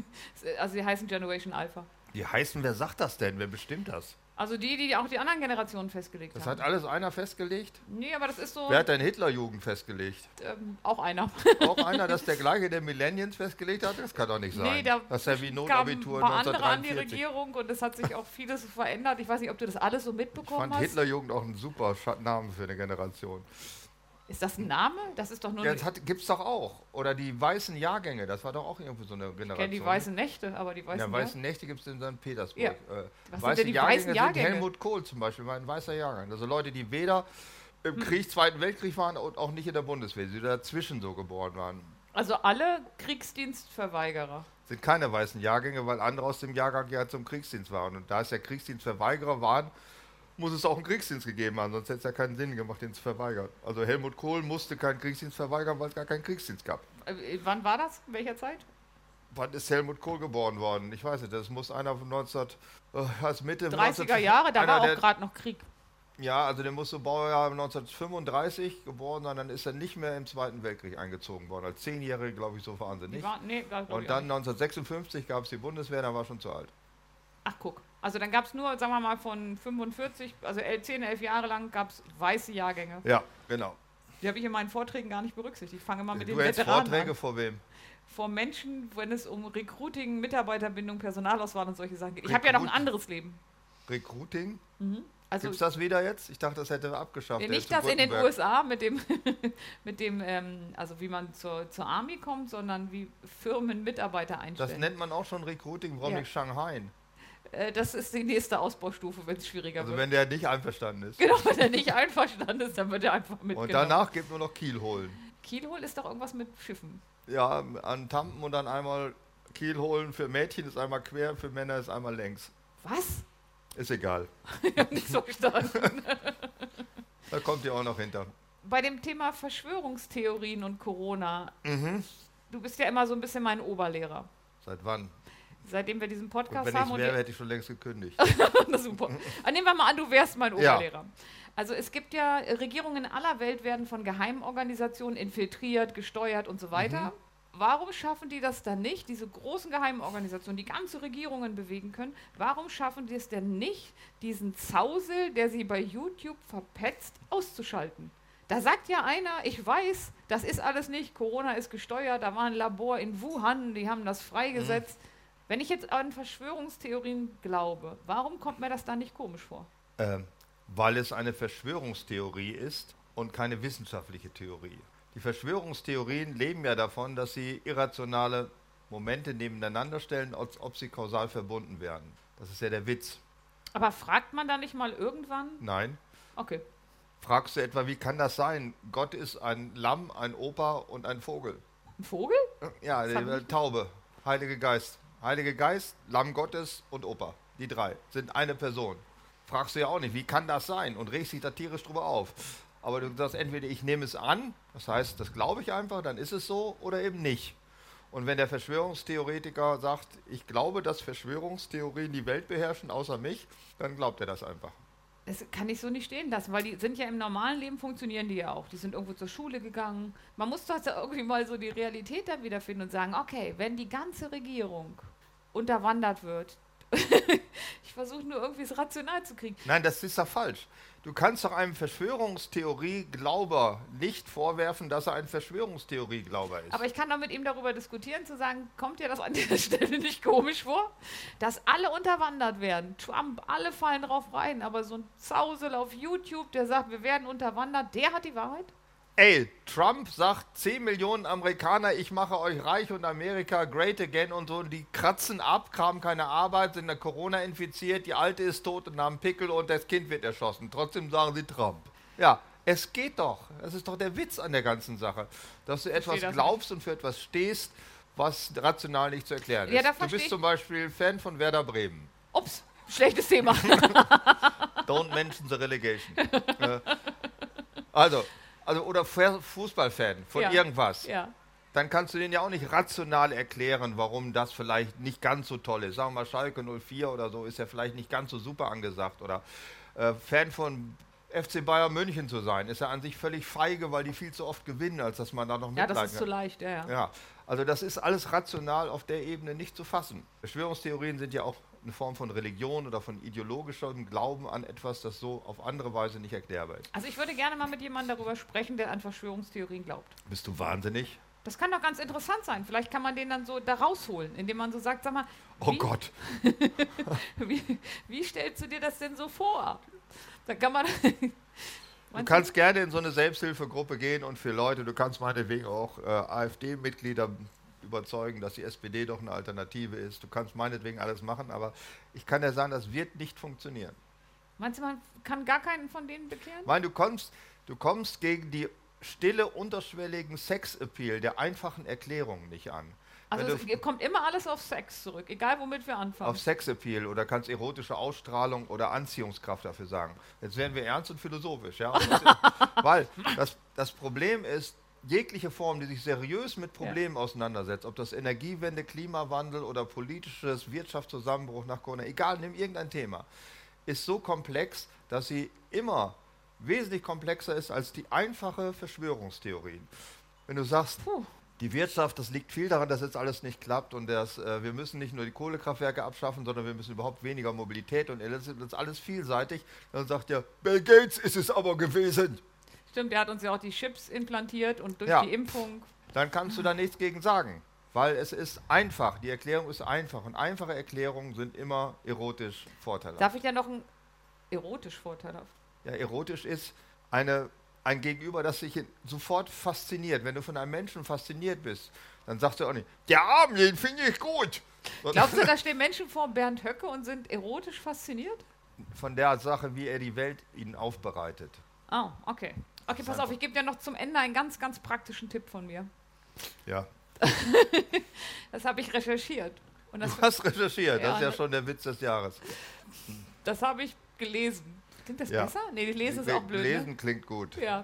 [SPEAKER 2] Also sie heißen Generation Alpha.
[SPEAKER 3] Die heißen, wer sagt das denn? Wer bestimmt das?
[SPEAKER 2] Also die, die auch die anderen Generationen festgelegt
[SPEAKER 3] Das
[SPEAKER 2] haben.
[SPEAKER 3] hat alles einer festgelegt?
[SPEAKER 2] Nee, aber das ist so
[SPEAKER 3] Wer hat denn Hitlerjugend festgelegt?
[SPEAKER 2] ähm, auch einer.
[SPEAKER 3] Auch einer, dass der gleiche der Millennials festgelegt hat? Das kann doch nicht sein.
[SPEAKER 2] Nee, da
[SPEAKER 3] das ist ja wie
[SPEAKER 2] kamen
[SPEAKER 3] Notabitur
[SPEAKER 2] ein paar andere an die
[SPEAKER 3] neunzehnhundertdreiundvierzig.
[SPEAKER 2] Regierung und es hat sich auch vieles verändert. Ich weiß nicht, ob du das alles so
[SPEAKER 3] Ich
[SPEAKER 2] mitbekommen
[SPEAKER 3] fand
[SPEAKER 2] hast.
[SPEAKER 3] Hitlerjugend auch ein super Scha- Name für eine Generation.
[SPEAKER 2] Ist das ein Name? Das ist doch nur
[SPEAKER 3] Ja,
[SPEAKER 2] eine,
[SPEAKER 3] das gibt es doch auch. Oder die weißen Jahrgänge, das war doch auch irgendwie so eine
[SPEAKER 2] ich
[SPEAKER 3] Generation.
[SPEAKER 2] kenne die weißen Nächte, aber die weißen
[SPEAKER 3] Ja,
[SPEAKER 2] Jahr-
[SPEAKER 3] weißen Nächte gibt es in Sankt Petersburg.
[SPEAKER 2] Ja.
[SPEAKER 3] Äh,
[SPEAKER 2] Was sind
[SPEAKER 3] weiße
[SPEAKER 2] denn die
[SPEAKER 3] Jahrgänge
[SPEAKER 2] weißen Jahrgänge?
[SPEAKER 3] sind Helmut Kohl zum Beispiel, war ein weißer Jahrgang. Also Leute, die weder im
[SPEAKER 2] Hm.
[SPEAKER 3] Krieg, Zweiten Weltkrieg waren und auch nicht in der Bundeswehr, die dazwischen so geboren waren.
[SPEAKER 2] Also alle Kriegsdienstverweigerer.
[SPEAKER 3] Sind keine weißen Jahrgänge, weil andere aus dem Jahrgang ja zum Kriegsdienst waren. Und da es ja Kriegsdienstverweigerer waren, muss es auch einen Kriegsdienst gegeben haben, sonst hätte es ja keinen Sinn gemacht, den zu verweigern. Also Helmut Kohl musste keinen Kriegsdienst verweigern, weil es gar keinen Kriegsdienst gab.
[SPEAKER 2] Äh, wann war das? In welcher Zeit?
[SPEAKER 3] Wann ist Helmut Kohl geboren worden? Ich weiß nicht, das muss einer von neunzehn, äh, als Mitte
[SPEAKER 2] dreißiger Jahre, da
[SPEAKER 3] einer
[SPEAKER 2] war auch
[SPEAKER 3] der-
[SPEAKER 2] gerade noch Krieg.
[SPEAKER 3] Ja, also der muss so Baujahr neunzehnhundertfünfunddreißig geboren sein, dann ist er nicht mehr im Zweiten Weltkrieg eingezogen worden. Als Zehnjährige, glaube ich, so wahnsinnig.
[SPEAKER 2] Die waren, nee, da glaub
[SPEAKER 3] Und
[SPEAKER 2] ich auch
[SPEAKER 3] dann
[SPEAKER 2] nicht.
[SPEAKER 3] neunzehnhundertsechsundfünfzig gab es die Bundeswehr, da war er schon zu alt.
[SPEAKER 2] Ach guck, also dann gab es nur, sagen wir mal, von fünfundvierzig, also el- zehn, elf Jahre lang gab es weiße Jahrgänge.
[SPEAKER 3] Ja, genau.
[SPEAKER 2] Die habe ich in meinen Vorträgen gar nicht berücksichtigt. Ich fange mal mit
[SPEAKER 3] Du
[SPEAKER 2] den
[SPEAKER 3] hältst
[SPEAKER 2] Veteranen
[SPEAKER 3] Vorträge
[SPEAKER 2] an.
[SPEAKER 3] vor wem?
[SPEAKER 2] Vor Menschen, wenn es um Recruiting, Mitarbeiterbindung, Personalauswahl und solche Sachen geht. Ich habe ja noch ein
[SPEAKER 3] Recruit-
[SPEAKER 2] anderes Leben.
[SPEAKER 3] Recruiting?
[SPEAKER 2] Also
[SPEAKER 3] Gibt's das wieder jetzt? Ich dachte, das hätte abgeschafft.
[SPEAKER 2] ja,
[SPEAKER 3] der
[SPEAKER 2] nicht
[SPEAKER 3] zu
[SPEAKER 2] das in den
[SPEAKER 3] Gutenberg.
[SPEAKER 2] U S A mit dem, mit dem ähm, also wie man zur, zur Army kommt, sondern wie Firmen Mitarbeiter
[SPEAKER 3] Das
[SPEAKER 2] einstellen.
[SPEAKER 3] nennt man auch schon Recruiting, warum
[SPEAKER 2] Ja.
[SPEAKER 3] nicht Shanghai?
[SPEAKER 2] Äh, das ist die nächste Ausbaustufe, wenn es schwieriger
[SPEAKER 3] Also
[SPEAKER 2] wird.
[SPEAKER 3] wenn der nicht einverstanden ist.
[SPEAKER 2] Genau, wenn er nicht einverstanden ist, dann wird er einfach mitgenommen.
[SPEAKER 3] Und danach gibt nur noch Kiel holen.
[SPEAKER 2] Kielhol ist doch irgendwas mit Schiffen.
[SPEAKER 3] Ja, an Tampen und dann einmal Kiel holen. Für Mädchen ist einmal quer, für Männer ist einmal längs.
[SPEAKER 2] Was?
[SPEAKER 3] Ist egal.
[SPEAKER 2] Ich habe nicht so verstanden.
[SPEAKER 3] Da kommt ihr auch noch hinter.
[SPEAKER 2] Bei dem Thema Verschwörungstheorien und Corona,
[SPEAKER 3] Mhm.
[SPEAKER 2] du bist ja immer so ein bisschen mein Oberlehrer.
[SPEAKER 3] Seit wann?
[SPEAKER 2] Seitdem wir diesen
[SPEAKER 3] Und
[SPEAKER 2] Podcast
[SPEAKER 3] wenn
[SPEAKER 2] haben.
[SPEAKER 3] ich
[SPEAKER 2] und
[SPEAKER 3] wäre,
[SPEAKER 2] wir-
[SPEAKER 3] hätte ich schon längst gekündigt.
[SPEAKER 2] Na super. Ah, nehmen wir mal an, du wärst mein
[SPEAKER 3] Ja.
[SPEAKER 2] Oberlehrer. Also es gibt ja, äh, Regierungen aller Welt werden von geheimen Organisationen infiltriert, gesteuert und so weiter. Warum schaffen die das dann nicht, diese großen geheimen Organisationen, die ganze Regierungen bewegen können, warum schaffen die es denn nicht, diesen Zausel, der sie bei YouTube verpetzt, auszuschalten? Da sagt ja einer, ich weiß, das ist alles nicht, Corona ist gesteuert, da war ein Labor in Wuhan, die haben das freigesetzt. Wenn ich jetzt an Verschwörungstheorien glaube, warum kommt mir das dann nicht komisch vor?
[SPEAKER 3] Ähm, weil es eine Verschwörungstheorie ist und keine wissenschaftliche Theorie. Die Verschwörungstheorien leben ja davon, dass sie irrationale Momente nebeneinander stellen, als ob sie kausal verbunden werden. Das ist ja der Witz.
[SPEAKER 2] Aber fragt man da nicht mal irgendwann?
[SPEAKER 3] Nein.
[SPEAKER 2] Okay.
[SPEAKER 3] Fragst du etwa, wie kann das sein? Gott ist ein Lamm, ein Opa und ein Vogel.
[SPEAKER 2] Ein Vogel?
[SPEAKER 3] Ja,
[SPEAKER 2] Das
[SPEAKER 3] die
[SPEAKER 2] hab ich-
[SPEAKER 3] äh, Taube, Heilige Geist. Heilige Geist, Lamm Gottes und Opa. Die drei sind eine Person. Fragst du ja auch nicht, wie kann das sein? Und regst dich da tierisch drüber auf. Aber du sagst entweder, ich nehme es an, das heißt, das glaube ich einfach, dann ist es so, oder eben nicht. Und wenn der Verschwörungstheoretiker sagt, ich glaube, dass Verschwörungstheorien die Welt beherrschen, außer mich, dann glaubt er das einfach.
[SPEAKER 2] Das kann ich so nicht stehen lassen, weil die sind ja im normalen Leben, funktionieren die ja auch. Die sind irgendwo zur Schule gegangen. Man muss doch da irgendwie mal so die Realität dann wiederfinden und sagen, okay, wenn die ganze Regierung unterwandert wird, ich versuche nur irgendwie es rational zu kriegen.
[SPEAKER 3] Nein, das ist doch falsch. Du kannst doch einem Verschwörungstheorie-Glauber nicht vorwerfen, dass er ein Verschwörungstheorie-Glauber ist.
[SPEAKER 2] Aber ich kann doch mit ihm darüber diskutieren, zu sagen, kommt dir das an dieser Stelle nicht komisch vor? Dass alle unterwandert werden. Trump, alle fallen drauf rein, aber so ein Zausel auf YouTube, der sagt, wir werden unterwandert, der hat die Wahrheit?
[SPEAKER 3] Ey, Trump sagt zehn Millionen Amerikaner, ich mache euch reich und Amerika great again und so. Und die kratzen ab, haben keine Arbeit, sind in Corona infiziert, die Alte ist tot und haben Pickel und das Kind wird erschossen. Trotzdem sagen sie Trump. Ja, es geht doch. Das ist doch der Witz an der ganzen Sache. Dass du etwas
[SPEAKER 2] das
[SPEAKER 3] glaubst und für etwas stehst, was rational nicht zu erklären
[SPEAKER 2] Ja,
[SPEAKER 3] ist.
[SPEAKER 2] da
[SPEAKER 3] Du
[SPEAKER 2] versteh
[SPEAKER 3] bist
[SPEAKER 2] ich-
[SPEAKER 3] zum Beispiel Fan von Werder Bremen.
[SPEAKER 2] Ups, schlechtes Thema.
[SPEAKER 3] Don't mention the relegation. Äh, also, also, oder Fu- Fußballfan von
[SPEAKER 2] Ja.
[SPEAKER 3] irgendwas.
[SPEAKER 2] Ja.
[SPEAKER 3] Dann kannst du denen ja auch nicht rational erklären, warum das vielleicht nicht ganz so toll ist. Sagen wir mal, Schalke null vier oder so ist ja vielleicht nicht ganz so super angesagt. Oder äh, Fan von F C Bayern München zu sein, ist ja an sich völlig feige, weil die viel zu oft gewinnen, als dass man da noch
[SPEAKER 2] Ja,
[SPEAKER 3] mitleiden
[SPEAKER 2] das ist zu
[SPEAKER 3] kann.
[SPEAKER 2] leicht, ja, ja.
[SPEAKER 3] Ja, also das ist alles rational auf der Ebene nicht zu fassen. Verschwörungstheorien sind ja auch eine Form von Religion oder von ideologischem Glauben an etwas, das so auf andere Weise nicht erklärbar ist.
[SPEAKER 2] Also ich würde gerne mal mit jemandem darüber sprechen, der an Verschwörungstheorien glaubt.
[SPEAKER 3] Bist du wahnsinnig?
[SPEAKER 2] Das kann doch ganz interessant sein. Vielleicht kann man den dann so da rausholen, indem man so sagt, sag mal,
[SPEAKER 3] Oh
[SPEAKER 2] wie,
[SPEAKER 3] Gott.
[SPEAKER 2] wie, wie stellst du dir das denn so vor? Da kann man...
[SPEAKER 3] Du kannst gerne in so eine Selbsthilfegruppe gehen und für Leute, du kannst meinetwegen auch äh, AfD-Mitglieder überzeugen, dass die S P D doch eine Alternative ist. Du kannst meinetwegen alles machen, aber ich kann dir sagen, das wird nicht funktionieren.
[SPEAKER 2] Meinst du, man kann gar keinen von denen bekehren?
[SPEAKER 3] Ich meine, du kommst, du kommst gegen die stille, unterschwelligen Sex-Appeal der einfachen Erklärung nicht an.
[SPEAKER 2] Also
[SPEAKER 3] Wenn
[SPEAKER 2] es kommt immer alles auf Sex zurück, egal womit wir anfangen.
[SPEAKER 3] Auf Sexappeal oder kannst erotische Ausstrahlung oder Anziehungskraft dafür sagen. Jetzt werden wir ernst und philosophisch, ja. Und das ist, weil das, das Problem ist, jegliche Form, die sich seriös mit Problemen auseinandersetzt, ob das Energiewende, Klimawandel oder politisches Wirtschaftszusammenbruch nach Corona, egal, nimm irgendein Thema, ist so komplex, dass sie immer wesentlich komplexer ist als die einfache Verschwörungstheorien. Wenn du sagst,
[SPEAKER 2] Puh.
[SPEAKER 3] die Wirtschaft, das liegt viel daran, dass jetzt alles nicht klappt und das, äh, wir müssen nicht nur die Kohlekraftwerke abschaffen, sondern wir müssen überhaupt weniger Mobilität und das ist, das ist alles vielseitig. Dann sagt er, Bill Gates ist es aber gewesen.
[SPEAKER 2] Stimmt, der hat uns ja auch die Chips implantiert und durch
[SPEAKER 3] Ja.
[SPEAKER 2] die Impfung.
[SPEAKER 3] Dann kannst du da nichts gegen sagen. Weil es ist einfach, die Erklärung ist einfach. Und einfache Erklärungen sind immer erotisch vorteilhaft.
[SPEAKER 2] Darf ich ja noch ein erotisch vorteilhaft?
[SPEAKER 3] Ja, erotisch ist eine, ein Gegenüber, das sich sofort fasziniert. Wenn du von einem Menschen fasziniert bist, dann sagst du auch nicht, der Arm, den finde ich gut.
[SPEAKER 2] Glaubst du, da stehen Menschen vor Bernd Höcke und sind erotisch fasziniert?
[SPEAKER 3] Von der Sache, wie er die Welt ihnen aufbereitet.
[SPEAKER 2] Oh, okay. Okay, pass auf, ich gebe dir noch zum Ende einen ganz, ganz praktischen Tipp von mir.
[SPEAKER 3] Ja.
[SPEAKER 2] Das habe ich recherchiert. Und das,
[SPEAKER 3] Du hast recherchiert,
[SPEAKER 2] Ja,
[SPEAKER 3] das ist ja
[SPEAKER 2] ne-
[SPEAKER 3] schon der Witz des Jahres.
[SPEAKER 2] das habe ich gelesen. Klingt das
[SPEAKER 3] Ja.
[SPEAKER 2] besser? Nee, die Lesen ist
[SPEAKER 3] Le-
[SPEAKER 2] auch blöd.
[SPEAKER 3] Lesen
[SPEAKER 2] Ne?
[SPEAKER 3] klingt gut.
[SPEAKER 2] Ja.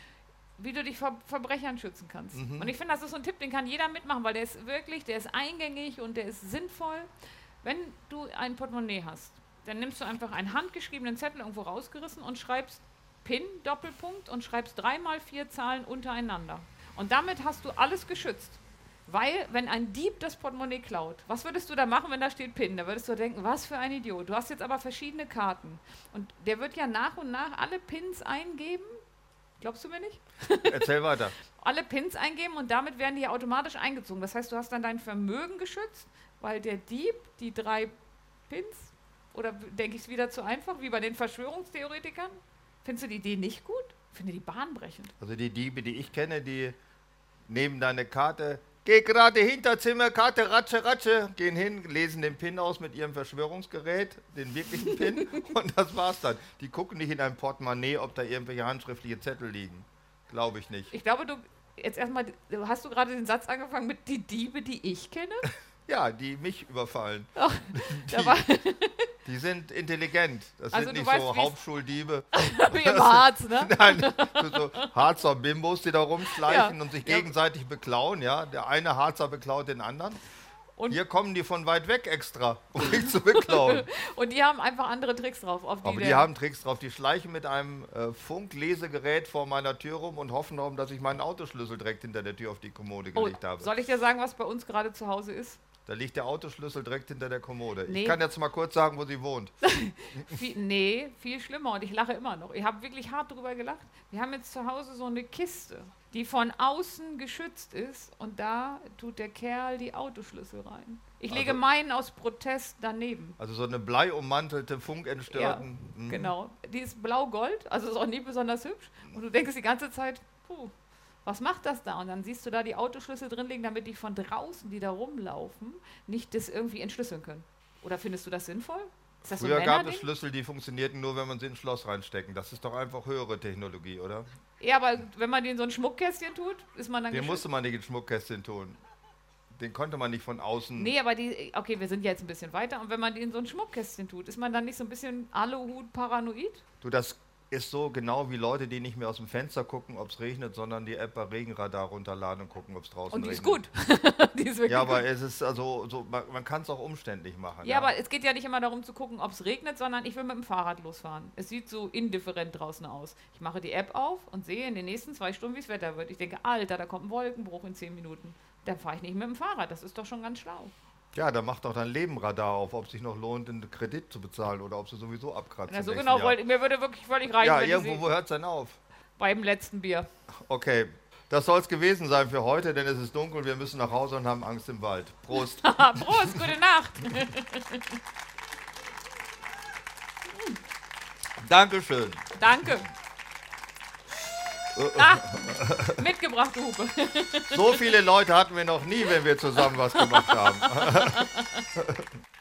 [SPEAKER 2] Wie du dich vor Verbrechern schützen kannst.
[SPEAKER 3] Mhm.
[SPEAKER 2] Und ich finde, das ist so ein Tipp, den kann jeder mitmachen, weil der ist wirklich, der ist eingängig und der ist sinnvoll. Wenn du ein Portemonnaie hast, dann nimmst du einfach einen handgeschriebenen Zettel irgendwo rausgerissen und schreibst PIN, Doppelpunkt und schreibst dreimal vier Zahlen untereinander. Und damit hast du alles geschützt. Weil, wenn ein Dieb das Portemonnaie klaut, was würdest du da machen, wenn da steht PIN? Da würdest du denken, was für ein Idiot. Du hast jetzt aber verschiedene Karten. Und der wird ja nach und nach alle Pins eingeben. Glaubst du mir nicht?
[SPEAKER 3] Erzähl weiter.
[SPEAKER 2] Alle Pins eingeben und damit werden die ja automatisch eingezogen. Das heißt, du hast dann dein Vermögen geschützt, weil der Dieb die drei Pins, oder denke ich es wieder zu einfach, wie bei den Verschwörungstheoretikern? Findest du die Idee nicht gut? Ich finde die bahnbrechend.
[SPEAKER 3] Also die Diebe, die ich kenne, die nehmen deine Karte, geh gerade Hinterzimmer, Karte, Ratsche, Ratsche, gehen hin, lesen den PIN aus mit ihrem Verschwörungsgerät, den wirklichen PIN, und das war's dann. Die gucken nicht in ein Portemonnaie, ob da irgendwelche handschriftliche Zettel liegen. Glaube ich nicht.
[SPEAKER 2] Ich glaube, du, jetzt erstmal, hast du gerade den Satz angefangen mit die Diebe, die ich kenne?
[SPEAKER 3] Ja, die mich überfallen.
[SPEAKER 2] Ach, da war
[SPEAKER 3] Die sind intelligent. Das
[SPEAKER 2] Also
[SPEAKER 3] sind
[SPEAKER 2] du
[SPEAKER 3] nicht
[SPEAKER 2] weißt,
[SPEAKER 3] so
[SPEAKER 2] wie's-
[SPEAKER 3] Hauptschuldiebe.
[SPEAKER 2] wie im Harz, ne?
[SPEAKER 3] Nein, so Harzer Bimbos, die da rumschleichen
[SPEAKER 2] Ja.
[SPEAKER 3] und sich
[SPEAKER 2] Ja.
[SPEAKER 3] gegenseitig beklauen. Ja, der eine Harzer beklaut den anderen.
[SPEAKER 2] Und-
[SPEAKER 3] Hier kommen die von weit weg extra, um mich zu beklauen.
[SPEAKER 2] Und die haben einfach andere Tricks drauf. Auf die
[SPEAKER 3] Aber die
[SPEAKER 2] der-
[SPEAKER 3] haben Tricks drauf. Die schleichen mit einem äh, Funklesegerät vor meiner Tür rum und hoffen darum, dass ich meinen Autoschlüssel direkt hinter der Tür auf die Kommode
[SPEAKER 2] Oh,
[SPEAKER 3] gelegt habe.
[SPEAKER 2] soll ich dir sagen, was bei uns gerade zu Hause ist?
[SPEAKER 3] Da liegt der Autoschlüssel direkt hinter der Kommode.
[SPEAKER 2] Nee.
[SPEAKER 3] Ich kann jetzt mal kurz sagen, wo sie wohnt.
[SPEAKER 2] Viel, nee, viel schlimmer und ich lache immer noch. Ich habe wirklich hart drüber gelacht. Wir haben jetzt zu Hause so eine Kiste, die von außen geschützt ist und da tut der Kerl die Autoschlüssel rein. Ich lege
[SPEAKER 3] Also-
[SPEAKER 2] meinen aus Protest daneben.
[SPEAKER 3] Also so eine bleiummantelte, funkentstörten...
[SPEAKER 2] Ja,
[SPEAKER 3] Mhm.
[SPEAKER 2] Genau. Die ist blau-gold, also ist auch nie besonders hübsch. Und du denkst die ganze Zeit, puh, was macht das da? Und dann siehst du da die Autoschlüssel drin liegen, damit die von draußen, die da rumlaufen, nicht das irgendwie entschlüsseln können. Oder findest du das sinnvoll? Ist das so
[SPEAKER 3] Früher
[SPEAKER 2] ein
[SPEAKER 3] gab es
[SPEAKER 2] Männerding?
[SPEAKER 3] Schlüssel, die funktionierten nur, wenn man sie ins Schloss reinstecken. Das ist doch einfach höhere Technologie, oder?
[SPEAKER 2] Ja, aber wenn man die in so ein Schmuckkästchen tut, ist man dann
[SPEAKER 3] Den
[SPEAKER 2] geschützt?
[SPEAKER 3] musste man nicht ins Schmuckkästchen tun. Den konnte man nicht von außen...
[SPEAKER 2] Nee, aber die, okay, wir sind jetzt ein bisschen weiter. Und wenn man die in so ein Schmuckkästchen tut, ist man dann nicht so ein bisschen Aluhut-paranoid?
[SPEAKER 3] Du, das ist so genau wie Leute, die nicht mehr aus dem Fenster gucken, ob es regnet, sondern die App bei Regenradar runterladen und gucken, ob es draußen
[SPEAKER 2] Und die
[SPEAKER 3] regnet.
[SPEAKER 2] ist gut. die ist wirklich
[SPEAKER 3] Ja,
[SPEAKER 2] gut.
[SPEAKER 3] aber es ist also, so, man, man kann es auch umständlich machen.
[SPEAKER 2] Ja, aber es geht ja nicht immer darum zu gucken, ob es regnet, sondern ich will mit dem Fahrrad losfahren. Es sieht so indifferent draußen aus. Ich mache die App auf und sehe in den nächsten zwei Stunden, wie es Wetter wird. Ich denke, Alter, da kommt ein Wolkenbruch in zehn Minuten. Dann fahre ich nicht mit dem Fahrrad. Das ist doch schon ganz schlau.
[SPEAKER 3] Ja, dann macht doch dein Leben Radar auf, ob es sich noch lohnt, einen Kredit zu bezahlen oder ob sie sowieso abkratzt.
[SPEAKER 2] Na,
[SPEAKER 3] im
[SPEAKER 2] so
[SPEAKER 3] nächsten
[SPEAKER 2] genau
[SPEAKER 3] Jahr.
[SPEAKER 2] wollte mir würde wirklich völlig reichen,
[SPEAKER 3] Ja,
[SPEAKER 2] wenn
[SPEAKER 3] irgendwo,
[SPEAKER 2] sie
[SPEAKER 3] wo hört es denn auf?
[SPEAKER 2] beim letzten Bier.
[SPEAKER 3] Okay, das soll es gewesen sein für heute, denn es ist dunkel, wir müssen nach Hause und haben Angst im Wald. Prost.
[SPEAKER 2] Prost, gute Nacht.
[SPEAKER 3] Dankeschön.
[SPEAKER 2] Danke. Ah, mitgebrachte Hupe.
[SPEAKER 3] So viele Leute hatten wir noch nie, wenn wir zusammen was gemacht haben.